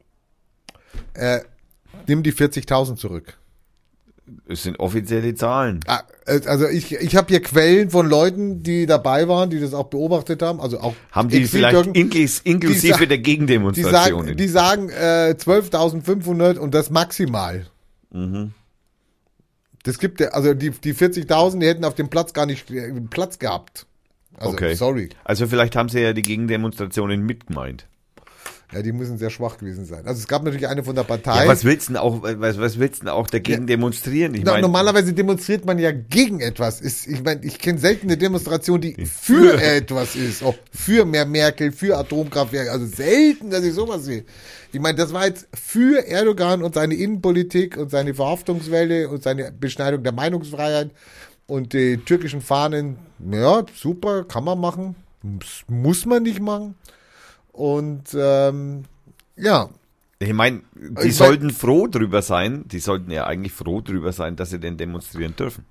Äh, nimm die vierzigtausend zurück. Es sind offizielle Zahlen. Ah, äh, also ich, ich habe hier Quellen von Leuten, die dabei waren, die das auch beobachtet haben. Also auch Haben die vielleicht Exil-Türken, inkl- inklusive die sa- der die Gegendemonstrationen? sagen, die sagen äh, zwölftausendfünfhundert und das maximal. Mhm. Das gibt ja, also die, die vierzigtausend, die hätten auf dem Platz gar nicht äh, Platz gehabt. Also, Okay. sorry. Also vielleicht haben sie ja die Gegendemonstrationen mitgemeint. Ja, die müssen sehr schwach gewesen sein. Also es gab natürlich eine von der Partei. Ja, was willst du denn auch, was, was willst du denn auch dagegen Ja. demonstrieren? Ich Na, meine, normalerweise demonstriert man ja gegen etwas. Ist, ich meine, ich kenne selten eine Demonstration, die für etwas ist. Auch für mehr Merkel, für Atomkraftwerke. Also selten, dass ich sowas sehe. Ich meine, das war jetzt für Erdogan und seine Innenpolitik und seine Verhaftungswelle und seine Beschneidung der Meinungsfreiheit und die türkischen Fahnen. Ja, super, kann man machen. Muss man nicht machen. Und ähm, ja, ich meine, die Ich mein- sollten froh drüber sein, die sollten ja eigentlich froh drüber sein, dass sie denn demonstrieren dürfen.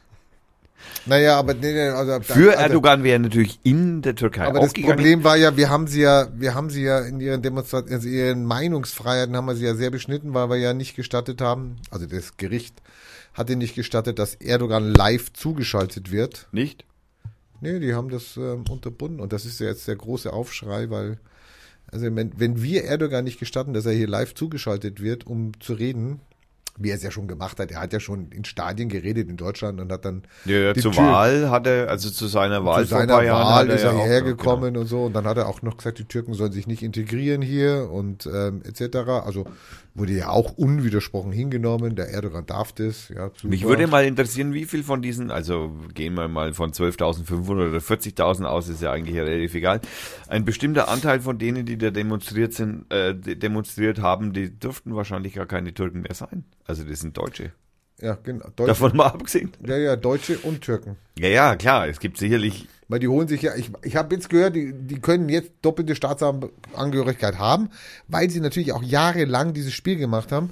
naja, aber nee, nee, also, Für also, Erdogan wäre natürlich in der Türkei Aber auch das gegangen. Problem war ja, wir haben sie ja, wir haben sie ja in ihren Demonstrationen, also ihren Meinungsfreiheiten haben wir sie ja sehr beschnitten, weil wir ja nicht gestattet haben, also das Gericht hatte nicht gestattet, dass Erdogan live zugeschaltet wird. Nicht? Nee, die haben das ähm, unterbunden und das ist ja jetzt der große Aufschrei, weil, also wenn, wenn wir Erdogan nicht gestatten, dass er hier live zugeschaltet wird, um zu reden, wie er es ja schon gemacht hat, er hat ja schon in Stadien geredet in Deutschland und hat dann Ja, ja, die zur Tür- Wahl hat er, also zu seiner Wahl zu vor ein seiner paar Jahren Wahl hat er ist er ja auch- hierher genau. gekommen und so. Und dann hat er auch noch gesagt, die Türken sollen sich nicht integrieren hier und ähm, et cetera. Also wurde ja auch unwidersprochen hingenommen. Der Erdogan darf das. Ja, super. Mich würde mal interessieren, wie viel von diesen, also gehen wir mal von zwölftausendfünfhundert oder vierzigtausend aus, ist ja eigentlich relativ egal. Ein bestimmter Anteil von denen, die da demonstriert sind, äh, de- demonstriert haben, die dürften wahrscheinlich gar keine Türken mehr sein. Also das sind Deutsche. Ja, genau. Deutsche, Davon mal abgesehen. ja, ja, Deutsche und Türken. Ja, ja, klar, es gibt sicherlich, Weil die holen sich ja, ich, ich habe jetzt gehört, die, die können jetzt doppelte Staatsangehörigkeit haben, weil sie natürlich auch jahrelang dieses Spiel gemacht haben.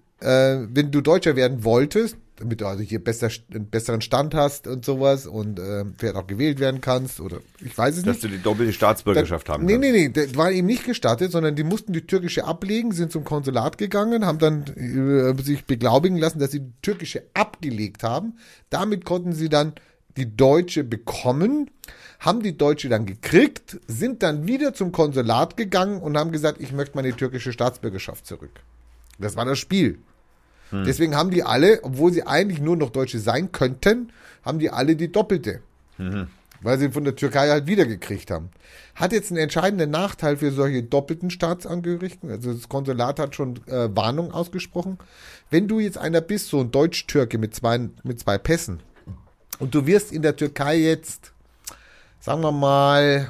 Äh, wenn du Deutscher werden wolltest, damit du also hier besser, einen besseren Stand hast und sowas und äh, vielleicht auch gewählt werden kannst oder ich weiß es dass nicht. du die doppelte Staatsbürgerschaft haben Nee, kannst. nee, nee, das war ihm nicht gestattet, sondern die mussten die türkische ablegen, sind zum Konsulat gegangen, haben dann äh, sich beglaubigen lassen, dass sie die türkische abgelegt haben. Damit konnten sie dann die deutsche bekommen, haben die deutsche dann gekriegt, sind dann wieder zum Konsulat gegangen und haben gesagt, ich möchte meine türkische Staatsbürgerschaft zurück. Das war das Spiel. Hm. Deswegen haben die alle, obwohl sie eigentlich nur noch Deutsche sein könnten, haben die alle die doppelte. Mhm. Weil sie von der Türkei halt wiedergekriegt haben. Hat jetzt einen entscheidenden Nachteil für solche doppelten Staatsangehörigen. Also das Konsulat hat schon äh, Warnung ausgesprochen. Wenn du jetzt einer bist, so ein Deutsch-Türke mit zwei, mit zwei Pässen, und du wirst in der Türkei jetzt, sagen wir mal,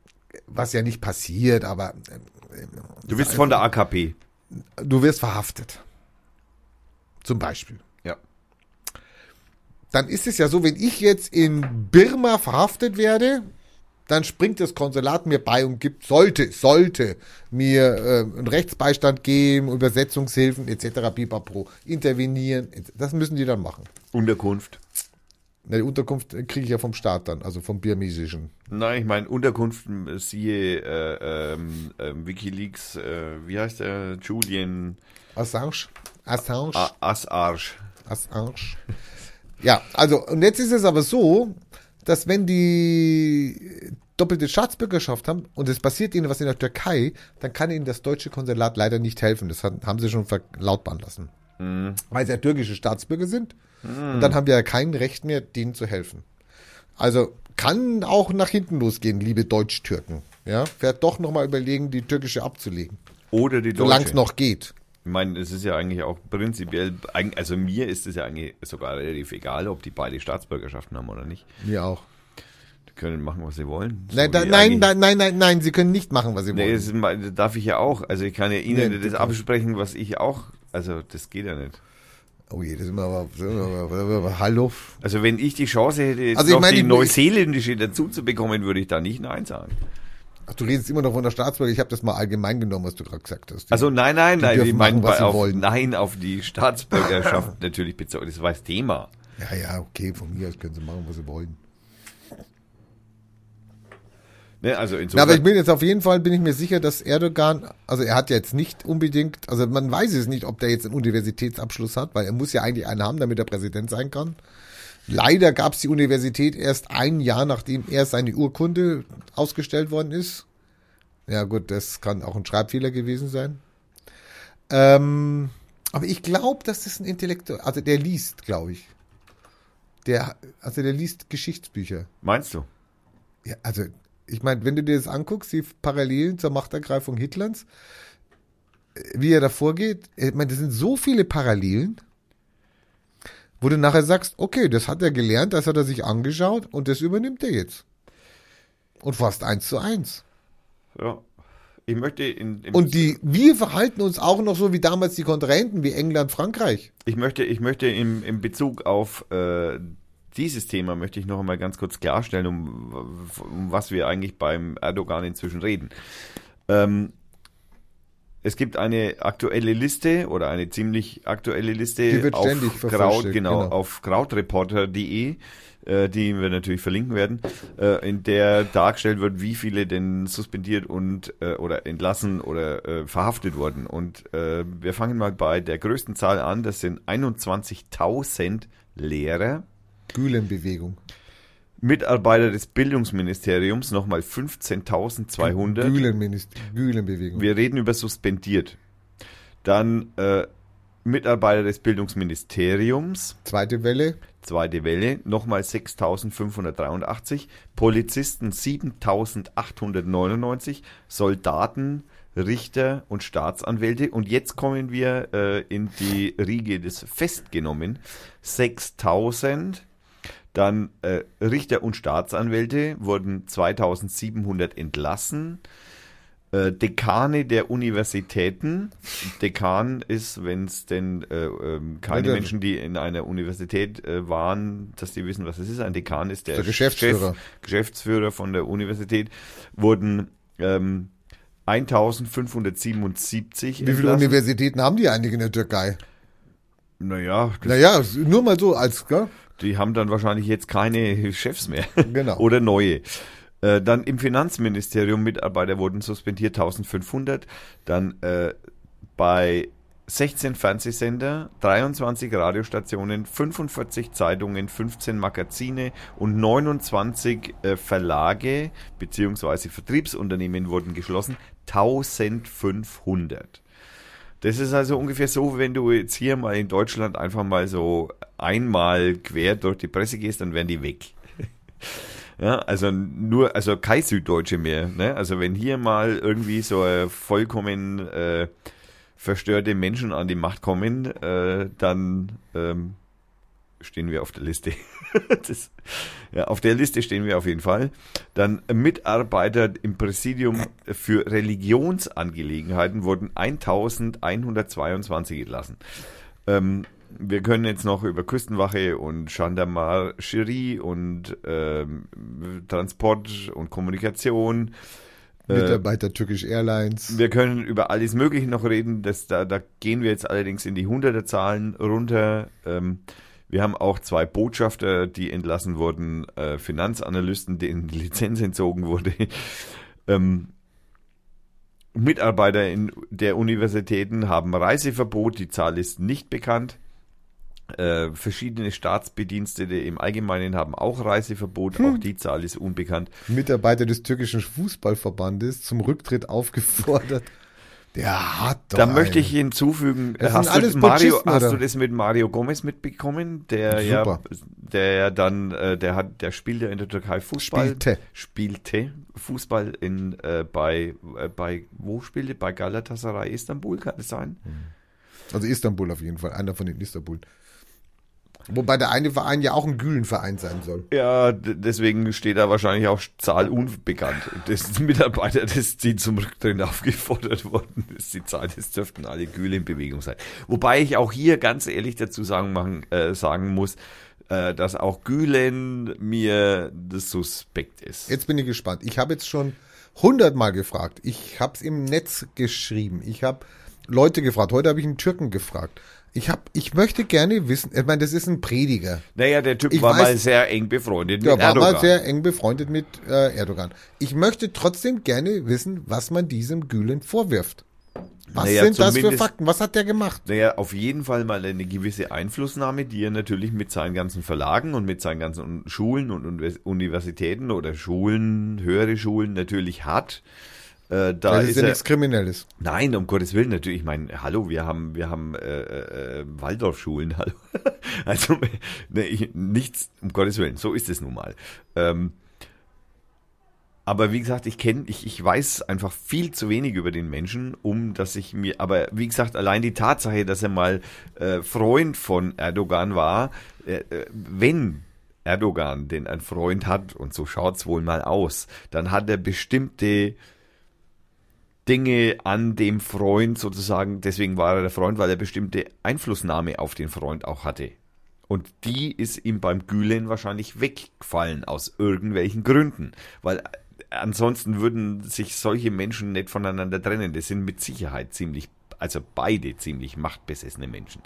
was ja nicht passiert, aber äh, Du bist von der A K P. du wirst verhaftet. Zum Beispiel. Ja. Dann ist es ja so, wenn ich jetzt in Birma verhaftet werde, dann springt das Konsulat mir bei und gibt, sollte, sollte mir äh, einen Rechtsbeistand geben, Übersetzungshilfen et cetera, pipapo, intervenieren. Das müssen die dann machen. Unterkunft. Na, die Unterkunft kriege ich ja vom Staat dann, also vom Birmesischen. Nein, ich meine Unterkunft, äh, siehe äh, ähm, ähm, Wikileaks, äh, wie heißt der? Julian Assange? Assange? A- Assange. Assange. Ja, also, und jetzt ist es aber so, dass wenn die doppelte Staatsbürgerschaft haben und es passiert ihnen was in der Türkei, dann kann ihnen das deutsche Konsulat leider nicht helfen. Das haben sie schon verlautbaren lassen. Mhm. Weil sie ja türkische Staatsbürger sind. Mhm. Und dann haben wir ja kein Recht mehr, denen zu helfen. Also kann auch nach hinten losgehen, liebe Deutsch-Türken. Ja, vielleicht doch nochmal überlegen, die türkische abzulegen. Oder die Solange es deutsche. noch geht. Ich meine, es ist ja eigentlich auch prinzipiell, eig- also mir ist es ja eigentlich sogar relativ egal, ob die beide Staatsbürgerschaften haben oder nicht. Mir auch. Die können machen, was sie wollen. So Nein, da, wie nein, eigentlich- nein, nein, nein, nein, sie können nicht machen, was sie Nee, wollen. das, ist mal- das darf ich ja auch. Also ich kann ja Ihnen Nee, das das- absprechen, was ich auch, also das geht ja nicht. Oh je, das ist immer aber, aber, aber, aber hallo. Also wenn ich die Chance hätte, jetzt Also ich noch meine, die ich- neuseeländische dazu zu bekommen, würde ich da nicht Nein sagen. Ach, du redest immer noch von der Staatsbürger. Ich habe das mal allgemein genommen, was du gerade gesagt hast. Die- Also nein, nein, die nein, dürfen ich meine machen, was bei- sie auf, wollen. nein, auf die Staatsbürgerschaft natürlich bezogen. Das war das Thema. Ja, ja, okay, von mir aus können sie machen, was sie wollen. Ne, also Ja, insofern, aber ich bin jetzt auf jeden Fall, bin ich mir sicher, dass Erdogan, also er hat ja jetzt nicht unbedingt, also man weiß es nicht, ob der jetzt einen Universitätsabschluss hat, weil er muss ja eigentlich einen haben, damit er Präsident sein kann. Leider gab es die Universität erst ein Jahr, nachdem er seine Urkunde ausgestellt worden ist. Ja gut, das kann auch ein Schreibfehler gewesen sein. Ähm, aber ich glaube, dass das ein Intellektuell, also der liest, glaube ich. Der, also der liest Geschichtsbücher. meinst du? Ja, also ich meine, wenn du dir das anguckst, die Parallelen zur Machtergreifung Hitlers, äh, wie er da vorgeht, ich meine, das sind so viele Parallelen, wo du nachher sagst, okay, das hat er gelernt, das hat er sich angeschaut und das übernimmt er jetzt. Und fast eins zu eins. Ja. Ich möchte in, im, Und die, wir verhalten uns auch noch so wie damals die Kontrahenten, wie England, Frankreich. ich möchte, ich möchte im, im Bezug auf äh, dieses Thema möchte ich noch einmal ganz kurz klarstellen, um, um was wir eigentlich beim Erdogan inzwischen reden. Ähm, es gibt eine aktuelle Liste oder eine ziemlich aktuelle Liste Die wird auf ständig Kraut, vervollständigt, genau, genau. auf krautreporter punkt de, äh, die wir natürlich verlinken werden, äh, in der dargestellt wird, wie viele denn suspendiert und äh, oder entlassen oder äh, verhaftet wurden. Und äh, wir fangen mal bei der größten Zahl an, das sind einundzwanzigtausend Lehrer, Gülenbewegung. Mitarbeiter des Bildungsministeriums, nochmal fünfzehntausendzweihundert. Gülenminister, Gülenbewegung. Wir reden über suspendiert. Dann äh, Mitarbeiter des Bildungsministeriums, Zweite Welle. zweite Welle, nochmal sechstausendfünfhundertdreiundachtzig. Polizisten siebentausendachthundertneunundneunzig. Soldaten, Richter und Staatsanwälte. Und jetzt kommen wir äh, in die Riege des Festgenommen. sechstausend. Dann äh, Richter und Staatsanwälte wurden zweitausendsiebenhundert entlassen. Äh, Dekane der Universitäten. Dekan ist, wenn es denn äh, ähm, keine Ja, der- Menschen, die in einer Universität äh, waren, dass die wissen, was es ist. Ein Dekan ist der, Der Geschäftsführer. Chef, Geschäftsführer von der Universität. Wurden ähm, eintausendfünfhundertsiebenundsiebzig Wie viele entlassen. Universitäten haben die eigentlich in der Türkei? Naja, das, Naja, nur mal so als, gell? die haben dann wahrscheinlich jetzt keine Chefs mehr. Genau. Oder neue. Äh, dann im Finanzministerium Mitarbeiter wurden suspendiert, eintausendfünfhundert. Dann äh, bei sechzehn Fernsehsender, dreiundzwanzig Radiostationen, fünfundvierzig Zeitungen, fünfzehn Magazine und neunundzwanzig äh, Verlage bzw. Vertriebsunternehmen wurden geschlossen. eintausendfünfhundert. Das ist also ungefähr so, wenn du jetzt hier mal in Deutschland einfach mal so einmal quer durch die Presse gehst, dann wären die weg. Ja, also nur, also kein Süddeutsche mehr. Ne? Also wenn hier mal irgendwie so äh, vollkommen äh, verstörte Menschen an die Macht kommen, äh, dann ähm, stehen wir auf der Liste. das, ja, auf der Liste stehen wir auf jeden Fall. Dann Mitarbeiter im Präsidium für Religionsangelegenheiten wurden eintausendeinhundertzweiundzwanzig entlassen. Ähm, wir können jetzt noch über Küstenwache und Gendarmerie und ähm, Transport und Kommunikation. äh, Mitarbeiter Turkish Airlines. Wir können über alles Mögliche noch reden. Das, da, da gehen wir jetzt allerdings in die Hunderterzahlen runter. Ähm, wir haben auch zwei Botschafter, die entlassen wurden, äh, Finanzanalysten, denen die Lizenz entzogen wurde. ähm, Mitarbeiter in der Universitäten haben Reiseverbot, die Zahl ist nicht bekannt. Äh, verschiedene Staatsbedienstete im Allgemeinen haben auch Reiseverbot, Hm. auch die Zahl ist unbekannt. Mitarbeiter des türkischen Fußballverbandes zum Rücktritt aufgefordert. Der hat doch Da möchte ich einen. hinzufügen, Das sind hast, alles du, Mario, Putschisten, hast oder? du das mit Mario Gomez mitbekommen? Der ja, Super. der ja dann, äh, der hat, der spielt ja in der Türkei Fußball. Spielte. Spielte Fußball in, äh, bei, äh, bei, wo spielte? Bei Galatasaray Istanbul, kann es sein? Also Istanbul auf jeden Fall, einer von den Istanbul. Wobei der eine Verein ja auch ein Gülenverein sein soll. Ja, d- deswegen steht da wahrscheinlich auch Zahl unbekannt. Das Mitarbeiter des die zum Rücktritt aufgefordert worden ist, die Zahl, das dürften alle Güle in Bewegung sein. Wobei ich auch hier ganz ehrlich dazu sagen, machen, äh, sagen muss, äh, dass auch Gülen mir das suspekt ist. Jetzt bin ich gespannt. Ich habe jetzt schon hundertmal gefragt. Ich habe es im Netz geschrieben. Ich habe Leute gefragt. Heute habe ich einen Türken gefragt. Ich hab, ich möchte gerne wissen, ich meine, das ist ein Prediger. Naja, der Typ Ich war weiß- mal sehr eng befreundet mit Der war Erdogan. mal sehr eng befreundet mit äh, Erdogan. Ich möchte trotzdem gerne wissen, was man diesem Gülen vorwirft. Was Naja, sind das für zumindest- Fakten? Was hat der gemacht? Naja, auf jeden Fall mal eine gewisse Einflussnahme, die er natürlich mit seinen ganzen Verlagen und mit seinen ganzen Schulen und Univers- Universitäten oder Schulen, höhere Schulen natürlich hat. Äh, da Das ist ist ja er, nichts Kriminelles. nein, um Gottes Willen, natürlich, ich meine, hallo, wir haben, wir haben äh, äh, Waldorfschulen, hallo. Also ne, ich, nichts, um Gottes Willen, so ist es nun mal. Ähm, aber wie gesagt, ich kenne, ich, ich weiß einfach viel zu wenig über den Menschen, um dass ich mir, aber wie gesagt, allein die Tatsache, dass er mal äh, Freund von Erdogan war, äh, äh, wenn Erdogan denn ein Freund hat, und so schaut's wohl mal aus, dann hat er bestimmte Dinge an dem Freund sozusagen, deswegen war er der Freund, weil er bestimmte Einflussnahme auf den Freund auch hatte. Und die ist ihm beim Gülen wahrscheinlich weggefallen aus irgendwelchen Gründen. Weil ansonsten würden sich solche Menschen nicht voneinander trennen. Das sind mit Sicherheit ziemlich, also beide ziemlich machtbesessene Menschen.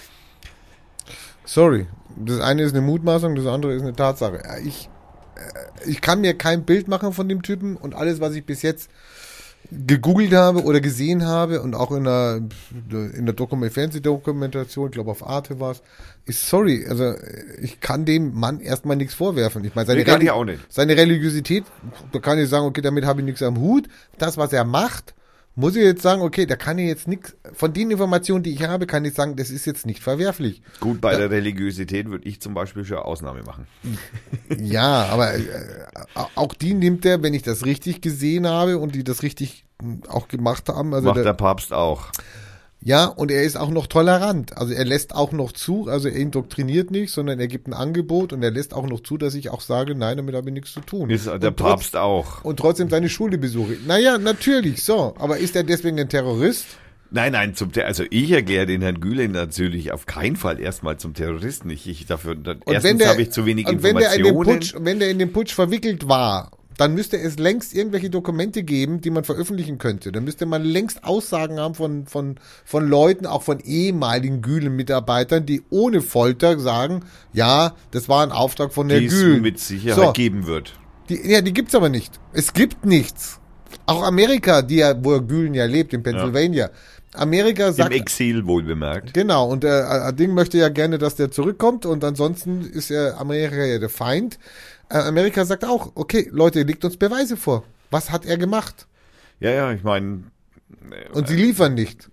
Sorry, das eine ist eine Mutmaßung, das andere ist eine Tatsache. Ich, äh, ich kann mir kein Bild machen von dem Typen und alles, was ich bis jetzt gegoogelt habe oder gesehen habe und auch in der, in der Dokument- Fernsehdokumentation, ich glaube auf Arte war es, ist sorry, also ich kann dem Mann erstmal nichts vorwerfen. Ich meine, seine, Nee, kann Reli- ich auch nicht. seine Religiosität, da kann ich sagen, okay, damit habe ich nichts am Hut. Das, was er macht, muss ich jetzt sagen, okay, da kann ich jetzt nichts, von den Informationen, die ich habe, kann ich sagen, das ist jetzt nicht verwerflich. Gut, bei der Religiosität würde ich zum Beispiel schon Ausnahme machen. Ja, aber äh, auch die nimmt er, wenn ich das richtig gesehen habe und die das richtig mh, auch gemacht haben. Also Macht der, der Papst auch. ja, und er ist auch noch tolerant. Also er lässt auch noch zu, also er indoktriniert nicht, sondern er gibt ein Angebot und er lässt auch noch zu, dass ich auch sage, nein, damit habe ich nichts zu tun. Ist der und Papst trotz, auch. Und trotzdem seine Schule besuche. Naja, natürlich, so. Aber ist er deswegen ein Terrorist? Nein, nein, zum Ter also ich erkläre den Herrn Gülen natürlich auf keinen Fall erstmal zum Terroristen. Ich, ich dafür, da, Und wenn erstens der, habe ich zu wenig und wenn der in den Informationen. Putsch, wenn der in den Putsch verwickelt war, dann müsste es längst irgendwelche Dokumente geben, die man veröffentlichen könnte. Dann müsste man längst Aussagen haben von, von, von Leuten, auch von ehemaligen Gülen-Mitarbeitern, die ohne Folter sagen, ja, das war ein Auftrag von der die es Gülen. mit Sicherheit So. geben wird. Die, ja, die gibt's aber nicht. Es gibt nichts. Auch Amerika, die ja, wo Gülen ja lebt, in Pennsylvania. Amerika sagt, Im Exil wohl bemerkt. genau, und äh, Ding möchte ja gerne, dass der zurückkommt und ansonsten ist ja Amerika ja der Feind. Äh, Amerika sagt auch, okay, Leute, legt uns Beweise vor. Was hat er gemacht? Ja, ja, ich meine, Und sie liefern nicht.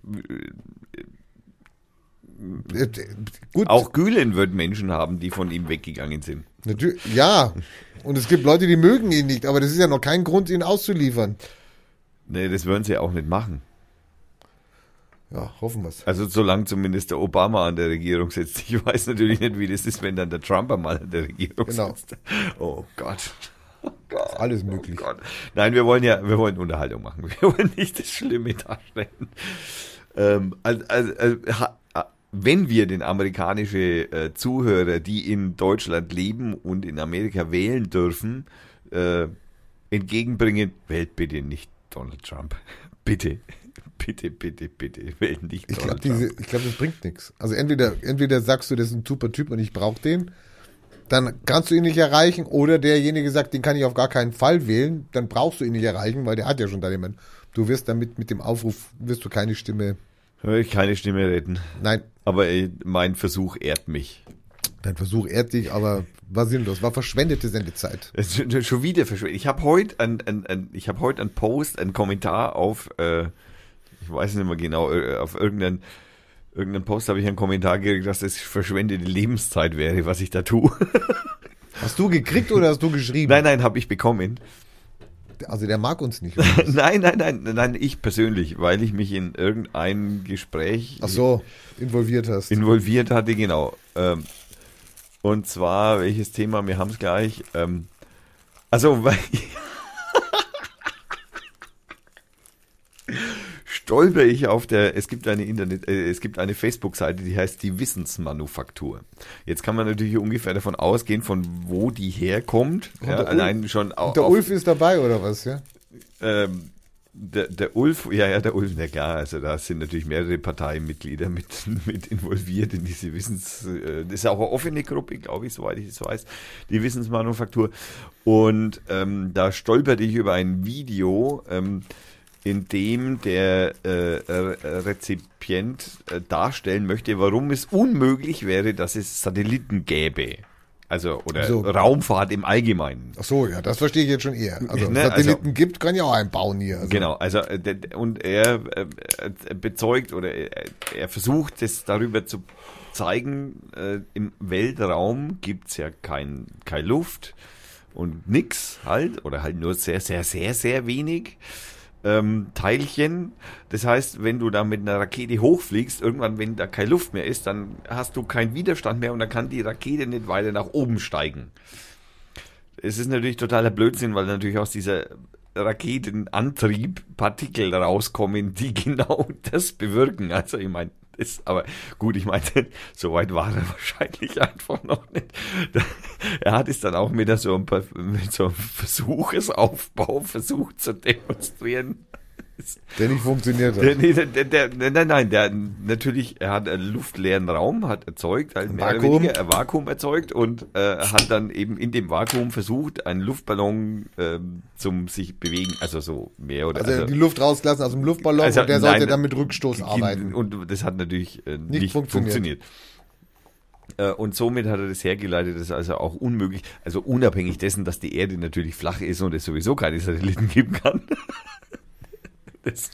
Äh, gut, auch Gülen wird Menschen haben, die von ihm weggegangen sind. natürlich, ja. Und es gibt Leute, die mögen ihn nicht, aber das ist ja noch kein Grund, ihn auszuliefern. Nee, das würden sie auch nicht machen. Ja, hoffen wir's. Also solange zumindest der Obama an der Regierung sitzt. Ich weiß natürlich nicht, wie das ist, wenn dann der Trump mal an der Regierung Genau. sitzt. Oh Gott. Oh Ist alles möglich. Gott. Nein, wir wollen ja, wir wollen Unterhaltung machen. Wir wollen nicht das Schlimme darstellen. Ähm, also, also, also, ha, wenn wir den amerikanische äh, Zuhörer, die in Deutschland leben und in Amerika wählen dürfen, äh, entgegenbringen, wählt bitte nicht Donald Trump. Bitte. Bitte, bitte, bitte, wählt nicht Ich glaube, Donald Trump. diese, ich glaube, das bringt nichts. Also entweder, entweder sagst du, das ist ein super Typ und ich brauche den, dann kannst du ihn nicht erreichen, oder derjenige sagt, den kann ich auf gar keinen Fall wählen, dann brauchst du ihn nicht erreichen, weil der hat ja schon da jemanden. Du wirst damit mit dem Aufruf, wirst du keine Stimme, Hör ich keine Stimme retten. nein, Aber äh, mein Versuch ehrt mich. dein Versuch ehrt dich, aber war sinnlos, war verschwendete Sendezeit. Es ist schon wieder verschwunden. Ich habe heute ein, ein, ein, ich habe heute einen Post, einen Kommentar auf, äh, ich weiß nicht mehr genau, äh, auf irgendeinen, irgendeinen Post habe ich einen Kommentar gekriegt, dass das verschwendete Lebenszeit wäre, was ich da tue. Hast du gekriegt oder hast du geschrieben? Nein, nein, habe ich bekommen. Also der mag uns nicht. Nein, nein, nein, nein, ich persönlich, weil ich mich in irgendein Gespräch Ach so, involviert hast. involviert hatte, genau. Ähm, Und zwar, welches Thema? Wir haben es gleich. Ähm, also, weil stolper ich auf der, es gibt eine Internet, äh, es gibt eine Facebook-Seite, die heißt die Wissensmanufaktur. Jetzt kann man natürlich ungefähr davon ausgehen, von wo die herkommt. Ja, allein schon auch. Der Ulf ist dabei oder was, ja? Ähm, der, der Ulf, ja, ja, der Ulf, na klar, also da sind natürlich mehrere Parteimitglieder mit, mit involviert in diese Wissens, äh, das ist auch eine offene Gruppe, glaube ich, soweit ich es weiß, die Wissensmanufaktur. Und ähm, da stolperte ich über ein Video, ähm, in dem der äh, Rezipient äh, darstellen möchte, warum es unmöglich wäre, dass es Satelliten gäbe. Also, oder so. Raumfahrt im Allgemeinen. Ach so, ja, das verstehe ich jetzt schon eher. Also, ne, Satelliten also, gibt, kann ja auch einen bauen hier. Also. Genau, also, und er äh, bezeugt oder er, er versucht es darüber zu zeigen, äh, im Weltraum gibt's ja kein, keine Luft und nix halt, oder halt nur sehr, sehr, sehr, sehr wenig. Ähm, Teilchen. Das heißt, wenn du da mit einer Rakete hochfliegst, irgendwann, wenn da keine Luft mehr ist, dann hast du keinen Widerstand mehr und dann kann die Rakete nicht weiter nach oben steigen. Es ist natürlich totaler Blödsinn, weil natürlich aus dieser Raketenantrieb Partikel rauskommen, die genau das bewirken. Also ich meine, ist, aber gut, ich meinte, so weit war er wahrscheinlich einfach noch nicht. Er hat es dann auch mit so einem, mit so einem Versuchesaufbau versucht zu demonstrieren. Der nicht funktioniert hat. Der, nee, der, der, der, nein, nein, der natürlich, er hat einen luftleeren Raum, hat erzeugt, halt mehr oder weniger ein Vakuum erzeugt und äh, hat dann eben in dem Vakuum versucht, einen Luftballon äh, zum sich bewegen, also so mehr oder also, also die Luft rausgelassen aus dem Luftballon also, und der sollte nein, dann mit Rückstoß arbeiten. Und das hat natürlich äh, nicht, nicht funktioniert. funktioniert. Und somit hat er das hergeleitet, das ist also auch unmöglich, also unabhängig dessen, dass die Erde natürlich flach ist und es sowieso keine Satelliten geben kann. Das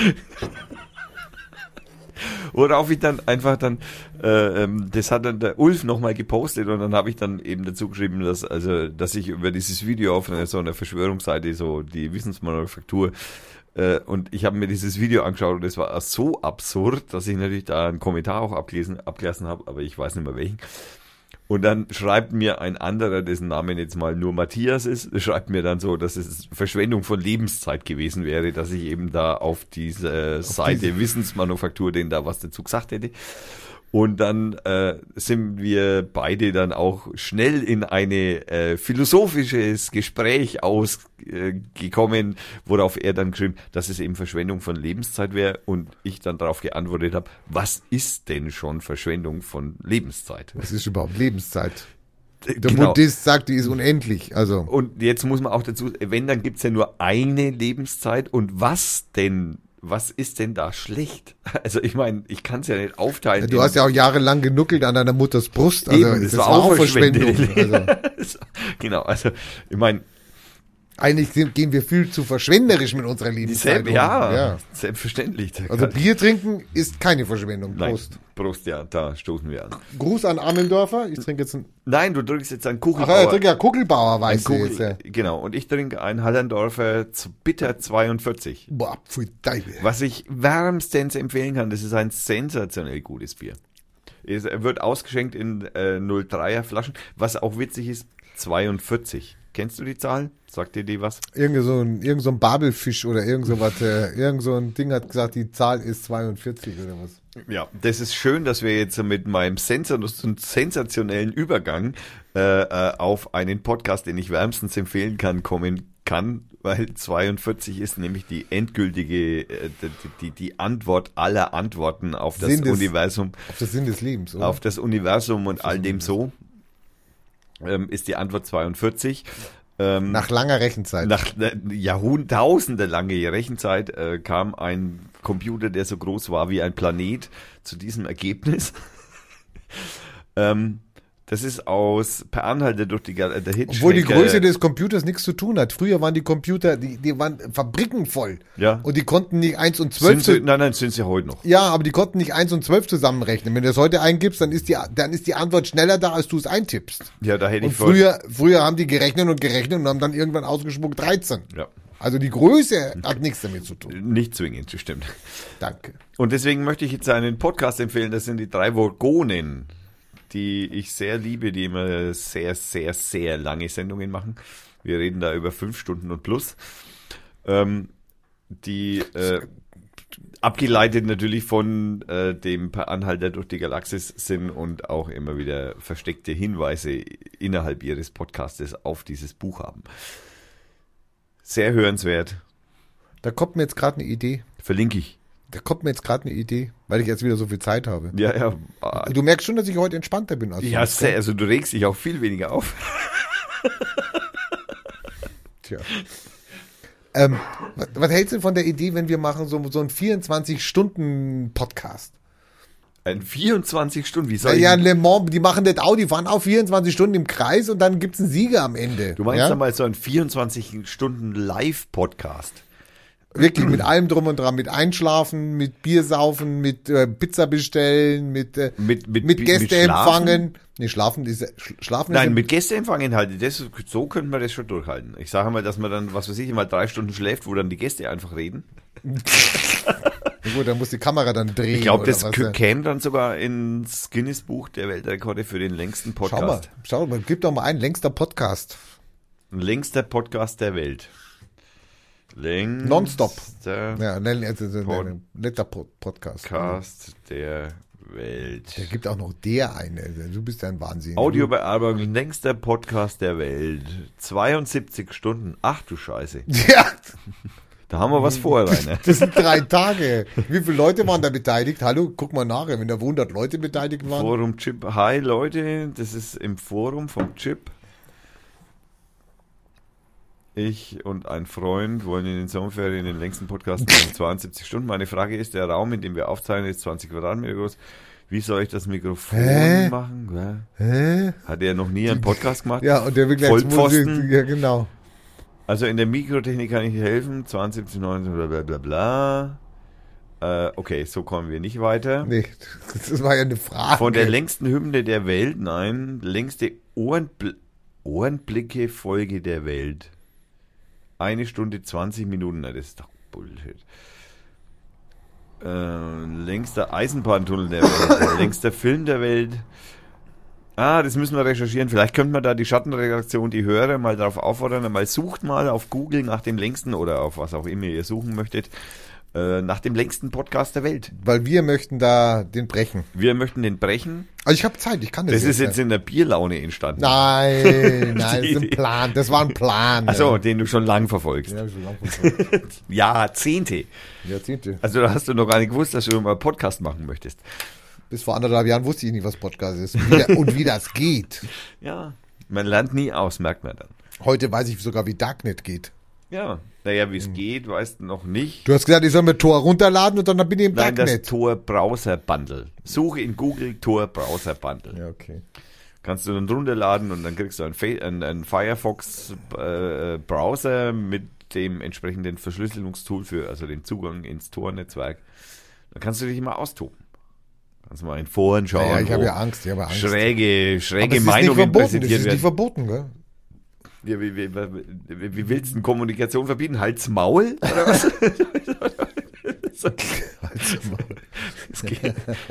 Worauf ich dann einfach dann, äh, das hat dann der Ulf nochmal gepostet und dann habe ich dann eben dazu geschrieben, dass also, dass ich über dieses Video auf einer, so einer Verschwörungsseite, so die Wissensmanufaktur, äh, und ich habe mir dieses Video angeschaut und es war so absurd, dass ich natürlich da einen Kommentar auch abgelesen, abgelassen habe, aber ich weiß nicht mehr welchen. Und dann schreibt mir ein anderer, dessen Name jetzt mal nur Matthias ist, schreibt mir dann so, dass es Verschwendung von Lebenszeit gewesen wäre, dass ich eben da auf dieser Seite diese Wissensmanufaktur denen da was dazu gesagt hätte. Und dann äh, sind wir beide dann auch schnell in ein äh, philosophisches Gespräch ausgekommen, äh, worauf er dann geschrieben, dass es eben Verschwendung von Lebenszeit wäre und ich dann darauf geantwortet habe, was ist denn schon Verschwendung von Lebenszeit? Was ist überhaupt Lebenszeit? Der genau. Buddhist sagt, die ist unendlich. Also. Und jetzt muss man auch dazu, wenn, dann gibt's ja nur eine Lebenszeit und was denn? Was ist denn da schlecht? Also ich meine, ich kann es ja nicht aufteilen. Ja, du hast ja auch jahrelang genuckelt an deiner Mutters Brust. Also eben, das, das war auch Verschwendung. Also. Genau, also ich meine, eigentlich gehen wir viel zu verschwenderisch mit unserer Lebenszeit um. Ja, ja, selbstverständlich. Also Bier trinken ist keine Verschwendung. Prost. Nein, Prost, ja, da stoßen wir an. Gruß an Amendorfer. Ich trinke jetzt einen... Nein, du trinkst jetzt einen Kugelbauer. Ach, ich trinke ja Kugelbauer, weiß Kugel, jetzt, ja. Genau, und ich trinke einen Hallerndorfer Bitter zweiundvierzig. Boah, pfui Teufel. Was ich wärmstens empfehlen kann, das ist ein sensationell gutes Bier. Es wird ausgeschenkt in äh, null Komma dreier Flaschen, was auch witzig ist, zweiundvierzig. Kennst du die Zahl? Sagt dir die was? Irgend so ein, irgend so ein Babelfisch oder irgend so was, äh, irgend so ein Ding hat gesagt, die Zahl ist zweiundvierzig oder was. Ja, das ist schön, dass wir jetzt mit meinem sensationellen Übergang äh, äh, auf einen Podcast, den ich wärmstens empfehlen kann, kommen kann, weil zweiundvierzig ist nämlich die endgültige, äh, die, die Antwort aller Antworten auf das des, Universum. Auf das Sinn des Lebens, oder? Auf das Universum und all dem so. Ähm, ist die Antwort zweiundvierzig. Ähm, nach langer Rechenzeit. Nach äh, Jahrhunderttausende lange Rechenzeit äh, kam ein Computer, der so groß war wie ein Planet, zu diesem Ergebnis. ähm, das ist aus Per Anhalter durch die der Hitchhiker. Obwohl die Größe des Computers nichts zu tun hat. Früher waren die Computer, die, die waren Fabriken voll. Ja. Und die konnten nicht eins und zwölf. Sind sie, nein, nein, sind sie heute noch. Ja, aber die konnten nicht eins und zwölf zusammenrechnen. Wenn du das heute eingibst, dann ist die, dann ist die Antwort schneller da, als du es eintippst. Ja, da hätte und ich früher, früher haben die gerechnet und gerechnet und haben dann irgendwann ausgespuckt dreizehn. Ja. Also die Größe hat nichts damit zu tun. Nicht zwingend, das stimmt. Danke. Und deswegen möchte ich jetzt einen Podcast empfehlen, das sind die drei Vogonen. die ich sehr liebe, die immer sehr, sehr, sehr lange Sendungen machen. Wir reden da über fünf Stunden und plus. Ähm, die äh, abgeleitet natürlich von äh, dem Per Anhalter durch die Galaxis sind und auch immer wieder versteckte Hinweise innerhalb ihres Podcastes auf dieses Buch haben. Sehr hörenswert. Da kommt mir jetzt gerade eine Idee. Verlinke ich. Da kommt mir jetzt gerade eine Idee, weil ich jetzt wieder so viel Zeit habe. Ja, ja. Du merkst schon, dass ich heute entspannter bin. Als Ja, sonst, sehr, also du regst dich auch viel weniger auf. Tja. Ähm, was, was hältst du von der Idee, wenn wir machen so, so einen vierundzwanzig-Stunden-Podcast? Ein vierundzwanzig Stunden, wie Ja, soll ich... ja, Le Mans, die machen das Audi, fahren auch vierundzwanzig Stunden im Kreis und dann gibt's einen Sieger am Ende. Du meinst ja? dann mal so einen vierundzwanzig Stunden Live-Podcast? Wirklich mit allem drum und dran, mit Einschlafen, mit Bier saufen, mit äh, Pizza bestellen, mit, äh, Mit- mit- mit mit Gäste Schlafen? empfangen. Nee, schlafen ist, sch- schlafen Nein, ist mit Gästeempfangen halt. Das, so könnten wir das schon durchhalten. Ich sage mal, dass man dann, was weiß ich, mal drei Stunden schläft, wo dann die Gäste einfach reden. ja, gut, dann muss die Kamera dann drehen. Ich glaube, oder das was, k- ja. käme dann sogar ins Guinness-Buch der Weltrekorde für den längsten Schau mal, Podcast. schau mal, gib doch mal einen längster Podcast. Längster Podcast der Welt. Längster Nonstop. Ja, nein, also, also, Pod- ein netter Po- Podcast. Podcast der Welt. Der gibt auch noch der eine. Du bist ja ein Wahnsinn. Audiobearbeitung, längster Podcast der Welt. zweiundsiebzig Stunden. Ach du Scheiße. Ja, Da haben wir was vor, Rainer. das sind drei Tage. Wie viele Leute waren da beteiligt? Hallo, guck mal nach, wenn da hundert Leute beteiligt waren. Forum Chip. Hi Leute, das ist im Forum vom Chip. Ich und ein Freund wollen in den Sommerferien den längsten Podcast in zweiundsiebzig Stunden. Meine Frage ist, der Raum, in dem wir aufzeichnen, ist zwanzig Quadratmeter groß. Wie soll ich das Mikrofon Hä? machen? Ja. Hä? Hat er noch nie einen Podcast gemacht? Ja, und der will gleich Vollpfosten. Ja, genau. Also in der Mikrotechnik kann ich dir helfen. zweiundsiebzig, neunzehn, bla bla bla bla. Äh, okay, so kommen wir nicht weiter. Nee, das war ja eine Frage. Von der längsten Hymne der Welt, nein, längste Ohrenbl Ohrenblicke-Folge der Welt. Eine Stunde zwanzig Minuten, na, das ist doch Bullshit. Äh, längster Eisenbahntunnel der Welt, längster Film der Welt. Ah, das müssen wir recherchieren. Vielleicht könnte man da die Schattenredaktion, die Hörer mal darauf auffordern, mal sucht mal auf Google nach dem längsten oder auf was auch immer ihr suchen möchtet, äh, nach dem längsten Podcast der Welt. Weil wir möchten da den brechen. Wir möchten den brechen. Also ich habe Zeit, ich kann das Das ist jetzt in der Bierlaune entstanden. Nein, nein, das ist ein Plan. Das war ein Plan. Achso, ja. den du schon lang verfolgst. Ja, hab ich schon lange verfolgt. Jahrzehnte. Jahrzehnte. Also da hast du noch gar nicht gewusst, dass du mal Podcast machen möchtest. Bis vor anderthalb Jahren wusste ich nicht, was Podcast ist und wie, der, und wie das geht. Ja. Man lernt nie aus, merkt man dann. Heute weiß ich sogar, wie Darknet geht. Ja. Naja, wie es geht, weißt du noch nicht. Du hast gesagt, ich soll mir Tor runterladen und dann bin ich im Nein, das Darknet. Tor Browser Bundle. Suche in Google Tor Browser Bundle. Ja, okay. Kannst du dann runterladen und dann kriegst du einen, Fa- einen, einen Firefox äh, Browser mit dem entsprechenden Verschlüsselungstool für, also den Zugang ins Tor-Netzwerk. Dann kannst du dich mal austoben. Kannst mal in Foren schauen, Ja, ja, ich habe wo ja Angst, ich habe Angst. schräge, Aber schräge es ist nicht Meinungen verboten, das präsentiert ist nicht werden. verboten, gell? Ja, wie, wie, wie, wie willst du denn Kommunikation verbieten? Halt's Maul? Oder was? Das geht,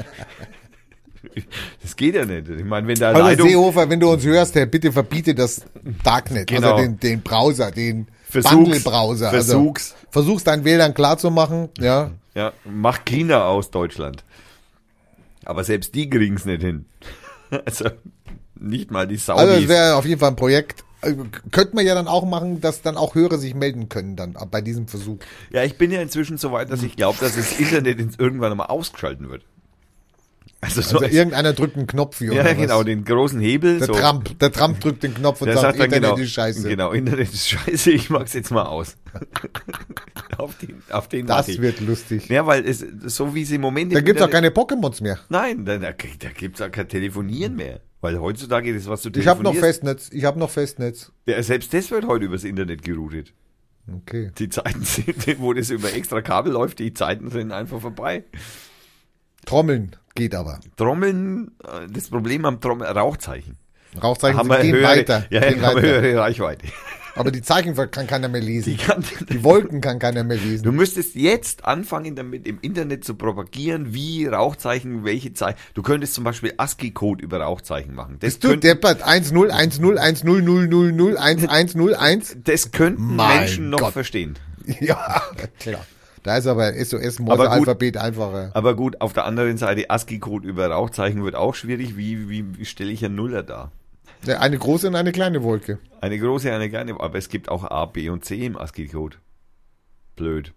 das geht ja nicht. Ich meine, wenn da Hallo Leitung Seehofer, wenn du uns hörst, Herr, bitte verbiete das Darknet, Genau. also den, den Browser, den Versuch's, Bundle-Browser. versuch's. Also, versuch's deinen Wählern klarzumachen, ja. Ja, macht China aus Deutschland. Aber selbst die kriegen's nicht hin. Also nicht mal die Saudis. Also es wäre auf jeden Fall ein Projekt. Also, könnte man ja dann auch machen, dass dann auch Hörer sich melden können dann bei diesem Versuch. Ja, ich bin ja inzwischen so weit, dass ich glaube, dass das Internet ins- irgendwann einmal ausgeschalten wird. Also, so Also als- irgendeiner drückt einen Knopf hier ja, oder genau, was? den großen Hebel. Der so. Trump, der Trump drückt den Knopf und Der sagt, sagt dann Internet genau, ist scheiße. genau, Internet ist scheiße, ich mag's jetzt mal aus. auf den, auf den Das warte ich. wird lustig. Ja, weil es, so wie sie im Moment... Da im gibt's auch Internet- keine Pokémons mehr. Nein, da, da, da gibt's auch kein Telefonieren mehr. Weil heutzutage das, was du Ich habe noch telefonierst... Festnetz. Ich habe noch Festnetz. Ja, selbst das wird heute übers Internet geroutet. Okay. Die Zeiten sind, wo das über extra Kabel läuft, die Zeiten sind einfach vorbei. Trommeln geht aber. Trommeln, äh, das Problem am Trommel, Rauchzeichen. Rauchzeichen haben wir gehen höhere, weiter. Ja, gehen ja, haben wir weiter. höhere Reichweite. Aber die Zeichen kann keiner mehr lesen. Die, kann, die Wolken kann keiner mehr lesen. Du müsstest jetzt anfangen, damit im Internet zu propagieren, wie Rauchzeichen, welche Zeichen. Du könntest zum Beispiel ASCII-Code über Rauchzeichen machen. Das Bist du deppert? eins null eins null eins null null null null eins eins null eins? Das könnten Mein Menschen noch Gott. verstehen. Ja, klar. Da ist aber S O S-Morse-Alphabet einfacher. Aber gut, auf der anderen Seite, ASCII-Code über Rauchzeichen wird auch schwierig. Wie, wie, wie stelle ich einen Nuller dar? Ja, eine große und eine kleine Wolke. Eine große, eine kleine, aber es gibt auch A, B und C im ASCII-Code. Blöd.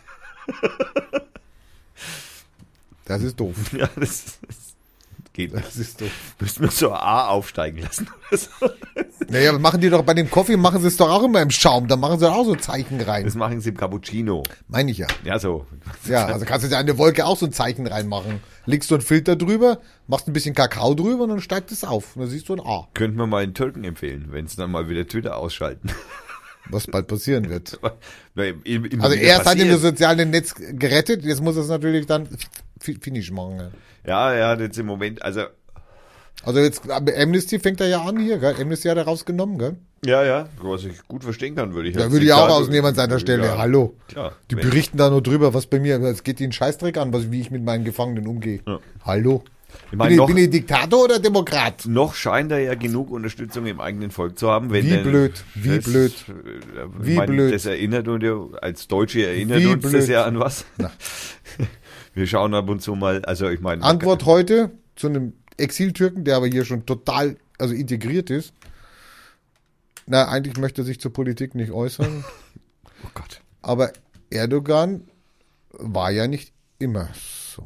Das ist doof. Ja, das, das geht nicht. Das ist doof. Müssen wir so A aufsteigen lassen oder so. Naja, aber machen die doch bei dem Kaffee, machen sie es doch auch immer im Schaum. Da machen sie auch so Zeichen rein. Das machen sie im Cappuccino. Meine ich ja. Ja, so. Ja, also kannst du ja an der Wolke auch so ein Zeichen reinmachen. Legst du einen Filter drüber, machst ein bisschen Kakao drüber und dann steigt es auf. Und dann siehst du ein A. Könnten wir mal den Türken empfehlen, wenn sie dann mal wieder Twitter ausschalten. Was bald passieren wird. Weil im- immer Also wieder erst hat ihm das passiert. soziale Netz gerettet, jetzt muss er es natürlich dann fi- finish machen. Ja. Ja, ja, jetzt im Moment, also, Also jetzt, aber Amnesty fängt er ja an hier, gell? Amnesty hat er rausgenommen, gell? ja, ja, was ich gut verstehen kann, würde ich Da jetzt würde nicht ich auch sagen. rausnehmen an seiner Stelle. Ja, Hallo. klar. Die Wenn- berichten da nur drüber, was bei mir, es geht ihnen Scheißdreck an, was, wie ich mit meinen Gefangenen umgehe. Ja. Hallo. Ich Bin meine, ich, noch, bin ich Diktator oder Demokrat? noch scheint er ja genug Unterstützung im eigenen Volk zu haben. Wenn Wie denn- blöd, wie das, blöd. äh, ich Wie meine, blöd. Das erinnert uns ja, als Deutsche erinnert Wie uns das blöd. ja an was. Na. Wir schauen ab und zu mal, also ich meine. Antwort heute zu einem Exiltürken, der aber hier schon total, also integriert ist. Na, eigentlich möchte er sich zur Politik nicht äußern, Oh Gott. aber Erdogan war ja nicht immer so.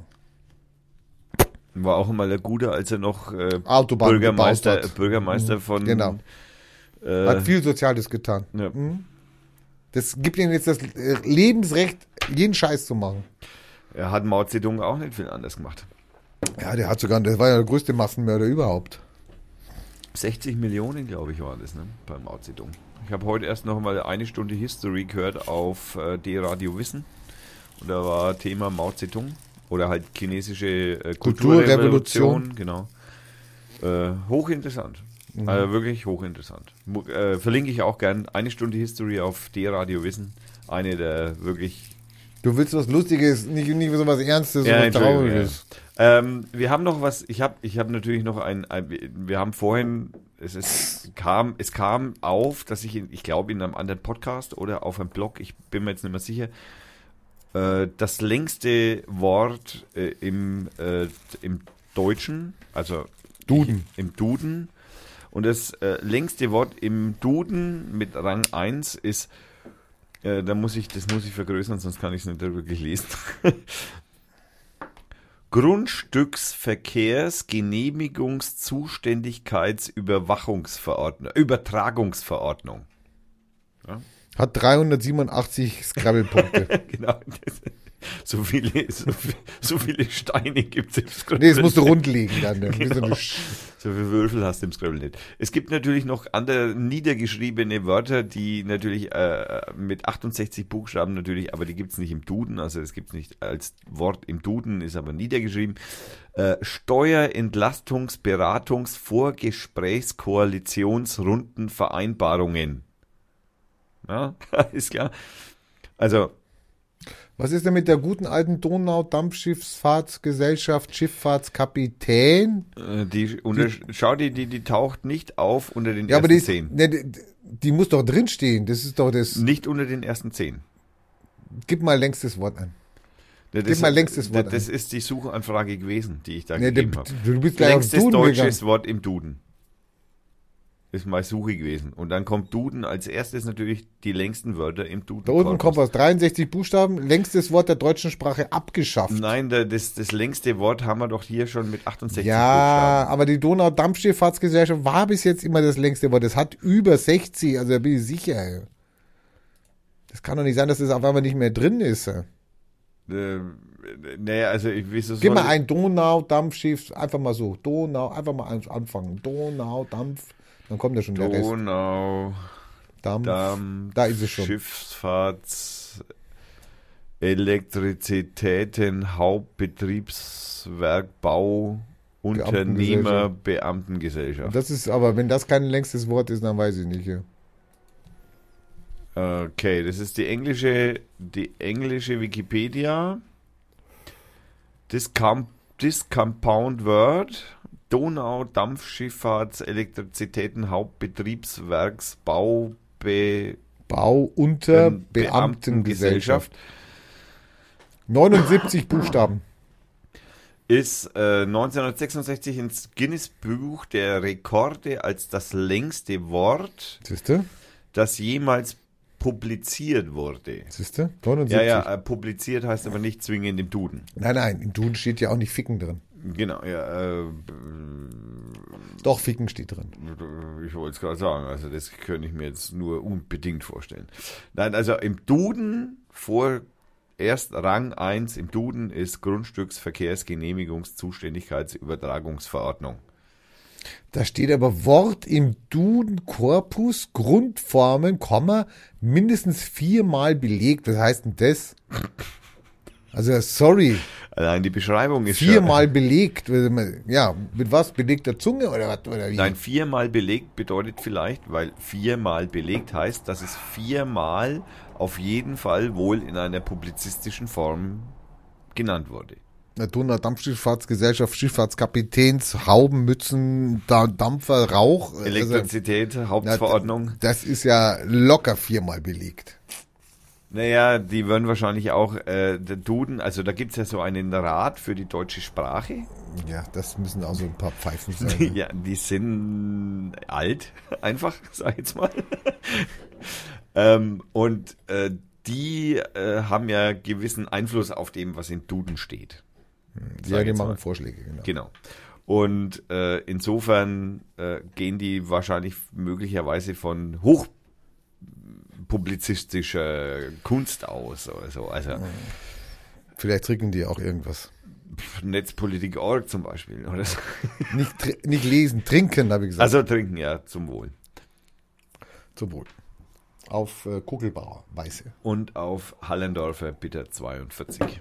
War auch immer der Gute, als er noch äh, Autobahnen Bürgermeister, gebaut hat. Bürgermeister von. Genau. Äh, Hat viel Soziales getan. ja. Das gibt ihm jetzt das äh, Lebensrecht, jeden Scheiß zu machen. Er hat Mao Zedong auch nicht viel anders gemacht. Ja, der hat sogar, der war ja der größte Massenmörder überhaupt. sechzig Millionen, glaube ich, war das, ne? Bei Mao Zedong. Ich habe heute erst noch mal eine Stunde History gehört auf äh, D-Radio Wissen. Und da war Thema Mao Zedong. Oder halt chinesische äh, Kulturrevolution. Kulturrevolution. Genau. Äh, hochinteressant. Mhm. Also wirklich hochinteressant. Mu- Äh, verlinke ich auch gern. Eine Stunde History auf D-Radio Wissen. Eine der wirklich. Du willst was Lustiges, nicht, nicht so was Ernstes, Ja, so was Entschuldigung, Trauriges. Ähm, wir haben noch was, ich habe ich hab natürlich noch ein, ein, wir haben vorhin, es ist, kam, es kam auf, dass ich, in, ich glaube in einem anderen Podcast oder auf einem Blog, ich bin mir jetzt nicht mehr sicher, äh, das längste Wort äh, im, äh, im Deutschen, also Duden. Ich, im Duden, und das äh, längste Wort im Duden mit Rang eins ist, äh, da muss ich, das muss ich vergrößern, sonst kann ich es nicht wirklich lesen. Grundstücksverkehrsgenehmigungszuständigkeitsüberwachungsverordnung, Übertragungsverordnung. Hat dreihundertsiebenundachtzig Scrabble-Punkte. Genau. Das, so, viele, so, viel- so viele Steine gibt es im Scrabble. Nee, das musst du rundlegen dann. Ne? Wie so Genau. eine Sch- So viele Würfel hast du im Scrabble nicht. Es gibt natürlich noch andere niedergeschriebene Wörter, die natürlich äh, mit achtundsechzig Buchstaben natürlich, aber die gibt es nicht im Duden, also es gibt es nicht als Wort im Duden, ist aber niedergeschrieben. Äh, Steuerentlastungs-, Beratungs-, Vorgesprächs-, Koalitionsrunden, Vereinbarungen. Ja, ist klar. Also, Was ist denn mit der guten alten Donau-Dampfschifffahrtsgesellschaft Schifffahrtskapitän? äh, die, unter, schau, die, die, die taucht nicht auf unter den Ja, aber ersten die, zehn. ist, ne, die, die muss doch drinstehen. Das ist doch das. Nicht unter den ersten zehn. Gib mal längstes Wort an. Das, Gib mal längstes Wort Das ein. ist die Suchanfrage gewesen, die ich da Ne, gegeben du, habe. du bist gleich aufs Längstes Duden deutsches gegangen. Wort im Duden. Ist mal Suche gewesen. Und dann kommt Duden als erstes natürlich die längsten Wörter im Duden. Da unten kommt was. dreiundsechzig Buchstaben. Längstes Wort der deutschen Sprache abgeschafft. Nein, da- das, das längste Wort haben wir doch hier schon mit achtundsechzig Ja, aber die Donau-Dampfschifffahrtsgesellschaft war bis jetzt immer das längste Wort. Das hat über sechzig, also da bin ich sicher. Das kann doch nicht sein, dass das auf einmal nicht mehr drin ist. Buchstaben. Äh, naja, also ich weiß es Gib mal ein Donau-Dampfschiff, einfach mal so. Donau, einfach mal an- anfangen. Donau-Dampf, dann kommt ja schon der Rest. Donau, Dampf, Damm, da ist es schon. Schifffahrts, Elektrizitäten, Hauptbetriebswerk, Bau, Unternehmer, Beamtengesellschaft. Das ist aber, wenn das kein längstes Wort ist, dann weiß ich nicht. Ja. Okay, das ist die englische, die englische Wikipedia. This, com, this compound word, Donau, Dampfschifffahrts, Elektrizitäten, Hauptbetriebswerks, Bau, Be, Bau unter ähm, Beamtengesellschaft. neunundsiebzig Buchstaben. Ist äh, neunzehnhundertsechsundsechzig ins Guinness-Buch der Rekorde als das längste Wort, Siehste? das jemals publiziert wurde. Siehste? Ja, neunundsiebzig. ja, äh, publiziert heißt aber nicht zwingend im Duden. Nein, nein, im Duden steht ja auch nicht Ficken drin. Genau, ja, äh, Doch, Ficken steht drin. ich wollte es gerade sagen, also das könnte ich mir jetzt nur unbedingt vorstellen. Nein, also im Duden vor erst Rang eins im Duden ist Grundstücksverkehrsgenehmigungszuständigkeitsübertragungsverordnung. Da steht aber Wort im Duden-Korpus, Grundformen, Komma, mindestens viermal belegt. Was heißt denn das? Also, sorry, Allein die Beschreibung ist viermal belegt. Ja, mit was? Belegter Zunge oder was? Oder wie? Nein, viermal belegt bedeutet vielleicht, weil viermal belegt heißt, dass es viermal auf jeden Fall wohl in einer publizistischen Form genannt wurde. Der Donau Dampfschifffahrtsgesellschaft, Schifffahrtskapitäns, Haubenmützen, Da- Dampfer, Rauch. Also, Elektrizität, Hauptverordnung. das ist ja locker viermal belegt. Naja, die würden wahrscheinlich auch, äh, der Duden, also da gibt es ja so einen Rat für die deutsche Sprache. Ja, das müssen auch so ein paar Pfeifen sein. Ne? Ja, die sind alt, einfach, sag ich jetzt mal. ähm, und äh, die äh, haben ja gewissen Einfluss auf dem, was im Duden steht. Sag Ja, ich die jetzt machen mal. Vorschläge, genau. Genau. Und äh, insofern äh, gehen die wahrscheinlich möglicherweise von hochpublizistischer Kunst aus oder so. Also Vielleicht trinken die auch irgendwas. Netzpolitik Punkt org zum Beispiel. Oder so. Nicht, tr- nicht lesen, trinken, habe ich gesagt. Also trinken, ja, zum Wohl. Zum Wohl. Auf äh, Kugelbauer, Weiße. Und auf Hallendorfer Bitter zweiundvierzig.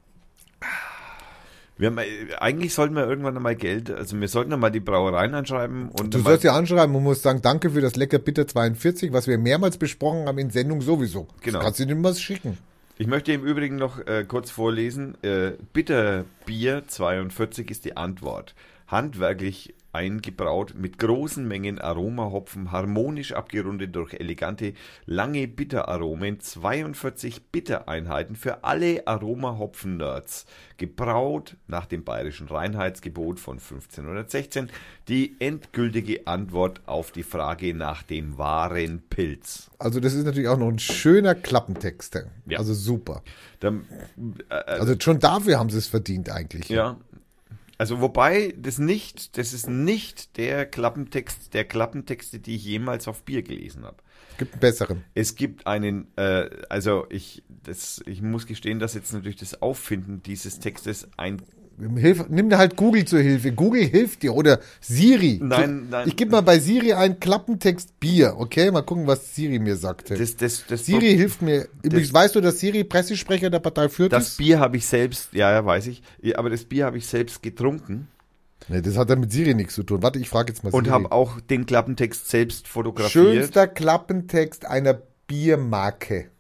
Wir haben, äh, eigentlich sollten wir irgendwann einmal Geld, also wir sollten einmal die Brauereien anschreiben und Du einmal- sollst ja anschreiben und musst sagen, danke für das lecker Bitter zweiundvierzig, was wir mehrmals besprochen haben in Sendung sowieso. Genau. Das kannst du dir was schicken. Ich möchte im Übrigen noch äh, kurz vorlesen. Äh, Bitterbier zweiundvierzig ist die Antwort. Handwerklich eingebraut, mit großen Mengen Aromahopfen, harmonisch abgerundet durch elegante, lange Bitteraromen, zweiundvierzig Bittereinheiten für alle Aromahopfen-Nerds. Gebraut nach dem bayerischen Reinheitsgebot von fünfzehnhundertsechzehn. Die endgültige Antwort auf die Frage nach dem wahren Pilz. Also das ist natürlich auch noch ein schöner Klappentext. Ja. Also super. Dann, äh, Also schon dafür haben sie es verdient eigentlich. Ja. Also wobei das nicht, das ist nicht der Klappentext, der Klappentexte, die ich jemals auf Bier gelesen habe. Gibt einen besseren. Es gibt einen, äh, also ich, das, ich muss gestehen, dass jetzt natürlich das Auffinden dieses Textes ein, Hilf, nimm dir halt Google zur Hilfe. Google hilft dir oder Siri. Nein, nein. Ich gebe mal bei Siri einen Klappentext Bier. Okay, mal gucken, was Siri mir sagte. das, das, das, Siri hilft mir. Übrigens, weißt du, dass Siri Pressesprecher der Partei Fürth das ist? Bier habe ich selbst, ja, ja, weiß ich, ja, aber das Bier habe ich selbst getrunken Nee, das hat ja mit Siri nichts zu tun. Warte, ich frage jetzt mal Siri. und habe auch den Klappentext selbst fotografiert. Schönster Klappentext einer Biermarke.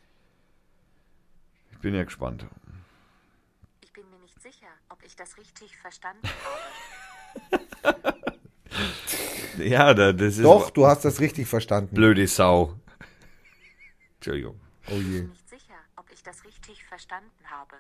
Ich bin ja gespannt. Ich bin mir nicht sicher, ob ich das richtig verstanden habe. Ja, da, das ist Doch, du hast das richtig verstanden. blöde Sau. Entschuldigung. Oh Ich je. bin nicht sicher, ob ich das richtig verstanden habe.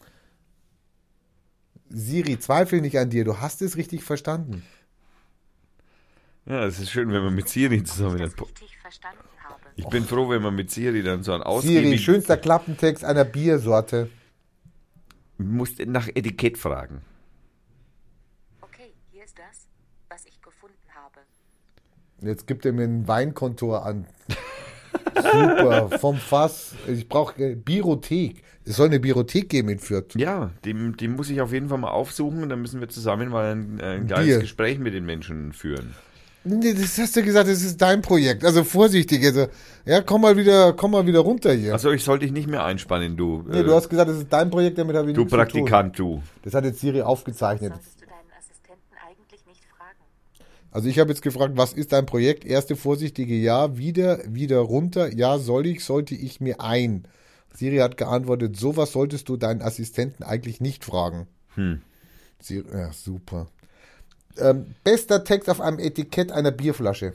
Siri, zweifel nicht an dir. Du hast es richtig verstanden. Ja, es ist schön, wenn man mit Siri Ob zusammen. ich das richtig verstanden habe. Ich bin froh, wenn man mit Siri dann so ein Siri, ausgiebigen... schönster Klappentext einer Biersorte. Musst nach Etikett fragen. Okay, hier ist das, was ich gefunden habe. Jetzt gibt er mir ein Weinkontor an. Super, vom Fass. Ich brauche Biothek. Es soll eine Biothek geben in Fürth. Ja, die, die muss ich auf jeden Fall mal aufsuchen und dann müssen wir zusammen mal ein, ein kleines Bier. Gespräch mit den Menschen führen. Nee, das hast du gesagt, das ist dein Projekt. Also vorsichtig. Also, ja, komm mal wieder, komm mal wieder runter hier. Also ich sollte dich nicht mehr einspannen, du. nee, äh, du hast gesagt, das ist dein Projekt, damit habe ich du nichts zu tun. Praktikant, du. Das hat jetzt Siri aufgezeichnet. Solltest du deinen Assistenten eigentlich nicht fragen? Also ich habe jetzt gefragt, was ist dein Projekt? Erste vorsichtige Ja, wieder, wieder runter. Ja, soll ich, sollte ich mir ein. Siri hat geantwortet, sowas solltest du deinen Assistenten eigentlich nicht fragen. Hm. Siri, ja, super. Ähm, bester Text auf einem Etikett einer Bierflasche.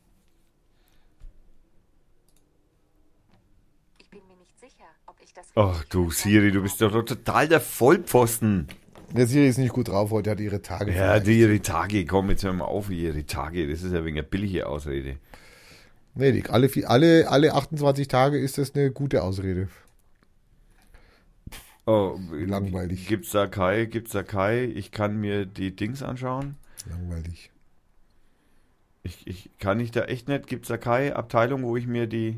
Ich bin mir nicht sicher, ob ich das Ach richtig du verstanden Siri, du bist habe. doch total der Vollpfosten. Der Siri ist nicht gut drauf heute, hat ihre Tage. Ja, vielleicht. die ihre Tage, komm, jetzt hör mal auf, ihre Tage. Das ist ja wegen eine billige Ausrede. Nee, die, alle, vier- alle, alle achtundzwanzig Tage ist das eine gute Ausrede. Oh, Langweilig. Gibt's da Kai, gibt's da Kai? Ich kann mir die Dings anschauen. Langweilig. Ich, ich kann ich da echt nicht. Gibt's da Kai Abteilung, wo ich mir die.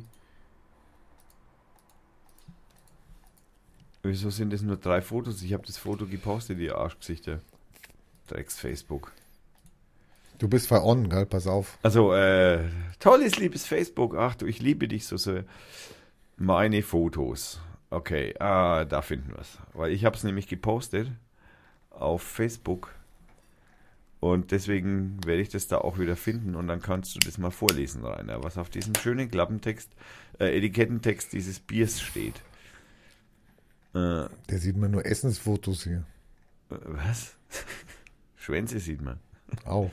Wieso sind das nur drei Fotos? Ich habe das Foto gepostet, die Arschgesichter. Drecks Facebook. Du bist bei on, gell? Pass auf. Also, äh, tolles, liebes Facebook. Ach du, ich liebe dich so sehr. Meine Fotos. Okay, ah, da finden wir es. Weil ich habe es nämlich gepostet auf Facebook. Und deswegen werde ich das da auch wieder finden. Und dann kannst du das mal vorlesen, Rainer, was auf diesem schönen Klappentext, äh, Etikettentext dieses Biers steht. Äh, Der sieht man nur Essensfotos hier. was? Schwänze sieht man. Auch.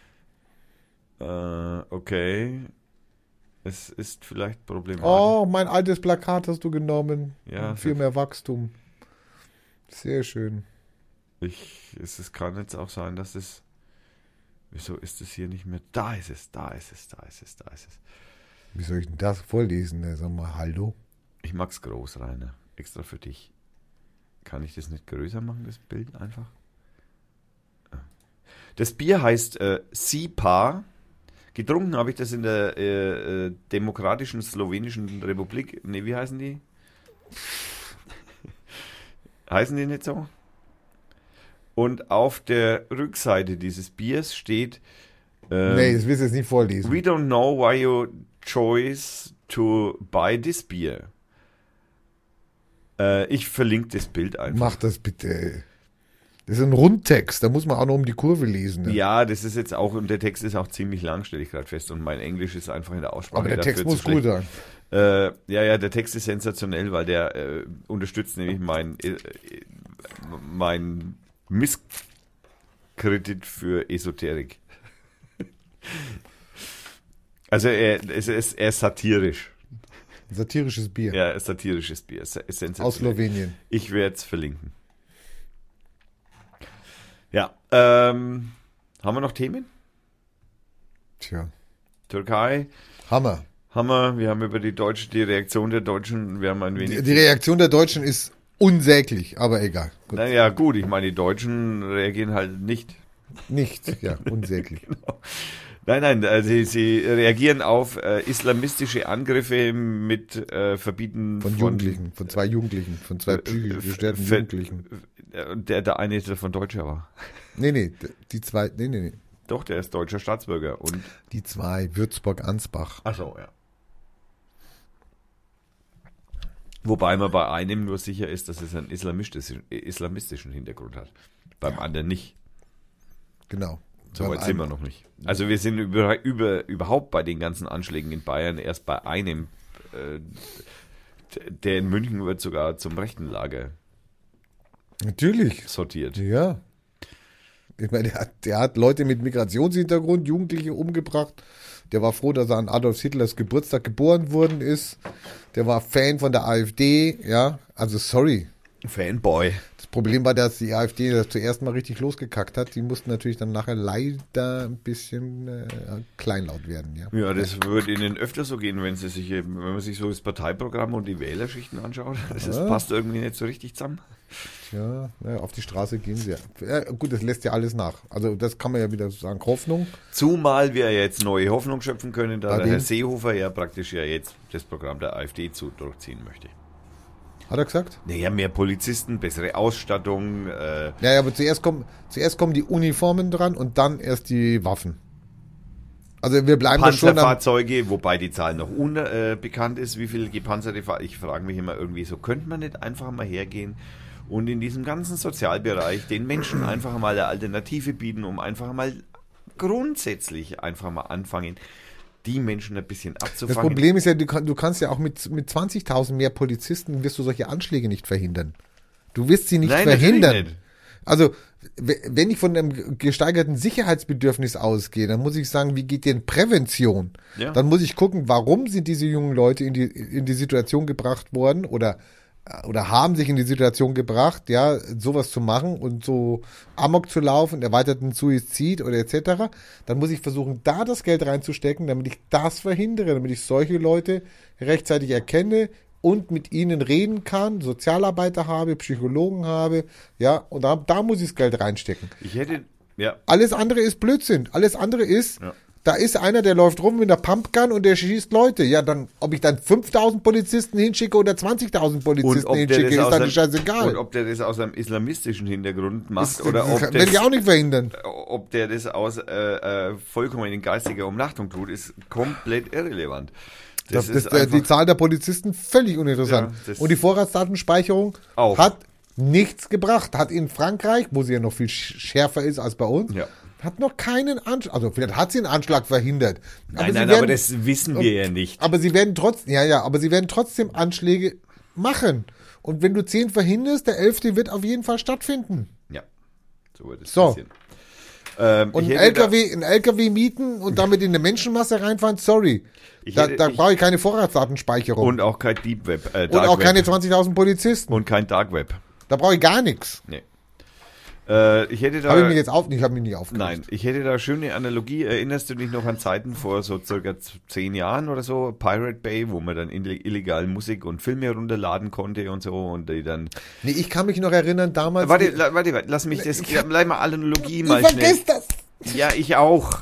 Äh, okay. Es ist vielleicht problematisch. Oh, mein altes Plakat hast du genommen. Ja, Viel so- mehr Wachstum. Sehr schön. Ich, es, es kann jetzt auch sein, dass es. Wieso ist es hier nicht mehr? Da ist es, da ist es, da ist es, da ist es. Wie soll ich denn das vorlesen? Ne? Sag mal, hallo. Ich mag's groß, Rainer. Extra für dich. Kann ich das nicht größer machen, das Bild einfach? Das Bier heißt äh, Sipa. Getrunken habe ich das in der äh, äh, Demokratischen Slowenischen Republik. Ne, wie heißen die? Heißen die nicht so? Und auf der Rückseite dieses Biers steht ähm, nee, das willst du jetzt nicht vorlesen. We don't know why you chose to buy this beer. Äh, ich verlinke das Bild einfach. Mach das bitte. Das ist ein Rundtext, da muss man auch noch um die Kurve lesen. Ne? Ja, das ist jetzt auch, und der Text ist auch ziemlich lang, stelle ich gerade fest. Und mein Englisch ist einfach in der Aussprache. Aber der dafür Text zu muss schlecht. gut sein. Äh, ja, ja, der Text ist sensationell, weil der äh, unterstützt nämlich mein, äh, mein Misskredit für Esoterik. Also er, es ist, er ist satirisch. Ein satirisches Bier. Ja, ein satirisches Bier. Ist sensationell. Aus Slowenien. Ich werde es verlinken. Ja, ähm, haben wir noch Themen? Tja. Türkei, Hammer. Hammer, wir haben über die deutsche, die Reaktion der Deutschen, wir haben ein wenig... Die, die Reaktion der Deutschen ist unsäglich, aber egal. Gut. Naja, gut, ich meine, die Deutschen reagieren halt nicht. Nicht, ja, unsäglich. Nein, nein, äh, sie, sie reagieren auf äh, islamistische Angriffe mit äh, Verbieten Von Jugendlichen, von zwei Jugendlichen, von zwei psychisch gestörten Ver- Jugendlichen. äh, Der, der eine ist davon Deutscher war. Nee, nee, die zwei, nee, nee, nee. Doch, der ist deutscher Staatsbürger. Und Die zwei, Würzburg-Ansbach. ach so, ja. Wobei man bei einem nur sicher ist, dass es einen islamistischen, islamistischen Hintergrund hat. Beim anderen nicht. Genau. So Beim weit sind wir einen- noch nicht. Also wir sind über, über, überhaupt bei den ganzen Anschlägen in Bayern erst bei einem. Äh, der in München wird sogar zum rechten Lager Natürlich. sortiert. Ja. Ich meine, der hat, der hat Leute mit Migrationshintergrund, Jugendliche umgebracht. Der war froh, dass er an Adolf Hitlers Geburtstag geboren worden ist. Der war Fan von der AfD, ja. Also sorry. Fanboy. Das Problem war, dass die AfD das zuerst mal richtig losgekackt hat. Die mussten natürlich dann nachher leider ein bisschen äh, kleinlaut werden, ja. Ja, das wird Ihnen öfter so gehen, wenn Sie sich eben, wenn man sich so das Parteiprogramm und die Wählerschichten anschaut. Das ist, Ja. passt irgendwie nicht so richtig zusammen. Ja, naja, auf die Straße gehen sie ja. ja. Gut, das lässt ja alles nach. Also das kann man ja wieder sagen. Hoffnung. Zumal wir jetzt neue Hoffnung schöpfen können, da Bei der wem? Herr Seehofer ja praktisch ja jetzt das Programm der AfD zu durchziehen möchte. Hat er gesagt? Naja, mehr Polizisten, bessere Ausstattung. Äh, Ja, ja, aber zuerst kommen, zuerst kommen die Uniformen dran und dann erst die Waffen. Also wir bleiben da schon am, Panzerfahrzeuge, wobei die Zahl noch unbekannt äh, ist, wie viele gepanzerte Fahrzeuge. Ich frage mich immer irgendwie so, könnte man nicht einfach mal hergehen und in diesem ganzen Sozialbereich den Menschen einfach mal eine Alternative bieten, um einfach mal grundsätzlich einfach mal anfangen, die Menschen ein bisschen abzufangen. Das Problem ist ja, du, kann, du kannst ja auch mit, mit zwanzigtausend mehr Polizisten wirst du solche Anschläge nicht verhindern. Du wirst sie nicht Nein, verhindern. natürlich nicht. Also, w- wenn ich von einem gesteigerten Sicherheitsbedürfnis ausgehe, dann muss ich sagen, wie geht denn Prävention? Ja. Dann muss ich gucken, warum sind diese jungen Leute in die, in die Situation gebracht worden oder, oder haben sich in die Situation gebracht, ja, sowas zu machen und so Amok zu laufen, erweiterten Suizid oder et cetera. Dann muss ich versuchen, da das Geld reinzustecken, damit ich das verhindere, damit ich solche Leute rechtzeitig erkenne, und mit ihnen reden kann, Sozialarbeiter habe, Psychologen habe, ja, und da, da muss ich das Geld reinstecken. Ich hätte, ja, Alles andere ist Blödsinn. Alles andere ist, Ja. da ist einer, der läuft rum mit einer Pumpgun und der schießt Leute. Ja, dann, ob ich dann fünftausend Polizisten hinschicke oder zwanzigtausend und Polizisten ob, der hinschicke, das ist aus dann einem, scheißegal. und ob der das aus einem islamistischen Hintergrund macht Ist- oder ob werde das, ich auch nicht verhindern. ob der das aus äh, äh, vollkommen in geistiger Umnachtung tut, ist komplett irrelevant. Das, Das, das, ist äh, einfach, die Zahl der Polizisten völlig uninteressant. Ja, das- und die Vorratsdatenspeicherung Auch. hat nichts gebracht. Hat in Frankreich, wo sie ja noch viel sch- schärfer ist als bei uns, Ja. hat noch keinen Anschlag. Also vielleicht hat sie einen Anschlag verhindert. nein, sie nein, werden, aber das wissen wir ja nicht. Aber sie werden trotzdem, ja, ja, aber sie werden trotzdem Anschläge machen. Und wenn du zehn verhinderst, der elfte wird auf jeden Fall stattfinden. Ja, so wird es So. passieren. Ähm, Und ich ein hätte da- L K W, ein L K W mieten und damit in eine Menschenmasse reinfahren, sorry. Ich Da, hätte- da ich- brauche ich keine Vorratsdatenspeicherung. Und auch kein Deep Web. Äh, Und Dark auch Web. keine zwanzigtausend Polizisten. Und kein Dark Web. Da brauche ich gar nichts. Nee. Äh, ich hätte da. Habe ich mich jetzt auf, ich habe mich nicht aufgeregt. Nein, ich hätte da schöne Analogie. Erinnerst du dich noch an Zeiten vor so circa z- zehn Jahren oder so? Pirate Bay, wo man dann ille- illegal Musik und Filme runterladen konnte und so und die dann. Nee, ich kann mich noch erinnern, damals. Warte, la, warte, warte, lass mich das. Bleib mal Analogie mal ich schnell. vergiss das. Ja, ich auch.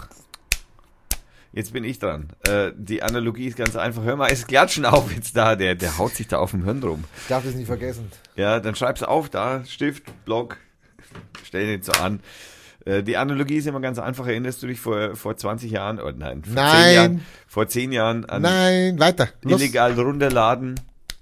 Jetzt bin ich dran. Äh, die Analogie ist ganz einfach. Hör mal, es klatschen auf jetzt da. Der, der haut sich da auf dem Hirn rum. Ich darf das nicht vergessen. Ja, dann schreib's auf da. Stift, Block. Stell nicht so an. Äh, die Analogie ist immer ganz einfach. Erinnerst du dich vor, vor zwanzig Jahren? Oder nein, vor Nein. zehn Jahren. Vor zehn Jahren an Nein, weiter. Los. illegal runterladen.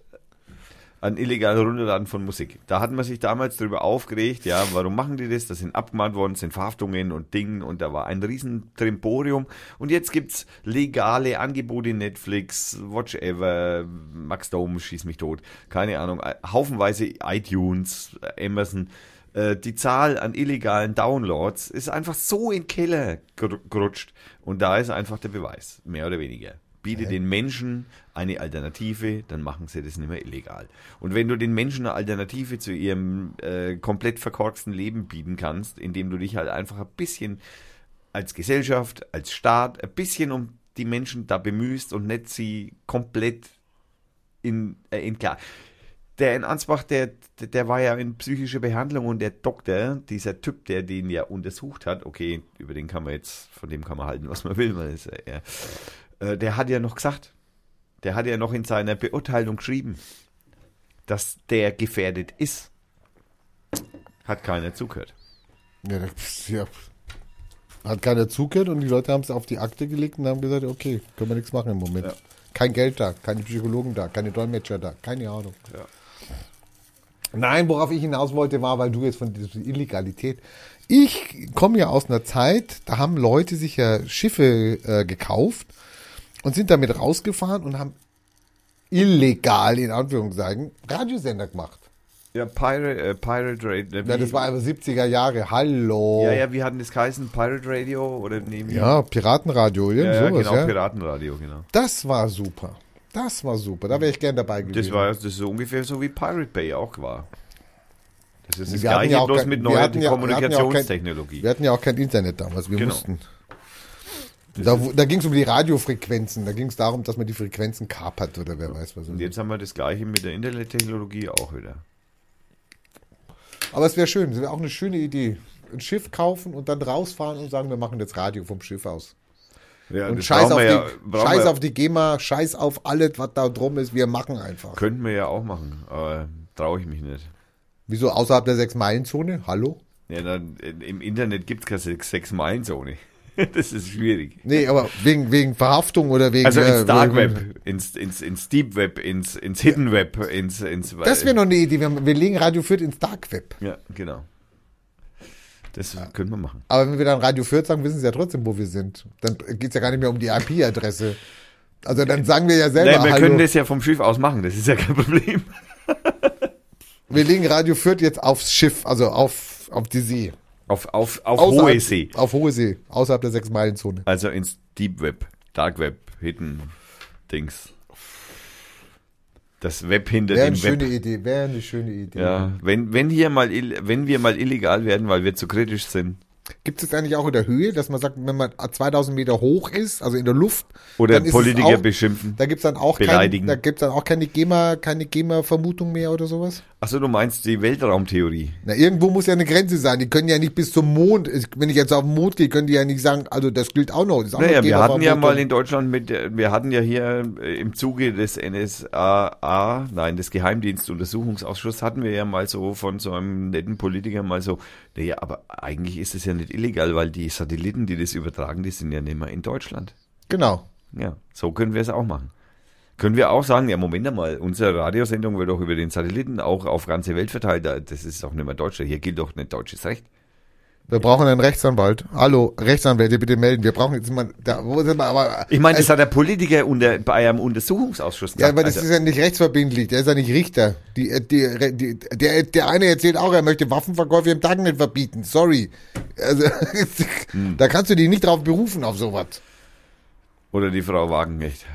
An illegal runterladen von Musik. Da hat man sich damals darüber aufgeregt, ja, warum machen die das? Das sind abgemahnt worden, sind Verhaftungen und Dingen und da war ein riesen Trimborium. Und jetzt gibt's legale Angebote, Netflix, Watch Ever, Max Dome, schieß mich tot, keine Ahnung, haufenweise iTunes, Amazon. Äh, die Zahl an illegalen Downloads ist einfach so in den Keller ger- gerutscht. Und da ist einfach der Beweis, mehr oder weniger. Biete den Menschen eine Alternative, dann machen sie das nicht mehr illegal. Und wenn du den Menschen eine Alternative zu ihrem äh, komplett verkorksten Leben bieten kannst, indem du dich halt einfach ein bisschen als Gesellschaft, als Staat, ein bisschen um die Menschen da bemühst und nicht sie komplett in, äh, in klar. Der in Ansbach, der, der war ja in psychischer Behandlung und der Doktor, dieser Typ, der den ja untersucht hat, okay, über den kann man jetzt, von dem kann man halten, was man will, weil es ja, äh, der hat ja noch gesagt, der hat ja noch in seiner Beurteilung geschrieben, dass der gefährdet ist. Hat keiner zugehört. Ja, das, ja. Hat keiner zugehört und die Leute haben es auf die Akte gelegt und haben gesagt, okay, können wir nichts machen im Moment. Ja. Kein Geld da, keine Psychologen da, keine Dolmetscher da, keine Ahnung. Ja. Nein, worauf ich hinaus wollte, war, weil du jetzt von dieser Illegalität. Ich komme ja aus einer Zeit, da haben Leute sich ja Schiffe äh, gekauft und sind damit rausgefahren und haben illegal, in Anführungszeichen, Radiosender gemacht. Ja, Pirate, äh, Pirate Radio. Ja, das war aber siebziger Jahre, hallo. Ja, ja, wie hatten das geheißen? Pirate Radio oder neben Ja, Piratenradio, ja, irgend ja, sowas, genau, ja. Piratenradio, genau. Das war super. Das war super. Da wäre ich gern dabei gewesen. Das war das ist so ungefähr so wie Pirate Bay auch war. Das ist das Wir hatten gleiche, ja auch bloß kein- mit wir neuer hatten ja- wir hatten ja auch kein- Kommunikationstechnologie. Wir hatten ja auch kein Internet damals. Wir Genau. mussten. Da, da ging es um die Radiofrequenzen. Da ging es darum, dass man die Frequenzen kapert oder wer weiß was. Und jetzt haben wir das gleiche mit der Internettechnologie auch wieder. Aber es wäre schön. Es wäre auch eine schöne Idee. Ein Schiff kaufen und dann rausfahren und sagen, wir machen jetzt Radio vom Schiff aus. Ja, Und das scheiß, brauchen auf, wir die, ja, brauchen scheiß wir, auf die GEMA, scheiß auf alles, was da drum ist. Wir machen einfach. könnten wir ja auch machen, aber traue ich mich nicht. Wieso außerhalb der Sechs-Meilen-Zone? Hallo? Ja, dann, im Internet gibt es keine Sechs- Sechs-Meilen-Zone. Das ist schwierig. Nee, aber wegen, wegen Verhaftung oder wegen... Also ins äh, Dark wegen- Web, ins, ins, ins Deep Web, ins, ins Hidden Web, ins... ins Das wäre noch eine Idee. Wir, wir legen Radio Fürth ins Dark Web. Ja, genau. das können wir machen. Aber wenn wir dann Radio Fürth sagen, wissen sie ja trotzdem, wo wir sind. Dann geht es ja gar nicht mehr um die I P-Adresse. Also dann sagen wir ja selber, Nein, wir hallo. können das ja vom Schiff aus machen, das ist ja kein Problem. Wir legen Radio Fürth jetzt aufs Schiff, also auf, auf die See. Auf, auf, auf Außerhalb- hohe See. Auf hohe See, außerhalb der Sechs-Meilen-Zone. Also ins Deep Web, Dark Web, Hidden Dings. Das Web hinter Wäre eine dem Web. schöne Idee, wäre eine schöne Idee. Ja, wenn, wenn hier mal, ill- wenn wir mal illegal werden, weil wir zu kritisch sind. Gibt es das eigentlich auch in der Höhe, dass man sagt, wenn man zweitausend Meter hoch ist, also in der Luft, Oder dann ist es Politiker auch, beschimpfen. da gibt's dann auch kein, beleidigen. da gibt's dann auch keine GEMA, keine GEMA-Vermutung mehr oder sowas? Achso, du meinst die Weltraumtheorie. Na, irgendwo muss ja eine Grenze sein. Die können ja nicht bis zum Mond, wenn ich jetzt auf den Mond gehe, können die ja nicht sagen, also das gilt auch noch. Das ist auch Naja, noch wir hatten ja GEMA-Vermutung. mal in Deutschland mit, der- wir hatten ja hier äh, im Zuge des N S A A, nein, des Geheimdienstuntersuchungsausschusses, hatten wir ja mal so von so einem netten Politiker mal so, naja, aber eigentlich ist es ja nicht illegal, weil die Satelliten, die das übertragen, die sind ja nicht mehr in Deutschland. Genau. Ja, so können wir es auch machen. Können wir auch sagen, ja, Moment einmal, unsere Radiosendung wird doch über den Satelliten auch auf ganze Welt verteilt, das ist doch nicht mehr Deutschland, hier gilt doch nicht deutsches Recht. Wir brauchen einen Rechtsanwalt. Hallo, Rechtsanwälte, bitte melden. Wir brauchen jetzt mal, da, wo sind wir, aber, Ich meine, das hat der Politiker unter, bei einem Untersuchungsausschuss ja, gesagt. aber das Also- ist ja nicht rechtsverbindlich. Der ist ja nicht Richter. Die, die, die, der, der eine erzählt auch, er möchte Waffenverkäufe im Darknet verbieten. Sorry. Also, Hm. da kannst du dich nicht drauf berufen auf sowas. Oder die Frau Wagenknecht.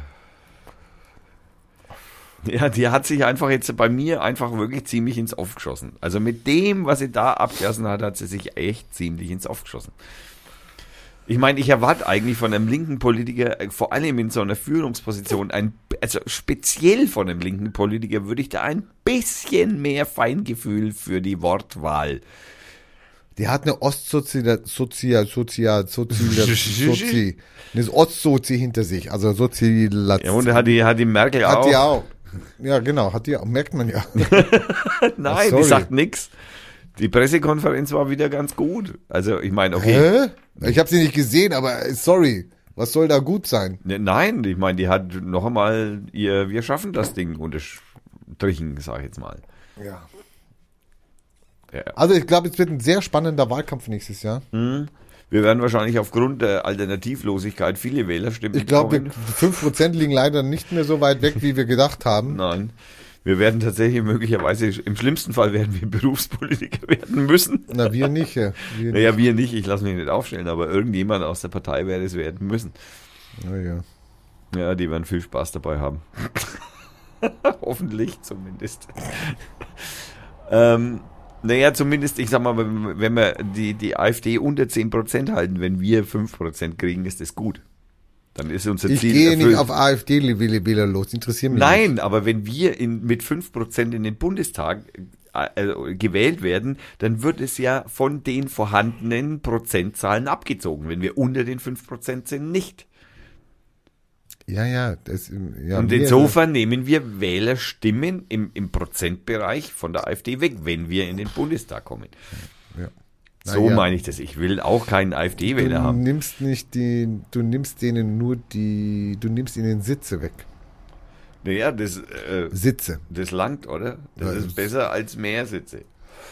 Ja, die hat sich einfach jetzt bei mir einfach wirklich ziemlich ins Off geschossen. Also mit dem, was sie da abgelassen hat, hat sie sich echt ziemlich ins Off geschossen. Ich meine, ich erwarte eigentlich von einem linken Politiker, äh, vor allem in so einer Führungsposition, ein, also speziell von einem linken Politiker, würde ich da ein bisschen mehr Feingefühl für die Wortwahl. Die hat eine Ostsozial, Sozial, Sozial, Sozial, Sozi, eine Ostsozi hinter sich, also Sozial. Ja, und hat die, hat die Merkel Hat auch. die auch. Ja, genau, hat die auch, merkt man ja. Nein, Ach, die sorry. sagt nix. Die Pressekonferenz war wieder ganz gut. Also ich meine, okay. Hä? Ich habe sie nicht gesehen, aber äh, sorry, was soll da gut sein? Ne, Nein, ich meine, die hat noch einmal ihr Wir schaffen das Ding unterstrichen, sag ich jetzt mal. Ja. Ja. Also ich glaube, es wird ein sehr spannender Wahlkampf nächstes Jahr. Wir werden wahrscheinlich aufgrund der Alternativlosigkeit viele Wählerstimmen Ich glaube, bekommen. fünf Prozent liegen leider nicht mehr so weit weg, wie wir gedacht haben. Nein. Wir werden tatsächlich möglicherweise, im schlimmsten Fall werden wir Berufspolitiker werden müssen. Na, wir nicht. Ja. Wir nicht. Naja, wir nicht, ich lasse mich nicht aufstellen, aber irgendjemand aus der Partei werde es werden müssen. Na ja. Ja, die werden viel Spaß dabei haben. Hoffentlich zumindest. ähm, naja, zumindest, ich sag mal, wenn, wenn wir die, die AfD unter zehn Prozent halten, wenn wir fünf Prozent kriegen, ist das gut. Dann ist unser Ich Ziel gehe erfüllt. nicht auf AfD-Wähler los, interessiert mich nicht. Nein, aber wenn wir in, mit fünf Prozent in den Bundestag äh, äh, gewählt werden, dann wird es ja von den vorhandenen Prozentzahlen abgezogen. Wenn wir unter den fünf Prozent sind, nicht. Ja, ja. Das, ja Und wir- insofern nehmen wir Wählerstimmen im, im Prozentbereich von der AfD weg, wenn wir in den Bundestag kommen. Ja. So Naja. meine ich das. Ich will auch keinen AfD-Wähler Du haben. nimmst nicht die, du nimmst denen nur die, du nimmst ihnen Sitze weg. Naja, das, äh, Sitze. das langt, oder? Das Ja, ist das- besser als mehr Sitze.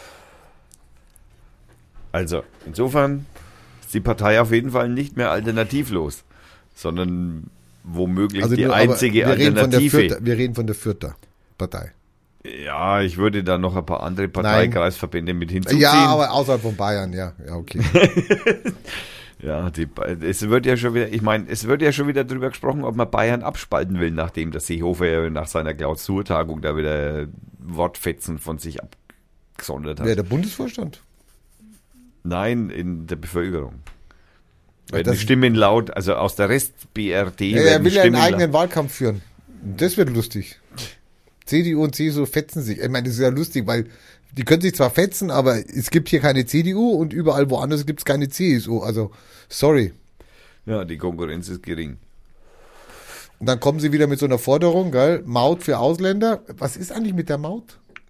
Also, insofern ist die Partei auf jeden Fall nicht mehr alternativlos, sondern womöglich die nur- aber einzige wir reden von der Alternative. Fürther, wir reden von der Fürther Partei. Ja, ich würde da noch ein paar andere Parteikreisverbände mit hinzuziehen. Ja, aber außerhalb von Bayern, ja. Ja, okay. Ja, die, es wird ja schon wieder, ich meine, es wird ja schon wieder drüber gesprochen, ob man Bayern abspalten will, nachdem der Seehofer nach seiner Klausurtagung da wieder Wortfetzen von sich abgesondert hat. Wer, der Bundesvorstand? Nein, in der Bevölkerung. Werden das- die Stimmen laut, also aus der Rest-B R D Ja, er werden will die ja einen Stimmen eigenen laut. Wahlkampf führen. Das wird lustig. C D U und C S U fetzen sich. Ich meine, das ist ja lustig, weil die können sich zwar fetzen, aber es gibt hier keine C D U und überall woanders gibt es keine C S U. Also, sorry. Ja, die Konkurrenz ist gering. Und dann kommen sie wieder mit so einer Forderung, geil, Maut für Ausländer. Was ist eigentlich mit der Maut?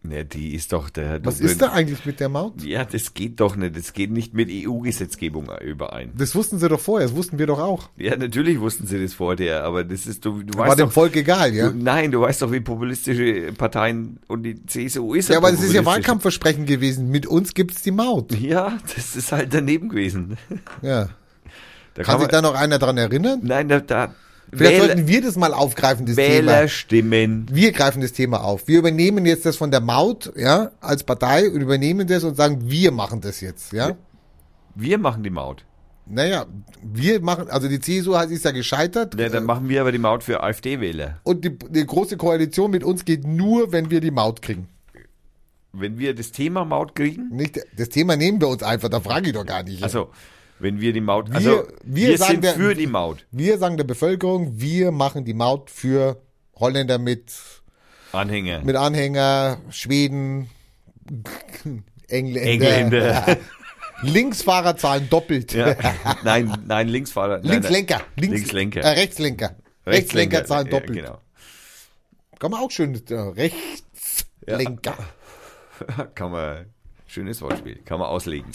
Ne, die ist doch der... Was du, ist da eigentlich mit der Maut? Ja, das geht doch nicht. Das geht nicht mit E U-Gesetzgebung überein. Das wussten sie doch vorher, das wussten wir doch auch. Ja, natürlich wussten sie das vorher, aber das ist... Du, du War weißt dem doch, Volk egal, ja? du, nein, du weißt doch, wie populistische Parteien und die C S U ist. Ja, aber das ist ja populistisch. Wahlkampfversprechen gewesen. Mit uns gibt's die Maut. Ja, das ist halt daneben gewesen. Ja. Da Kann, sich man, da noch einer dran erinnern? Nein, da... da Vielleicht Wähler, sollten wir das mal aufgreifen, das Thema. Wählerstimmen. Wir greifen das Thema auf. Wir übernehmen jetzt das von der Maut, ja, als Partei und übernehmen das und sagen, wir machen das jetzt, ja. Wir machen die Maut. Naja, wir machen, also die C S U ist ja gescheitert. Ja, dann machen wir aber die Maut für AfD-Wähler. Und die, die große Koalition mit uns geht nur, wenn wir die Maut kriegen. Wenn wir das Thema Maut kriegen? Nicht, das Thema nehmen wir uns einfach, da frage ich doch gar nicht. Also, wenn wir die Maut, Wir- also wir wir, sagen sind der- für die Maut. Wir sagen der Bevölkerung, wir machen die Maut für Holländer mit, Anhänger. mit Anhänger, Schweden, Engländer. Engländer. Linksfahrer zahlen doppelt. Ja. Nein, nein, Linksfahrer. Nein, Linkslenker. Links, Linkslenker. Äh, Rechtslenker. Rechtslenker zahlen ja, doppelt. Genau. Kann man auch schön, äh, Rechtslenker. Kann man, schönes Wortspiel, kann man auslegen.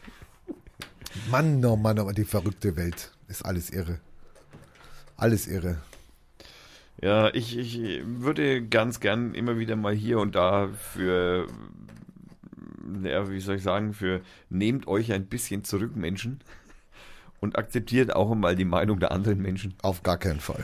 Mann, oh Mann, oh Mann, die verrückte Welt. Ist alles irre. Alles irre. Ja, ich, ich würde ganz gern immer wieder mal hier und da für, ja, wie soll ich sagen, für nehmt euch ein bisschen zurück, Menschen, und akzeptiert auch mal die Meinung der anderen Menschen. Auf gar keinen Fall.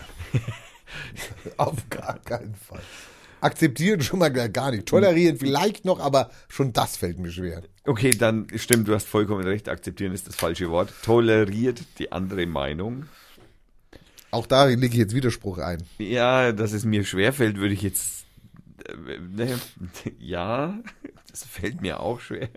Auf gar keinen Fall. Akzeptieren schon mal gar nicht. Tolerieren vielleicht noch, aber schon das fällt mir schwer. Okay, dann stimmt, du hast vollkommen recht, akzeptieren ist das falsche Wort. Toleriert die andere Meinung. Auch da lege ich jetzt Widerspruch ein. Ja, dass es mir schwerfällt, würde ich jetzt, äh, ne, ja, das fällt mir auch schwer.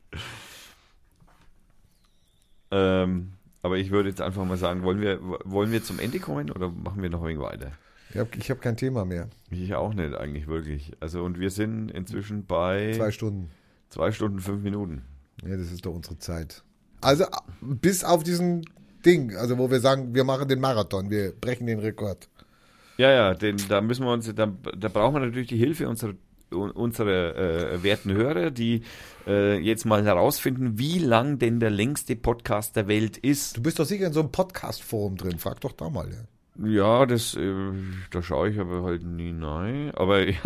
Ähm, aber ich würde jetzt einfach mal sagen, wollen wir, wollen wir zum Ende kommen oder machen wir noch ein wenig weiter? Ich habe ich hab kein Thema mehr. Ich auch nicht eigentlich wirklich. Also und wir sind inzwischen bei Zwei Stunden. zwei Stunden, fünf Minuten. Ja, das ist doch unsere Zeit. Also bis auf diesen Ding, also wo wir sagen, wir machen den Marathon, wir brechen den Rekord. Ja, ja, den, da müssen wir uns, da, da brauchen wir natürlich die Hilfe unserer, unserer äh, werten Hörer, die äh, jetzt mal herausfinden, wie lang denn der längste Podcast der Welt ist. Du bist doch sicher in so einem Podcast-Forum drin, frag doch da mal. Ja. Ja, das, äh, da schaue ich aber halt nie rein. Aber ja.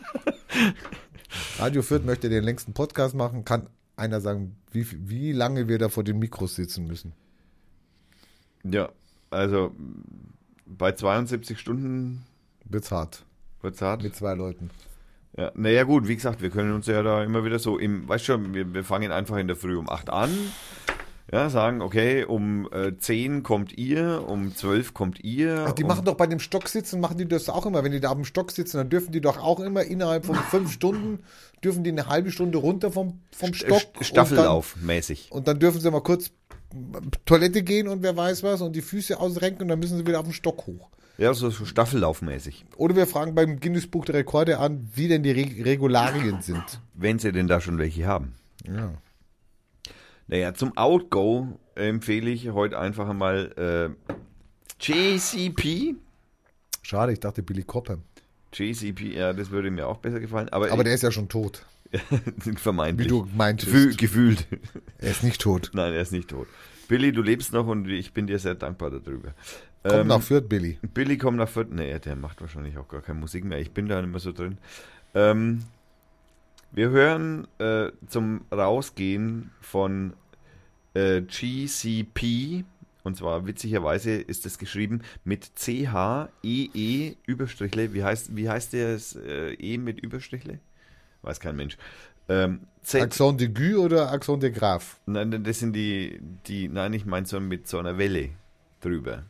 Radio Fürth möchte den längsten Podcast machen, kann einer sagen, wie, wie lange wir da vor den Mikros sitzen müssen. Ja, also bei zweiundsiebzig Stunden Wird's hart. wird's hart. Mit zwei Leuten. Ja, naja gut, wie gesagt, wir können uns ja da immer wieder so im, weißt schon, wir, wir fangen einfach in der Früh um acht an, ja, sagen, okay, um äh, zehn kommt ihr, um zwölf kommt ihr. Ach, die um, machen doch bei dem Stock sitzen, machen die das auch immer. Wenn die da auf dem Stock sitzen, dann dürfen die doch auch immer innerhalb von fünf Stunden, dürfen die eine halbe Stunde runter vom, vom Stock. St- Staffellauf mäßig. Und dann, und dann dürfen sie mal kurz Toilette gehen und wer weiß was und die Füße ausrenken und dann müssen sie wieder auf den Stock hoch. Ja, so, so Staffellaufmäßig. Oder wir fragen beim Guinness-Buch der Rekorde an, wie denn die Re- Regularien sind. Wenn sie denn da schon welche haben. Ja. Naja, zum Outgo empfehle ich heute einfach einmal äh, J C P. Schade, ich dachte Billy Cobham. J C P, ja, das würde mir auch besser gefallen. Aber, Aber der ist ja schon tot, sind vermeintlich. wie du meintest. Gefühl, gefühlt. Er ist nicht tot. Nein, er ist nicht tot. Billy, du lebst noch und ich bin dir sehr dankbar darüber. Kommt Ähm, nach Fürth, Billy. Billy kommt nach Fürth. Nee, der macht wahrscheinlich auch gar keine Musik mehr. Ich bin da nicht mehr so drin. Ähm, wir hören äh, zum Rausgehen von äh, G C P. Und zwar witzigerweise ist es geschrieben mit C H E E Überstrichle. Wie heißt, wie heißt der äh, E mit Überstrichle? Weiß kein Mensch. Ähm, Z, Accent de Gue oder Accent de Graf? nein, das sind die, die, nein, ich meine so mit so einer Welle drüber.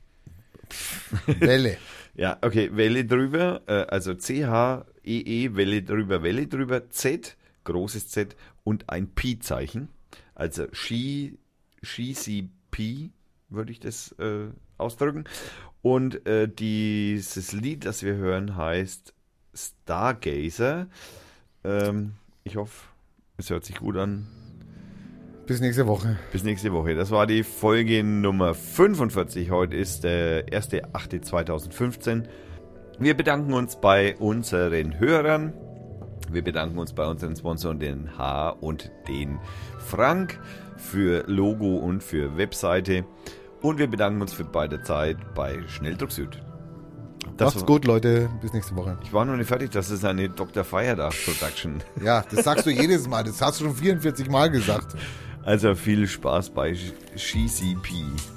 Welle. Ja, okay, Welle drüber, äh, also C H E E, Welle drüber, Welle drüber, Z, großes Z und ein Pi-Zeichen. Also She, She, C, P, würde ich das äh, ausdrücken. Und äh, dieses Lied, das wir hören, heißt Stargazer. Ähm, ich hoffe, es hört sich gut an. Bis nächste Woche. Bis nächste Woche. Das war die Folge Nummer fünfundvierzig. Heute ist der erste achte zweitausendfünfzehn. Wir bedanken uns bei unseren Hörern. Wir bedanken uns bei unseren Sponsoren, den H und den Frank, für Logo und für Webseite. Und wir bedanken uns für beide Zeit bei Schnelldruck Süd. Das Macht's gut, Leute. Bis nächste Woche. Ich war noch nicht fertig. Das ist eine Doktor Feiertag Production. Ja, das sagst du jedes Mal. Das hast du schon vierundvierzig Mal gesagt. Also viel Spaß bei G C P.